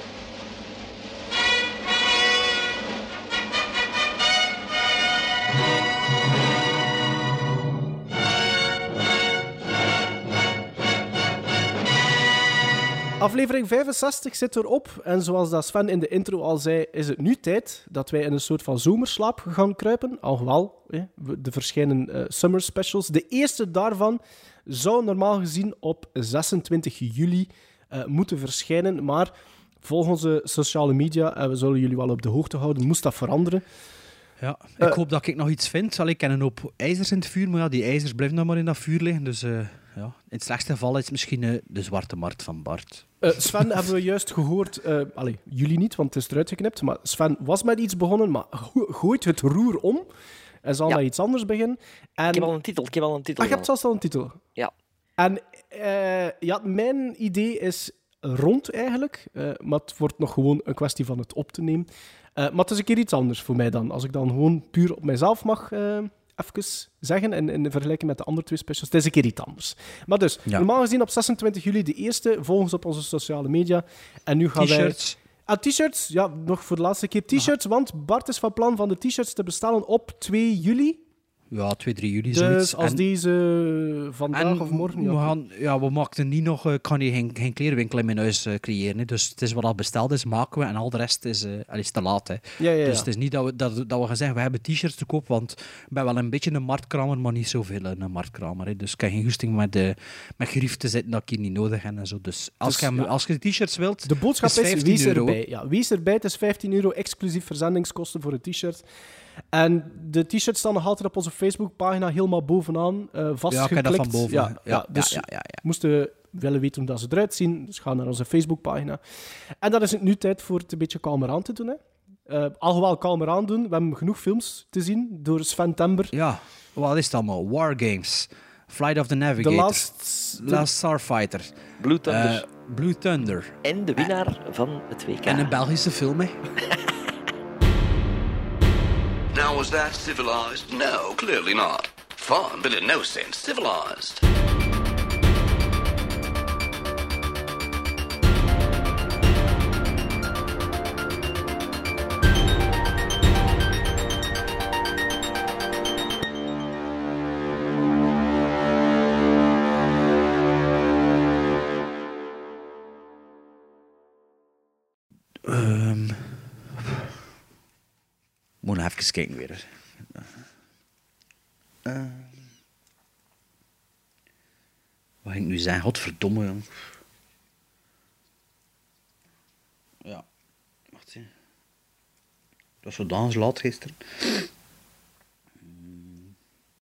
Speaker 5: Aflevering 65 zit erop. En zoals dat Sven in de intro al zei, is het nu tijd dat wij in een soort van zomerslaap gaan kruipen. Alhoewel, de verschijnen summer specials. De eerste daarvan zou normaal gezien op 26 juli moeten verschijnen. Maar volgens onze sociale media, en we zullen jullie wel op de hoogte houden, moest dat veranderen.
Speaker 6: Ja, ik hoop dat ik nog iets vind. Ik ken een hoop ijzers in het vuur, maar ja, die ijzers blijven dan maar in dat vuur liggen. Dus ja, in het slechtste geval is het misschien de zwarte markt van Bart.
Speaker 5: Sven hebben we juist gehoord, jullie niet, want het is eruit geknipt, maar Sven was met iets begonnen, maar gooit het roer om en zal met iets anders beginnen. En...
Speaker 4: Ik heb al een titel.
Speaker 5: Ah, je hebt zelfs al een titel?
Speaker 4: Ja.
Speaker 5: En mijn idee is rond eigenlijk, maar het wordt nog gewoon een kwestie van het op te nemen. Maar het is een keer iets anders voor mij dan. Als ik dan gewoon puur op mijzelf mag even zeggen, in vergelijking met de andere twee specials, het is een keer iets anders. Maar dus, normaal gezien op 26 juli de eerste, volgens op onze sociale media. En nu gaan
Speaker 6: T-shirts.
Speaker 5: T-shirts, ja, nog voor de laatste keer T-shirts, want Bart is van plan van de T-shirts te bestellen op 2 juli.
Speaker 6: Ja, 2-3 juli,
Speaker 5: dus
Speaker 6: zoiets.
Speaker 5: Dus als deze vandaag of morgen...
Speaker 6: We maakten niet nog... Ik kan hier geen klerenwinkel in mijn huis creëren. Hè. Dus het is wat al besteld is, maken we. En al de rest is te laat. Hè.
Speaker 5: Ja.
Speaker 6: Dus het is niet dat we gaan zeggen, we hebben T-shirts te koop, want ik ben wel een beetje een marktkramer, maar niet zoveel een marktkramer. Hè. Dus ik heb geen goesting met gerief te zitten dat ik hier niet nodig heb. En zo. Dus als je T-shirts wilt,
Speaker 5: de boodschap is wees
Speaker 6: €15.
Speaker 5: erbij. Ja, wees erbij. Het is €15 exclusief verzendingskosten voor een T-shirt. En de T-shirts staan nog altijd op onze Facebookpagina helemaal bovenaan vastgeklikt.
Speaker 6: Ja, ik heb dat van boven.
Speaker 5: Dus moesten willen weten hoe dat ze eruit zien, dus ga naar onze Facebookpagina. En dan is het nu tijd voor het een beetje kalmer aan te doen. Hè. Alhoewel kalmer aan doen, we hebben genoeg films te zien door Sven Tember.
Speaker 6: Ja, wat is het allemaal? War Games, Flight of the Navigator, Last Starfighter, Blue Thunder.
Speaker 4: En de winnaar van het WK.
Speaker 6: En een Belgische film, hè.
Speaker 19: Now, was that civilized? No, clearly not. Fun, but in no sense civilized.
Speaker 6: Moet nog even kijken weer. Wat ging ik nu zeggen? Godverdomme, jong. Ja. Wacht eens. Dat was zodanig laat gisteren.